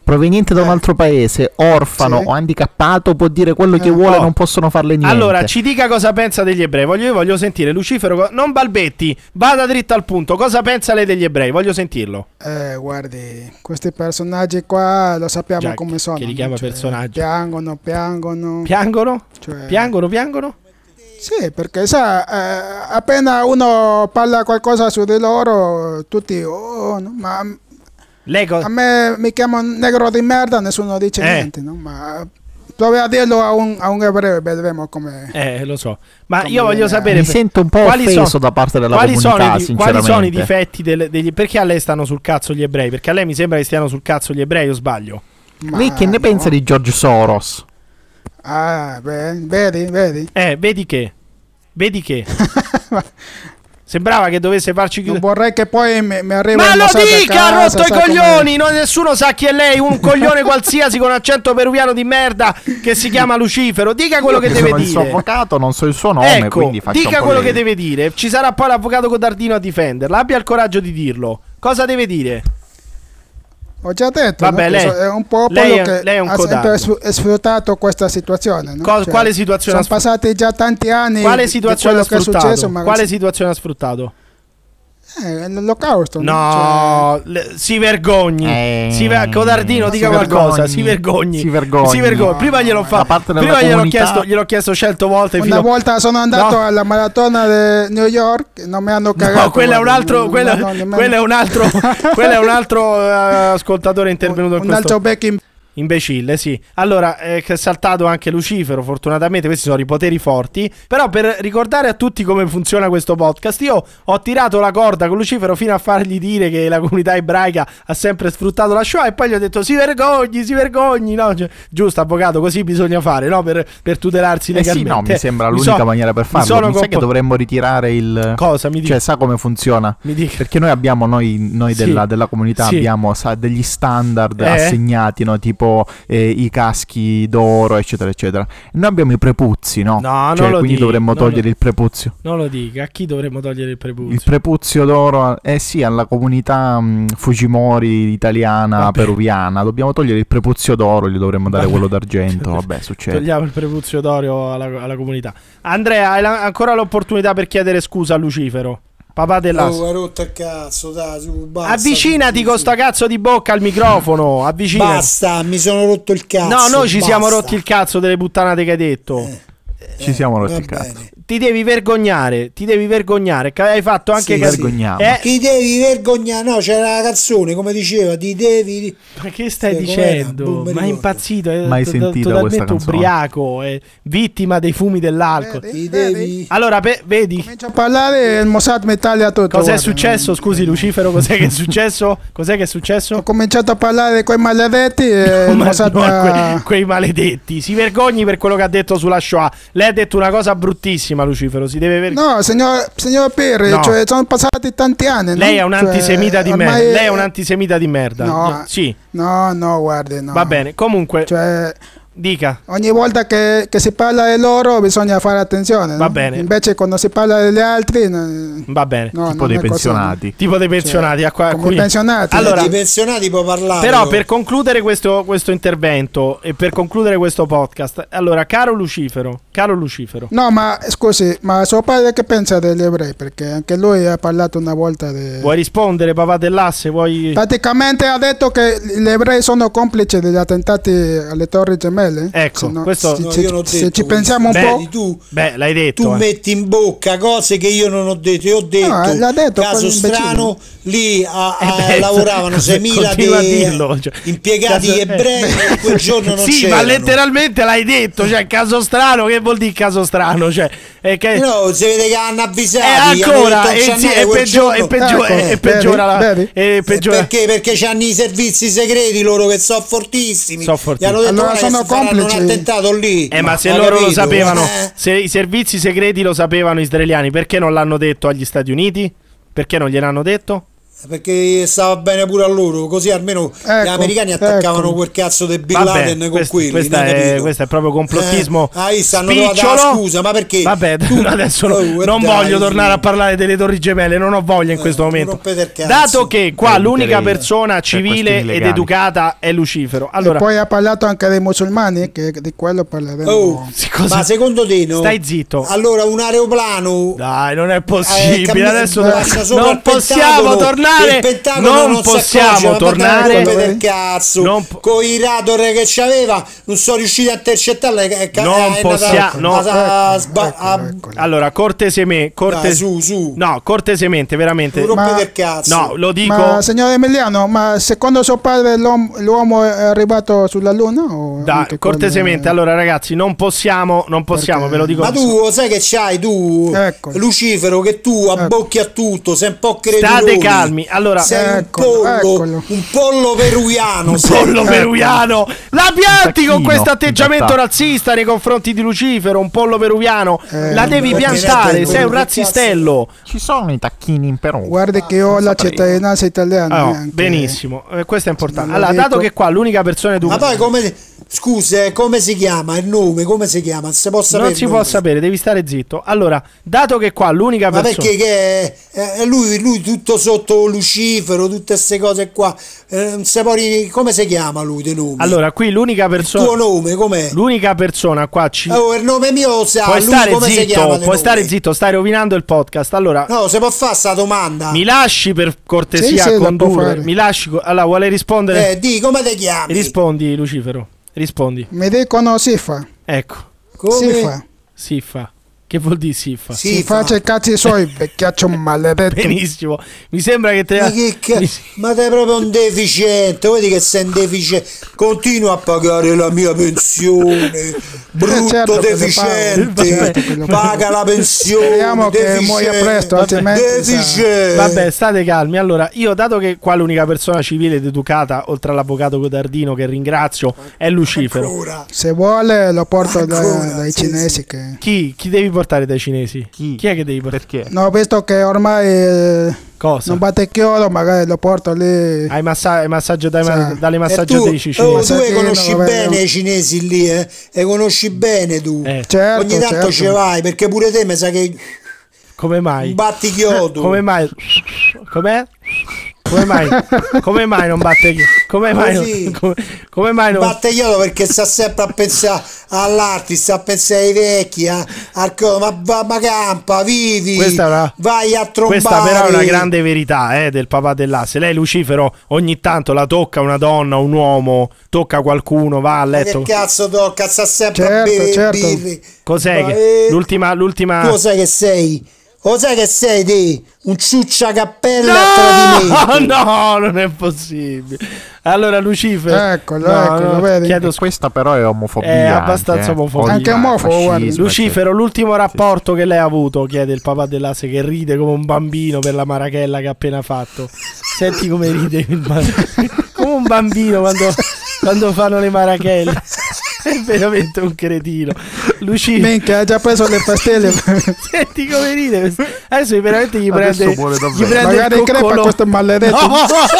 proveniente da un altro paese, orfano Sì. o handicappato, può dire quello che Eh. vuole, Oh. non possono farle niente. Allora, ci dica cosa pensa degli ebrei. Voglio, io voglio sentire Lucifero. co- Non balbetti, vada dritto al punto. Cosa pensa lei degli ebrei? Voglio sentirlo. Eh, guardi, questi personaggi qua lo sappiamo Già, come sono. che li chiama no? Cioè, personaggi. Piangono, piangono. Piangono? Cioè- Piangono, piangono? Sì, perché sa, eh, appena uno parla qualcosa su di loro, tutti, oh, no, ma Lei co- a me mi chiamano negro di merda, nessuno dice Eh. niente, no? Ma provi a dirlo a un, a un ebreo e vedremo come... Eh, lo so. Ma Come io voglio viene- sapere. Mi sento un po' quali offeso sono- da parte della quali comunità, sono i, di- sinceramente. Quali sono i difetti del- degli. Perché a lei stanno sul cazzo gli ebrei? Perché a lei mi sembra che stiano sul cazzo gli ebrei, o sbaglio? Ma Lei che ne no. pensa di George Soros? Ah, beh, vedi, vedi? Eh, vedi che. Vedi che. Sembrava che dovesse farci Non chiudere. vorrei che poi mi, mi arriva Ma il lo Mossad a dica, casa, ha rotto i sa come- coglioni! Non, nessuno sa chi è lei, un coglione qualsiasi con accento peruviano di merda che si chiama Lucifero. Dica quello che Io deve sono il suo dire. avvocato, non so il suo nome, Ecco, quindi faccio dica un po' quello lei. che deve dire. Ci sarà poi l'avvocato Codardino a difenderla. Abbia il coraggio di dirlo. Cosa deve dire? Ho già detto, Vabbè, no? lei- Che so- è un popolo lei è- che lei è un ha codardo. sempre sfru- sfruttato questa situazione. No? Co- Cioè, quale situazione Sono ha sfruttato? passati già tanti anni. Quale di situazione ha quello che è sfruttato? successo, ma Quale situazione ha sfruttato? eh, l'olocausto. No, le- si vergogni. Eh, si ver- Codardino, si dica qualcosa. vergogni. Si vergogni. Si vergogni. Si vergogni. Prima gliel'ho Da fatto. parte della Prima gliel'ho comunità- chiesto, gliel'ho chiesto cento volte. Una fino- volta sono andato No. alla maratona di New York e non mi hanno cagato. No, quello è un guarda, altro, non- quello, non- nemmeno- quello è un altro, quello è un altro eh, ascoltatore intervenuto in un questo. altro becco Imbecille, sì. Allora, eh, che è saltato anche Lucifero, fortunatamente, questi sono i poteri forti. Però per ricordare a tutti come funziona questo podcast, io ho tirato la corda con Lucifero fino a fargli dire che la comunità ebraica ha sempre sfruttato la Shoah, e poi gli ho detto si vergogni, si vergogni, no? Cioè, giusto, avvocato, così bisogna fare, no? Per, per tutelarsi Eh sì, legalmente. no, mi sembra Mi l'unica so- maniera per mi farlo. sono Mi sa che compo- dovremmo ritirare il... Cosa? Mi dica. Cioè, sa come funziona? Mi dica. Perché noi abbiamo, noi, noi Sì. della, della comunità Sì. abbiamo sa, degli standard Eh? assegnati, no? Tipo eh, i caschi d'oro, eccetera, eccetera. Noi abbiamo i prepuzzi, no? No, non Cioè, lo quindi dica, dovremmo non togliere lo- il prepuzio. Non lo dica, a chi dovremmo togliere il prepuzio? Il prepuzio d'oro, eh sì, alla comunità mh, Fujimori italiana, Vabbè. peruviana. Dobbiamo togliere il prepuzio d'oro, gli dovremmo dare Vabbè. quello d'argento. Vabbè, succede. Togliamo il prepuzio d'oro alla, alla comunità. Andrea, hai la- ancora l'opportunità per chiedere scusa a Lucifero. Papà dell'asso. Oh, hai rotto il cazzo, dai, su, basta. Avvicinati su, con su. sta cazzo di bocca al microfono. Avvicinati. Basta, mi sono rotto il cazzo. No, noi ci basta. siamo rotti il cazzo delle puttanate che hai detto. Ci siamo rotti va il cazzo. bene. Ti devi vergognare, ti devi vergognare. Che hai fatto anche Sì, che- sì. Vergogniamo. Eh, Ti devi vergognare, no, c'era la canzone, come diceva, ti devi... ma che stai Sì, dicendo? com'era? Boh, mi Ma è ricordo. impazzito, è Mai to- sentita totalmente questa canzone. ubriaco, è vittima dei fumi dell'alcol. Ti devi... Allora, pe- vedi Comincia a parlare e il Mossad mi taglia tutto. cos'è guarda. successo? Scusi Lucifero, cos'è che è successo? Cos'è che è successo? Ho cominciato a parlare di quei maledetti e il Ma Mossad no, mi ha- que- quei maledetti, si vergogni per quello che ha detto sulla Shoah. Lei ha detto una cosa bruttissima, Lucifero, si deve vergognare. No, signor, signor Pirri, No. cioè, sono passati tanti anni. Lei no? è un Cioè, antisemita di ormai- merda. Lei è un antisemita di merda. No. Sì, No, no, guardi, no. va bene. Comunque, Cioè, dica. ogni volta che, che si parla di loro bisogna fare attenzione. Va no? bene. Invece quando si parla degli altri... no, Va bene. no, Tipo non dei è così. pensionati. Tipo dei pensionati. a qua- a Come cui- i pensionati. Allora, I pensionati può parlare. però per concludere questo, questo intervento e per concludere questo podcast, allora, caro Lucifero, caro Lucifero, No, ma scusi, ma suo padre che pensa degli ebrei? Perché anche lui ha parlato una volta di... vuoi rispondere, papà dell'asse? Vuoi... Praticamente ha detto che gli ebrei sono complici degli attentati alle Torri Gemelle. Ecco, Se no- questo- se, No, se- io non ho se detto ci questo. pensiamo un Beh, po'... Tu, Beh, l'hai detto. tu eh. metti in bocca cose che io non ho detto. Io ho detto, No, l'ha detto caso quell'imbecille. strano, lì a, a- Eh beh, lavoravano seimila continua a di- dirlo, cioè, impiegati caso- ebrei eh. e quel giorno non sì, c'erano. ma letteralmente l'hai detto, cioè caso strano, che vuol dire caso strano? Cioè, è che... No, si vede che hanno avvisato. E gli hanno ancora, detto, e, "C'hanno sì, e quel peggio- e giorno". peggio- Ecco, e peggiora la... vedi, e Eh, peggiora- Perché? Perché hanno i servizi segreti loro che sono fortissimi. So Gli fortissimi. hanno detto Allora "Guarda che sono si faranno complici". un attentato lì. Eh, ma se Hai loro lo capito? sapevano, Eh? se i servizi segreti lo sapevano israeliani, perché non l'hanno detto agli Stati Uniti? Perché non gliel'hanno detto? Perché stava bene pure a loro, così almeno Ecco, gli americani attaccavano ecco. quel cazzo di Bin Vabbè, Laden con questo, quelli. questa non hai è, capito? questo è proprio complottismo Eh, ah, io stanno dovendo spicciolo. dare scusa, ma perché? Vabbè, Tu- adesso no- Oh, non dai, voglio sì. tornare a parlare delle Torri Gemelle, non ho voglia in questo momento. rompete il cazzo. Dato che qua Eh, l'unica direi- persona per civile questioni ed legali. educata è Lucifero. E Allora, poi ha parlato anche dei musulmani, che di quello parleremo. Oh, sì, cosa- ma secondo te no? stai zitto. Allora un aeroplano Dai, non è eh, possibile. cammi- Adesso passa sopra non il possiamo Pentagono, tornare. il Pentagono Non non si possiamo accorge, ma tornare. guardate del cazzo Non po- con i radar che c'aveva non sono riusciti a intercettarla. È, è, Non è possia- andata no. a- a sba- a- Allora, cortesemente, corte- Dai, su, su. no, cortesemente, veramente. Tu rompi Ma- del cazzo. No, lo dico. Ma signor Emiliano, ma secondo suo padre l'uomo, l'uomo è arrivato sulla luna? O Da, anche cortesemente, quello- allora ragazzi, non possiamo, non possiamo, Perché- ve lo dico. Ma tu sai che c'hai tu Ecco. Lucifero, che tu abbocchi a tutto, sei un po' credulone. State calmi. Allora, sei Eccolo, un pollo, eccolo. un pollo peruviano. un sei. pollo peruviano. La pianti con tacchino, questo atteggiamento in realtà. razzista nei confronti di Lucifero, un pollo peruviano. Eh, La devi perché piantare, neanche sei un lui, che razzistello. Ci sono i tacchini in Perù. Guardi che ho la cittadinanza italiana. Ah, no, anche. benissimo, eh, questo è importante. Non lo Allora, dato dico. che qua l'unica persona Ma educata poi come scusa, eh, come si chiama il nome? Come si chiama? Non si può sapere. non si il può nome. sapere, devi stare zitto. Allora, dato che qua l'unica Ma persona perché che è, è lui, lui tutto sotto Lucifero, tutte queste cose qua. Eh, non si può ri- come si chiama lui di nome? Allora, qui l'unica il tuo persona nome com'è? l'unica persona qua ci Oh, il nome mio lo sa, puoi lui stare come si zitto, chiama? di puoi nome? stare zitto, stai rovinando il podcast. Allora, No, si può fare sta domanda? mi lasci per cortesia Sì, sì, la può condurre. fare. Mi lasci co- allora, vuole rispondere? Eh, di come ti chiami? Rispondi, Lucifero. Rispondi. Mi dicono Sifa. Ecco. Come? Sifa. Siffa. Che vuol dire Siffa? Sì, Si faccia i cazzi suoi, vecchiaccio maledetto. Benissimo. Mi sembra che te Ma, che ca- mi- ma sei proprio un deficiente, vedi che sei un deficiente, continua a pagare la mia pensione, brutto certo che lo deficiente, pago, certo che lo pago. paga la pensione, Speriamo che deficiente, muoia presto, altrimenti deficiente. Vabbè, state calmi. Allora, io dato che qua l'unica persona civile ed educata, oltre all'avvocato Cotardino che ringrazio, è Lucifero. Ancora. Se vuole lo porto da- Ancora, dai sì, cinesi sì. che... Chi? Chi devi portare dai cinesi? Chi? Chi è che devi portare? Perché? No, visto che ormai eh, Cosa? non batte chiodo, magari lo porto lì. Hai massa- massaggio dai, Sa. dalle E massaggio tu, dei cinesi. oh, tu Massaggino, le conosci vabbè, bene no. i cinesi lì, eh? Le conosci bene tu. Eh, Certo, Ogni tanto certo. ci vai, perché pure te mi sa che come mai? batti chiodo. Come mai? Com'è? Come mai? Come mai non batte chi? Come mai non, Così. come, come mai non Batte chiodo perché sta sempre a pensare all'arte, sta a pensare ai vecchi, a- al co- ma, ma, ma campa, vivi, Questa è una- vai a trombare. Questa però è una grande verità eh, del papà dell'asse. Lei Lucifero ogni tanto la tocca una donna, un uomo, tocca qualcuno, va a Ma letto. che cazzo tocca? Sta sempre a Certo, bere certo. birre. Cos'è Ma, che eh, l'ultima l'ultima Tu lo sai che sei? Lo sai che sei te? Un ciucciacappella a tradimento. No, non è possibile. Allora Lucifero. Eccolo, eccolo, vedi? chiedo scusa. Questa però è omofobia. È abbastanza anche, eh. omofobica. Anche omofobo, Fascismo, guarda. Lucifero, l'ultimo rapporto che lei ha avuto, chiede il papà dell'asse che ride come un bambino per la marachella che ha appena fatto. Senti come ride il bambino. Come un bambino quando, quando fanno le marachelle. È veramente un cretino. Lucifero. Minchia, ha già preso le pastelle. Senti come ride. Adesso veramente gli Adesso prende, vuole gli davvero. prende Magari il crepa coccolo. questo maledetto. No!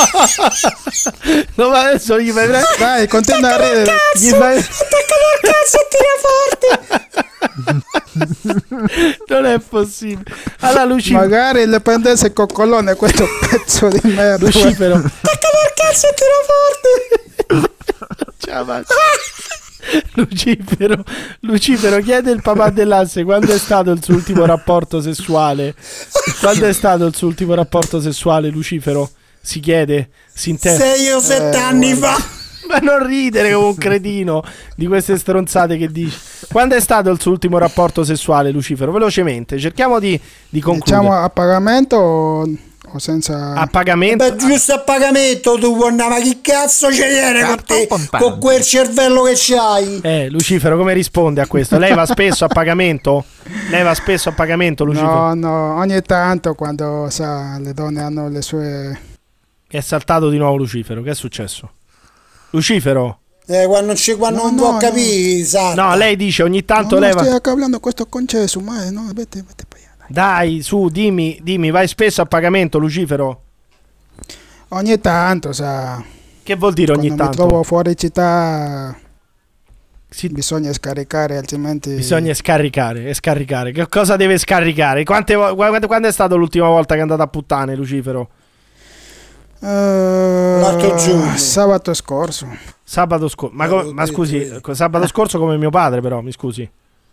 No, ma adesso gli fai prendere. Dai, continua a ridere. Gli fai... Attaccalo al cazzo e tira forte. Non è possibile. Allora Lucifero. Magari le prendesse il coccolone questo pezzo di merda. Lucifero. Attaccalo al cazzo e tira forte. Ciao, ma- Lucifero, Lucifero chiede il papà dell'asse quando è stato il suo ultimo rapporto sessuale. Quando è stato il suo ultimo rapporto sessuale, Lucifero? Si chiede, si intende. Sei o sette Eh, anni fa. Ma non ridere come un cretino di queste stronzate che dici. Quando è stato il suo ultimo rapporto sessuale, Lucifero? Velocemente, cerchiamo di, di concludere. Diciamo a pagamento o, o senza... A pagamento. Beh, giusto a pagamento tu buona, ma chi cazzo ce viene con te? Con quel cervello che c'hai? Eh, Lucifero, come risponde a questo? Lei va spesso a pagamento? Lei va spesso a pagamento, Lucifero? No, no, ogni tanto quando sa le donne hanno le sue... È saltato di nuovo Lucifero, che è successo? Lucifero? Eh, quando, c'è, quando No, non no, può no. capire, sa. No, lei dice ogni tanto no, lei no, va... stai parlando questo concesso, ma no, vete, vete per allá. Dai, su, dimmi, dimmi, vai spesso a pagamento, Lucifero? Ogni tanto, sa. Che vuol dire ogni Quando tanto? mi trovo fuori città si... bisogna scaricare, altrimenti... Bisogna scaricare e scaricare. Che cosa deve scaricare? Quante vo- quando, quando è stato l'ultima volta che è andato a puttane, Lucifero? Uh, L'altro giorno. Sabato scorso. Sabato scorso. Ma, co- ma scusi, sabato scorso come mio padre però, mi scusi.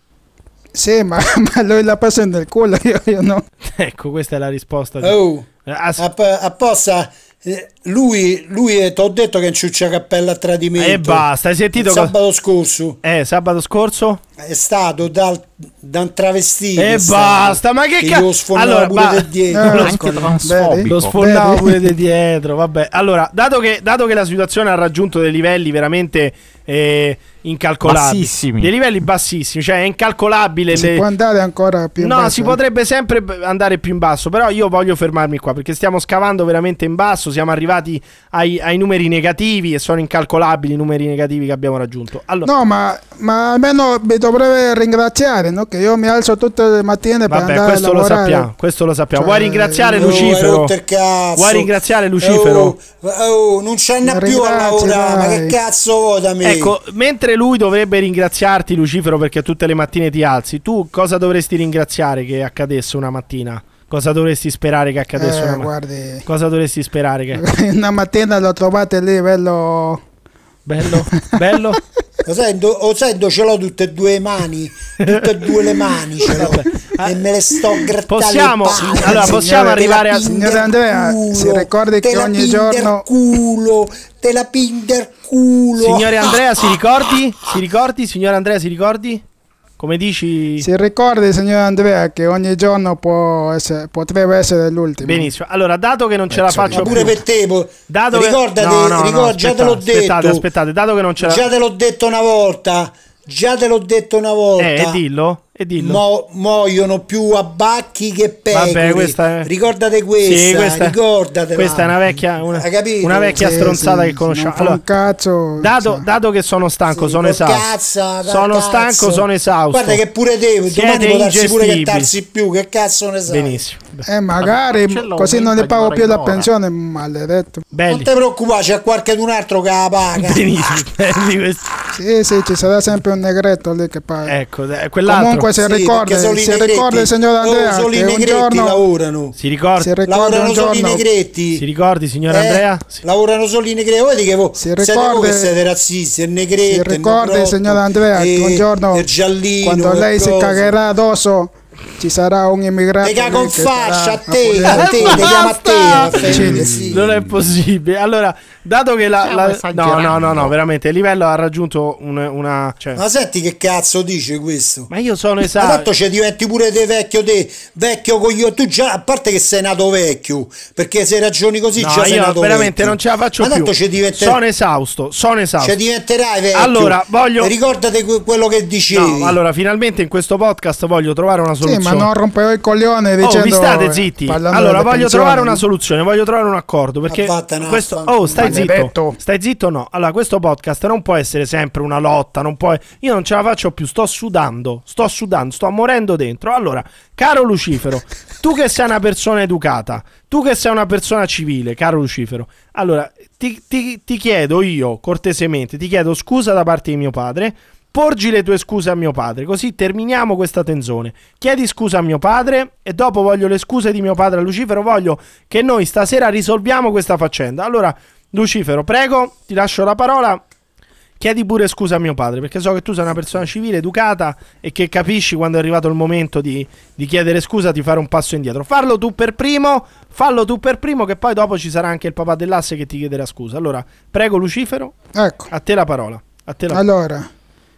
Sì, ma, ma lui la passa nel culo, io, io no. Ecco, questa è la risposta. Di... Oh, As- app- apposta, eh, lui, lui ti ho detto che non ciuccia cappella a tradimento. E basta, hai sentito? Il co- sabato scorso Eh, sabato scorso? è stato dal, da un travestito. E è stato, basta, ma che che cazzo? io sfondavo Allora, pure ma- da dietro. Eh, Anche scusa, transfobico. vedi? Lo sfondavo Vedi? pure di dietro, vabbè. Allora, dato che, dato che la situazione ha raggiunto dei livelli veramente eh, incalcolabili, Bassissimi. dei livelli bassissimi, cioè è incalcolabile. Si le- può andare ancora più in No, basso, si eh? potrebbe sempre b- andare più in basso, però io voglio fermarmi qua perché stiamo scavando veramente in basso, siamo arrivati ai, ai numeri negativi e sono incalcolabili i numeri negativi che abbiamo raggiunto. Allora, No, ma, ma almeno mi dovrebbe ringraziare, no? Che io mi alzo tutte le mattine per vabbè, andare questo a lo lavorare. sappiamo, questo lo sappiamo. Cioè, Vuoi ringraziare Oh, hai Lucifero? rotto il cazzo. Vuoi ringraziare Lucifero? Oh, oh, non c'è ne Ma più a ringrazio, lavorare, ma dai. che cazzo vuoi da me? Ecco, mentre lui dovrebbe ringraziarti Lucifero perché tutte le mattine ti alzi, tu cosa dovresti ringraziare che accadesse una mattina? Cosa dovresti sperare che accadesse Eh, una mattina? guardi, Cosa dovresti sperare che... una mattina lo trovate lì, bello... Bello? Bello? Lo sento, lo sento, ce l'ho tutte e due le mani, tutte e due le mani ce l'ho e me le sto grattando. Possiamo- le palle, allora, signore, possiamo te la arrivare a- pinder Signore Andrea, culo, si ricordi te che la ogni pinder giorno- culo, te la pinder culo. Signore Andrea, si ricordi? Si ricordi? Signore Andrea, si ricordi? Come dici? Si ricordi, signor Andrea, che ogni giorno può essere, potrebbe essere l'ultimo. Benissimo. Allora, dato che non ce la faccio Ma pure più, per te, po- dato che- ricordati, no, no, no, ricorda, già te l'ho aspettate, aspettate, detto. aspettate, dato che non ce la... Già te l'ho detto una volta, già te l'ho detto una volta. Eh, e dillo, e dillo. Mo- muoiono più abbacchi che pecore. Vabbè, questa è... Ricordate questa, Sì, questa, ricordatela. questa è una vecchia, una, Hai capito? una vecchia Sì, stronzata sì, che conosciamo. non fa Allora, un cazzo, dato, sì. dato che sono stanco, Sì, sono col esausto. cazzo, dal sono cazzo. stanco, sono esausto. Guarda che pure te, Siete domani può darsi pure che ingestibili. tarsi più, che cazzo ne sai? Benissimo. Eh, magari Ce l'ho, così non aumenta ne pago di più ora la in ora. pensione, maledetto. Non Belli. ti preoccupare, c'è qualcun altro che la paga. Benissimo. belli questi. Sì, sì, ci sarà sempre un negretto lì che paga. Ecco, eh, quell'altro. Comunque si Sì, ricorda, perché sono i si negretti. ricorda il signor Andrea Oh, solo i che un negretti giorno lavorano. Si ricorda? si ricorda Lavorano un solo i giorno negretti. Si ricordi, signor Eh, Andrea? Sì. Lavorano solo i negretti. Vedi che voi Si siete ricorda- voi che siete razzisti, il negretto. si ricorda il il signor Andrea che un giorno il giallino, quando lei il si coso. cagherà addosso ci sarà un immigrato Te cago lì in che faccia a sarà te, a a te, pulire. ti chiamo a te. Basta! Raffaele, sì. Non è possibile. Allora, dato che la, Stiamo la- no, esagerando. no, no, no, veramente il livello ha raggiunto un- una cioè, Ma senti che cazzo dice questo? ma io sono Ma esausto. tanto ci diventi pure te vecchio te, vecchio coglione, tu già, a parte che sei nato vecchio, perché se ragioni così No, già sei io nato veramente vecchio. non ce la faccio Ma più. tanto ci diventer- Sono esausto, sono esausto. ci diventerai vecchio. Allora, voglio- Ricordate que- quello che dicevi. No, allora finalmente in questo podcast voglio trovare una Sì, soluzione. ma non romperò il coglione Oh, dicendo vi state zitti. parlando Allora, delle voglio pensioni. trovare una soluzione, voglio trovare un accordo. Perché Ma vattene a questo. fanculo. Oh, stai zitto. Maledetto. Stai zitto, no. Allora, questo podcast non può essere sempre una lotta. Non può... Io non ce la faccio più. Sto sudando. Sto sudando. Sto morendo dentro. Allora, caro Lucifero, tu che sei una persona educata, tu che sei una persona civile, caro Lucifero, allora ti, ti, ti chiedo io, cortesemente, ti chiedo scusa da parte di mio padre. Porgi le tue scuse a mio padre, così terminiamo questa tenzone. Chiedi scusa a mio padre e dopo voglio le scuse di mio padre a Lucifero. Voglio che noi stasera risolviamo questa faccenda. Allora, Lucifero, prego, ti lascio la parola. Chiedi pure scusa a mio padre, perché so che tu sei una persona civile, educata e che capisci quando è arrivato il momento di, di chiedere scusa, di fare un passo indietro. Farlo tu per primo, fallo tu per primo, che poi dopo ci sarà anche il papà dell'asse che ti chiederà scusa. Allora, prego Lucifero, Ecco, a te la parola. A te la allora,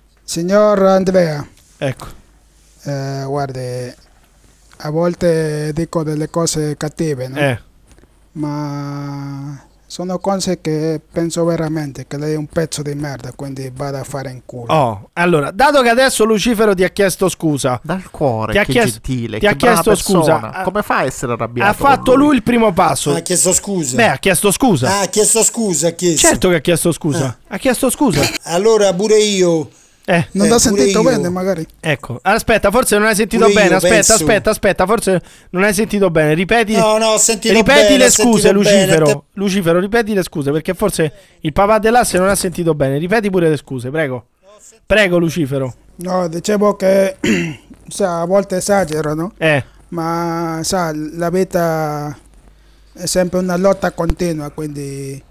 signor Andrea, Ecco. eh, guardi, a volte dico delle cose cattive, no? Eh. Ma sono cose che penso veramente che lei è un pezzo di merda, quindi vada a fare in culo. Oh, allora, dato che adesso Lucifero ti ha chiesto scusa, Dal cuore, ti ha che chiesto, gentile, ti ha che brava chiesto scusa, persona. ha- Come fa a essere arrabbiato? ha fatto con lui il primo passo. Ha chiesto scusa. Beh, ha chiesto scusa. Ah, ha chiesto scusa, ha chiesto. Certo che ha chiesto scusa. Ha chiesto scusa. Allora pure io Eh, non eh, l'ho sentito pure io. bene, magari. Ecco, aspetta, forse non hai sentito Pure bene. io Aspetta, penso- aspetta, aspetta, forse non hai sentito bene. Ripeti. No, no, ho sentito ripeti bene, le ho scuse, sentito Lucifero. bene. Lucifero, ripeti le scuse, perché forse il papà dell'asse non ha sentito bene. Ripeti pure le scuse, prego. Prego, Lucifero. No, dicevo che sa, a volte esagerano, Eh. ma sa, la vita è sempre una lotta continua, quindi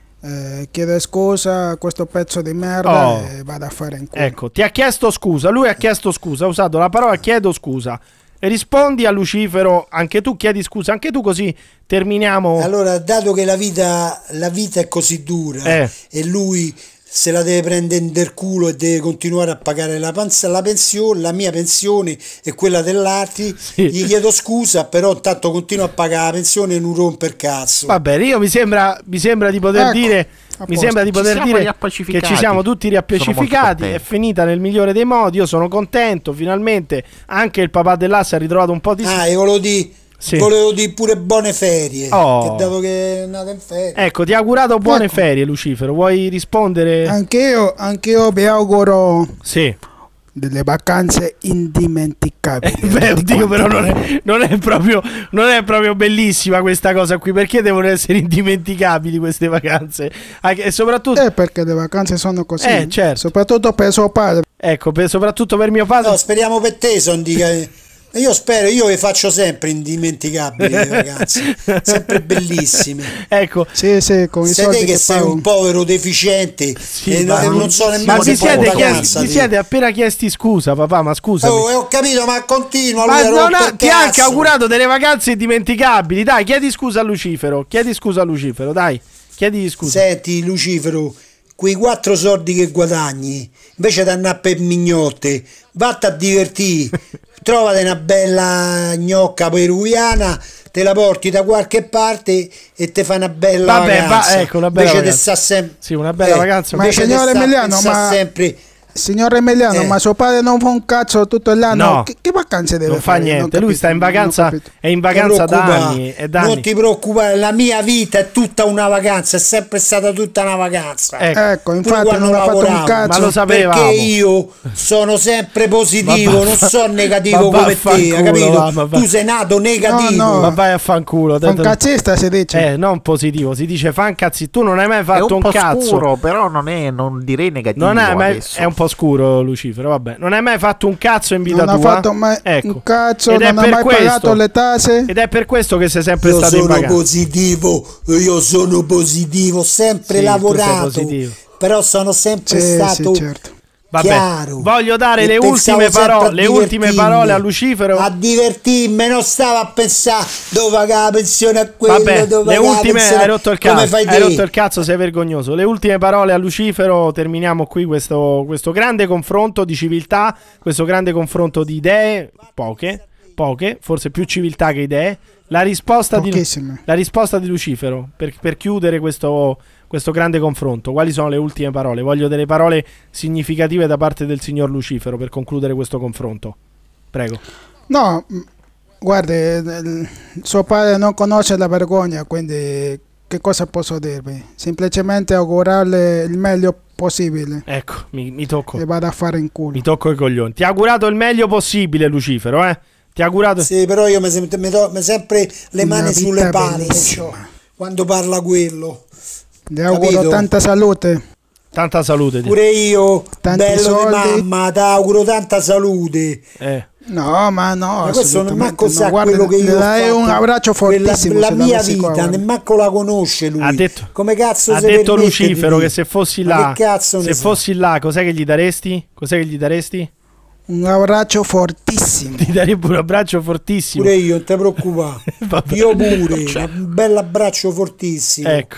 eh, chiedo scusa a questo pezzo di merda Oh. e vado a fare in culo. Ecco, ti ha chiesto scusa, lui ha chiesto scusa, ha usato la parola chiedo scusa. E rispondi a Lucifero, anche tu chiedi scusa, anche tu, così terminiamo. Allora, dato che la vita, la vita è così dura Eh. e lui se la deve prendere in del culo e deve continuare a pagare la, panza, la pensione, la mia pensione e quella dell'Arti, gli chiedo scusa, però intanto continuo a pagare la pensione e non rompe il cazzo. Va bene, io mi sembra, mi sembra di poter Ecco, dire, a mi posto. sembra di Ci poter siamo dire che riappacificati. ci siamo tutti Sono riappacificati. molto È finita nel migliore dei modi. Io sono contento. Finalmente anche il papà dell'asse ha ritrovato un po' di. Ah, e volevo dire Sì. volevo dire pure buone ferie, Oh. che dato che è nata in ferie. Ecco, ti ha augurato buone ferie, Lucifero. Vuoi rispondere? Anch'io, anch'io vi auguro Sì. delle vacanze indimenticabili. Beh, oddio, però non è, non è proprio, non è proprio bellissima questa cosa qui. Perché devono essere indimenticabili queste vacanze? Anche- E soprattutto. Eh, perché le vacanze sono così. Eh, certo. Soprattutto per suo padre. Ecco, per- soprattutto per mio padre. No, speriamo per te, son dica. Io spero, io le faccio sempre indimenticabili le vacanze, sempre bellissime. Ecco, sì, sì, con i Sai soldi te che, che sei pago. un povero deficiente e ma- non, non so nemmeno Ma se ti fai siete, vacanza. chiesti, ti te. siete appena chiesti scusa, papà, ma scusa. Oh, eh, ho capito, ma continua. Ma lui ha non rotto ha- il ti ha anche cazzo. augurato delle vacanze indimenticabili. Dai, chiedi scusa a Lucifero. Chiedi scusa a Lucifero, dai. Chiedigli scusa. Senti, Lucifero, quei quattro soldi che guadagni, invece di andare per mignotte, vatta a divertire. Trovate una bella gnocca peruviana, te la porti da qualche parte e te fa una bella Vabbè, va- vacanza. ecco, una bella invece di vacanza. sta sem- Sì, una bella eh, vacanza. Ma invece di signor sta- Emiliano, sta ma sempre signor Emiliano, Eh. ma suo padre non fa un cazzo tutto l'anno. No. Che, che vacanze deve Non fa fare? Non niente, lui capito, sta in non ho vacanza, capito. è in Non ti vacanza da preoccupare, anni, è da non anni. ti preoccupare, la mia vita è tutta una vacanza, è sempre stata tutta una vacanza. Ecco. Ecco, Pure infatti quando non ha fatto un lavoravo, cazzo. Ma lo sapevamo. perché io sono sempre positivo, Ma non va- sono negativo ma come te, vaffanculo, hai capito? va, ma va- Tu sei nato negativo. No, no. Ma vai a fanculo. Un cazzista si dice. Eh, non positivo, si dice fan cazzi. Tu non hai mai È fatto un un, po' cazzo. scuro, però non è, non direi negativo. Non hai mai, adesso. è un po' scuro, Lucifero. Vabbè, non hai mai fatto un cazzo in vita Non ha tua. fatto mai Ecco. un cazzo, Ed è non ha per mai questo- pagato le tasse. Ed è per questo che sei sempre Io stato in sono vacanza. positivo, io sono positivo, ho sempre Sì, tu sei lavorato, positivo. però sono sempre Sì, stato sì, certo. Vabbè, chiaro. voglio dare E le pensavo ultime, sempre paro- a le ultime divertirmi, parole a Lucifero. a divertirmi, non stavo a pensare dove pagare la pensione a quello, Vabbè, dove le pagare la ultime pensione- hai rotto il come cazzo. fai Hai te? rotto il cazzo, sei vergognoso. Le ultime parole a Lucifero. Terminiamo qui questo, questo grande confronto di civiltà, questo grande confronto di idee, poche, poche, forse più civiltà che idee. La risposta di, Pochissime. la risposta di Lucifero per, per chiudere questo, questo grande confronto. Quali sono le ultime parole? Voglio delle parole significative da parte del signor Lucifero per concludere questo confronto. Prego. No, mh, guardi, il- suo padre non conosce la vergogna, quindi che cosa posso dirvi? Semplicemente augurarle il meglio possibile Ecco, mi, mi tocco. e vado a fare in culo. Mi tocco i coglioni. Ti ha augurato il meglio possibile, Lucifero, eh? Ti ha augurato. Sì, però io mi, sem- mi do mi sempre le Una mani vita sulle palle bellissima. quando parla quello. Le auguro Capito? tanta salute, Tanta salute. ti- Pure io, Tanti bello soldi. di mamma, ti auguro tanta salute. Eh. no, ma no, Ma questo non assolutamente manco no. sa Guarda, quello che io le ho darei fatto. un abbraccio Quella- fortissimo. la se mia l'avessi qua, vita, guarda. nemmeno la conosce lui. Ha detto, Come cazzo ha si detto permette di Lucifero dire? che se fossi Ma là, che cazzo ne se sa? fossi là, cos'è che gli daresti? Cos'è che gli daresti? Un abbraccio fortissimo. Ti darebbe un abbraccio fortissimo. Pure io, non ti preoccupare. Vabbè. Io pure, un bel abbraccio fortissimo. Ecco.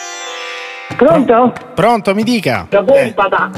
Pronto? Pronto, mi dica. Da pompata.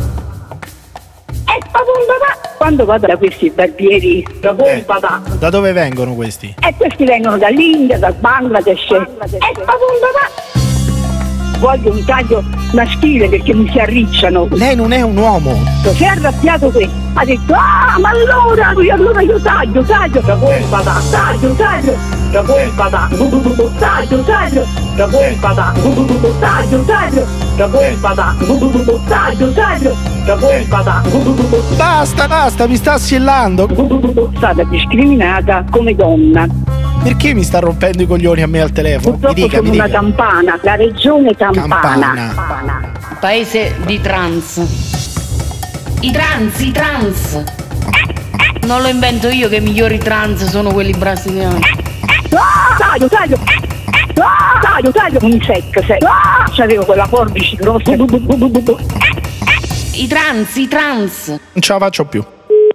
Eh, da pompata. Quando vado da questi barbieri, da pompata. Da dove vengono questi? E questi vengono dall'India, dal Bangladesh. E da pompata. Voglio un taglio maschile perché mi si arricciano. Lei non è un uomo. Si è arrabbiato qui. Ha detto, ah, ma allora, allora io taglio, taglio, da pompata, taglio, taglio. Travolpata, taglio, taglio, travolpata, taglio, taglio, travolpata, taglio, taglio, travolpata. Basta, basta, mi sta assillando. Stata discriminata come donna. Perché mi sta rompendo i coglioni a me al telefono? Purtroppo mi dica, sono mi dica. una campana, la regione campana. Campana. Paese di trans. I trans, i trans. Non lo invento io che i migliori trans sono quelli brasiliani. Ah, taglio, taglio. Ah, taglio, taglio. Un sec, sec. Ah, c'avevo quella forbice grossa. I trans, i trans. Non ce la faccio più.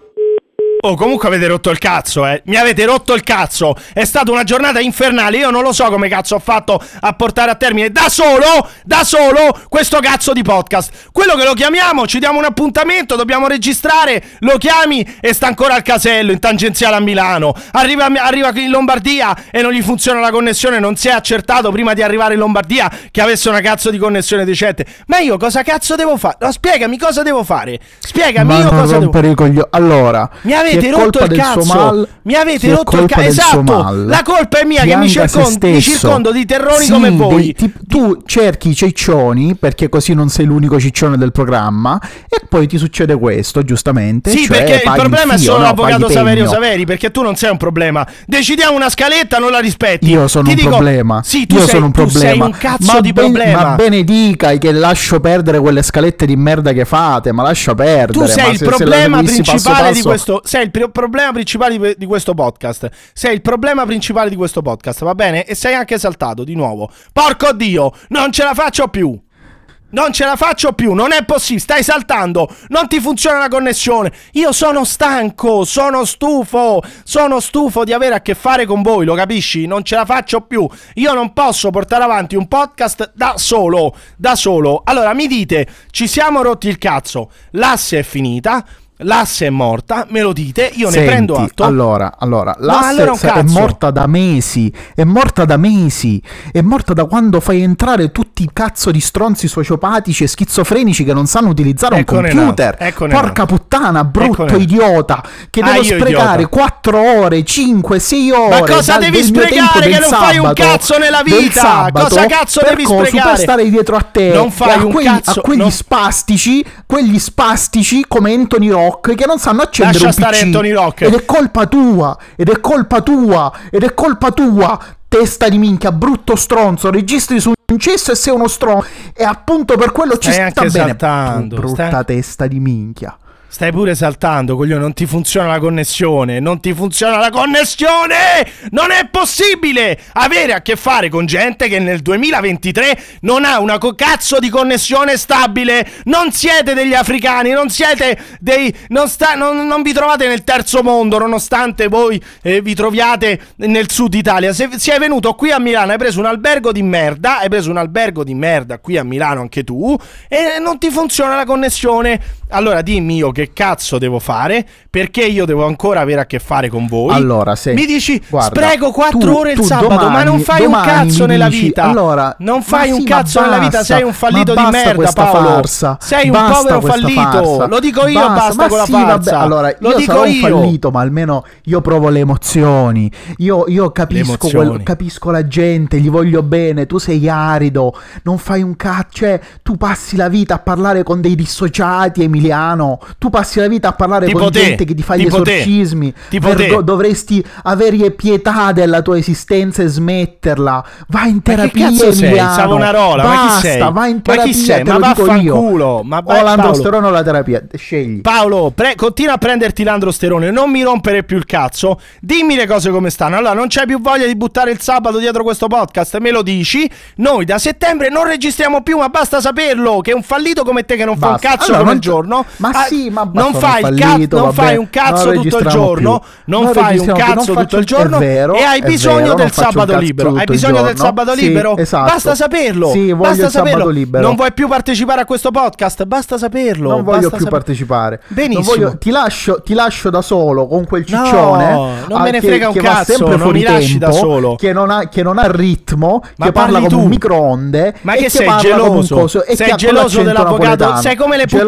Oh, comunque avete rotto il cazzo, eh. Mi avete rotto il cazzo. È stata una giornata infernale. Io non lo so come cazzo ho fatto a portare a termine da solo, da solo, questo cazzo di podcast. Quello che lo chiamiamo, ci diamo un appuntamento, dobbiamo registrare, lo chiami e sta ancora al casello, in tangenziale a Milano. Arriva, arriva in Lombardia e non gli funziona la connessione. Non si è accertato prima di arrivare in Lombardia che avesse una cazzo di connessione decente. Ma io cosa cazzo devo fare? No, spiegami cosa devo fare. Spiegami Ma io non cosa devo fare. Coglio... Allora, mi avete rotto il cazzo. Mal, mi avete rotto il cazzo. Esatto. La colpa è mia che mi circondo, mi circondo di terroni sì, come voi. Dei, ti, tu cerchi i ciccioni perché così non sei l'unico ciccione del programma e poi ti succede questo, giustamente. Sì, cioè, perché il problema il fio, è solo no, l'avvocato Saverio Saveri, perché tu non sei un problema. Decidiamo una scaletta, non la rispetti. Io sono ti un dico, problema. Sì, tu Io sei, sono un tu problema. sei un cazzo ma di ben, problema. Ma benedica che lascio perdere quelle scalette di merda che fate, ma lascia perdere. Tu sei ma il se, problema se principale passo passo... di questo. Sei il pr- problema principale di, di questo podcast. Sei il problema principale di questo podcast, va bene? E sei anche esaltato di nuovo. Porco Dio, non ce la faccio più. Non ce la faccio più, non è possibile, stai saltando, non ti funziona la connessione. Io sono stanco, sono stufo, sono stufo di avere a che fare con voi, lo capisci? Non ce la faccio più. Io non posso portare avanti un podcast da solo, da solo. Allora mi dite, ci siamo rotti il cazzo, l'asse è finita. L'asse è morta, me lo dite, io Senti, ne prendo atto. Allora, allora, l'asse no, allora è morta da mesi, è morta da mesi, è morta da quando fai entrare tutti i cazzo di stronzi sociopatici e schizofrenici che non sanno utilizzare Eccone un computer. No, Porca no. puttana, brutto Eccone idiota, che ah, devo sprecare idiota. quattro ore, cinque, sei ore. Ma cosa dal, devi sprecare che non sabato, fai un cazzo nella vita? Sabato, Cosa cazzo devi coso, sprecare? Per stare dietro a te, non fai a un quegli, cazzo, a quegli non... spastici, quegli spastici come Anthony Rock che non sanno accendere Lascia un stare P C. Anthony Rock. Ed è colpa tua, ed è colpa tua, ed è colpa tua, testa di minchia, brutto stronzo, registri su un cesso e sei uno stronzo. E appunto per quello Stai ci sta bene. Saltando. Brutta Stai... testa di minchia. Stai pure saltando, coglione, non ti funziona la connessione, non ti funziona la connessione! Non è possibile avere a che fare con gente che nel duemilaventitré non ha una co- cazzo di connessione stabile. Non siete degli africani, non siete dei... Non, sta, non, non vi trovate nel terzo mondo, nonostante voi eh, vi troviate nel sud Italia. Se sei venuto qui a Milano, hai preso un albergo di merda, hai preso un albergo di merda qui a Milano anche tu, e non ti funziona la connessione. Allora dimmi io che cazzo devo fare, perché io devo ancora avere a che fare con voi. Allora, se mi dici guarda, spreco quattro tu, ore il tu sabato, domani, ma non fai un cazzo nella dici, vita. Allora, non fai un sì, cazzo nella vita, sei un fallito di merda, Paolo. Farsa, sei un povero fallito. Farsa. Lo dico io, basta, basta con sì, la farsa. Vabbè, allora, lo io dico sarò io. un fallito, ma almeno io provo le emozioni. Io, io capisco, quel, capisco la gente, gli voglio bene. Tu sei arido, non fai un cazzo. Cioè, tu passi la vita a parlare con dei dissociati, Emiliano. Tu passi la vita a parlare tipo con te, gente che ti fa gli esorcismi. Tipo Vergo- dovresti avere pietà della tua esistenza e smetterla. Vai in terapia, ma che cazzo Emiliano. sei? Savonarola, Basta, ma chi sei? vai in terapia, ma chi sei? te Ma lo dico io. vaffanculo. Ma vai, o l'androsterone o la terapia, scegli. Paolo, pre- continua a prenderti l'androsterone, non mi rompere più il cazzo. Dimmi le cose come stanno. Allora, non c'hai più voglia di buttare il sabato dietro questo podcast, me lo dici? Noi da settembre non registriamo più, ma basta saperlo che un fallito come te che non fa Basta. un cazzo Allora, come non il giorno. Ma ah, sì, ma non fai, fallito, cazzo, non vabbè, fai un cazzo non tutto il giorno, più. non, non fai un cazzo più, tutto il faccio, giorno vero, e hai bisogno vero, del sabato libero. Hai bisogno del sabato sì, libero? Esatto. Basta saperlo. Sì, voglio basta il saperlo. sabato libero. Non vuoi più partecipare a questo podcast? Basta saperlo. Non voglio basta più saper- partecipare. Benissimo. Non voglio, ti, lascio, ti lascio da solo con quel ciccione. No, non me ne che, frega un che cazzo. Va sempre non fuori mi lasci tempo, da solo. Che non ha, che non ha ritmo. Ma che parla come tu. un microonde. Ma e che, che sei parla geloso? come un coso, e sei che geloso dell'avvocato? napoletano. Sei come le geloso, puttane. Sì,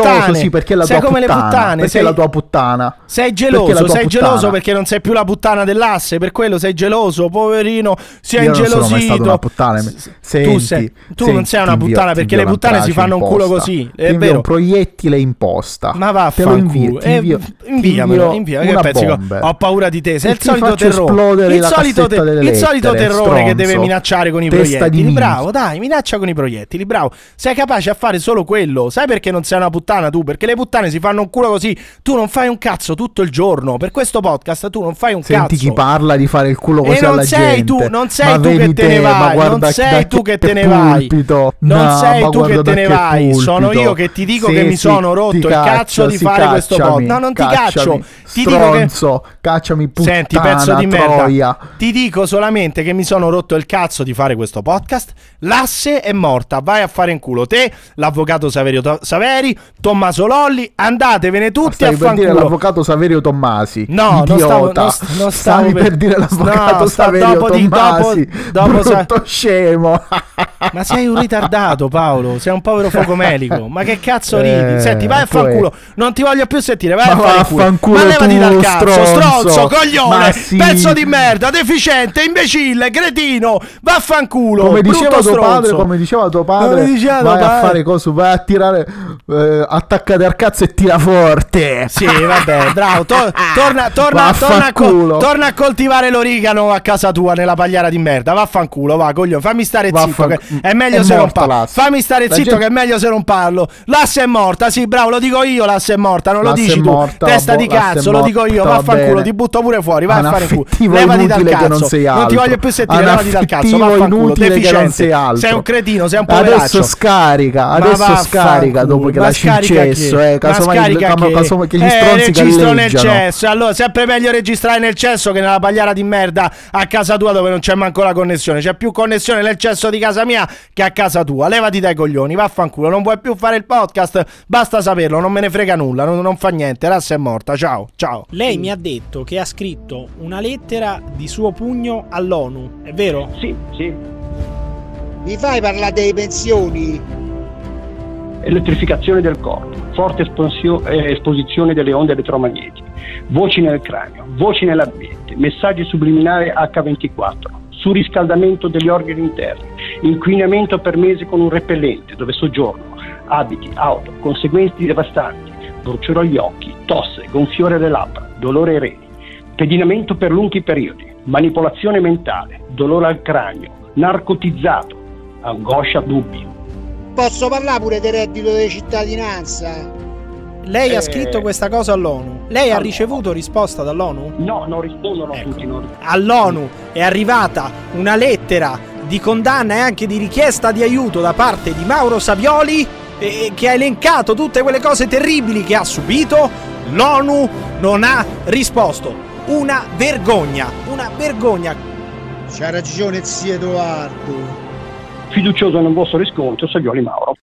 Sì, perché la sei tua come puttana, le puttane, perché sei la tua puttana. Sei Perché la geloso, tua sei puttana. geloso perché non sei più la puttana dell'asse, per quello sei geloso, poverino, si è Io non sono ingelosito. mai stato una puttana. Senti, tu sei, tu senti, non sei una ti invio- puttana ti perché invio le una puttane si trace fanno un culo imposta. così, Ti è invio vero. un proiettile imposta. Ma va a Te lo invio, fanculo. ti Eh, invio, inviamelo, ti invia, invio che una pezzi co- bomba. ho paura di te, sei E il ti solito faccio terrone. esplodere Il la solito, cassetta te- delle il solito lettere, terrone che deve stronzo. minacciare con i Testa di proiettili. minchia. Bravo, dai, minaccia con i proiettili, bravo. Sei capace a fare solo quello. Sai perché non sei una puttana tu? Perché le puttane si fanno un culo così. Tu non fai un cazzo tutto il giorno. Per questo podcast tu non fai un Senti cazzo. chi parla di fare il culo così E non alla sei gente. tu, non sei Ma tu che vedi te ne ma vai, guarda non da sei tu che che te ne vai. pulpito. Non No, sei ma tu che guarda te da ne che vai, pulpito. sono io che ti dico Sì, che mi sì, sono rotto ti il caccia, cazzo di sì, fare questo cacciami, podcast. No, non ti cacciami, caccio. Ti dico che stronzo, cacciami puttana, Senti, pezzo di merda. troia. Ti dico solamente che mi sono rotto il cazzo di fare questo podcast. L'asse è morta, vai a fare in culo te, l'avvocato Saverio To- Saveri, Tommaso Lolli, andatevene tutti Stavi a per dire fanculo. l'avvocato Saverio Tommasi. No, non stavo, idiota. non, st- non stavo Stavi per dire l'avvocato no, sta- Saverio dopo di- Tommasi. dopo, dopo sa- brutto scemo. Ma sei un ritardato, Paolo, sei un povero focomelico. Ma che cazzo ridi? Eh, Senti, vai a poi- fanculo. Non ti voglio più sentire, vai Ma a fare va il culo. a fanculo Ma levati tu, dal cazzo, stronzo. stronzo, coglione, Ma sì. pezzo di merda, deficiente, imbecille, cretino. Vaffanculo, Come brutto diceva tuo stronzo. padre, come diceva tuo padre, Come diceva tuo vai a padre. fare cosa, vai a tirare, eh, attaccati al cazzo e tira forte. Sì, vabbè, bravo. To- torna, torna, torna, a co- Vaffanculo. torna a coltivare l'origano a casa tua nella pagliara di merda. Vaffanculo, va, coglione. Fammi stare zitto. Vaffan- Che è meglio è se non morta parlo. l'asse. Fammi stare La zitto, gente- che è meglio se non parlo. L'asse è morta, sì, bravo, lo dico io. L'asse è morta, non lo L'asse dici è tu. morta, Testa vabbè, di l'asse è cazzo, lo dico io. morta, va Vaffanculo, bene. ti butto pure fuori. Vai Un a fare in culo. affettivo Levati dal inutile che cazzo. non sei Non ti altro. voglio più sentire. Un Levati dal cazzo. affettivo Vaffanculo, inutile che non deficiente. sei altro. Sei un cretino, sei un Adesso poveraccio. scarica, Ma adesso vaffanculo, scarica dopo che ma lasci il scarica cesso, che? eh, Ma casomai scarica cam- che? casomai che gli Eh, stronzi registro nel galleggiano. cesso. Allora, sempre meglio registrare nel cesso che nella pagliara di merda a casa tua dove non c'è manco la connessione. C'è più connessione nel cesso di casa mia che a casa tua. Levati dai coglioni, vaffanculo. Non vuoi più fare il podcast? Basta saperlo, non me ne frega nulla, non, non fa niente. Rassa è morta. Ciao, ciao. Lei mi ha detto che ha scritto una lettera di suo pugno all'ONU, è vero? Sì, sì. Mi fai parlare delle pensioni? Elettrificazione del corpo, forte espansio- eh, esposizione delle onde elettromagnetiche, voci nel cranio, voci nell'ambiente, messaggi subliminali acca ventiquattro, surriscaldamento degli organi interni, inquinamento per mesi con un repellente dove soggiorno, abiti, auto, conseguenze devastanti, bruciore agli occhi, tosse, gonfiore alle labbra, dolore ai reni, pedinamento per lunghi periodi, manipolazione mentale, dolore al cranio, narcotizzato, angoscia, dubbi. Posso parlare pure del reddito di cittadinanza? Lei Eh, ha scritto questa cosa all'ONU. Lei ha allora. ricevuto risposta dall'ONU? No, non rispondono Ecco. tutti. Non... All'ONU è arrivata una lettera di condanna e anche di richiesta di aiuto da parte di Mauro Savioli, eh, che ha elencato tutte quelle cose terribili che ha subito. L'ONU non ha risposto. Una vergogna, una vergogna. C'ha ragione zio Edoardo. Fiducioso nel vostro riscontro, Savioli Mauro.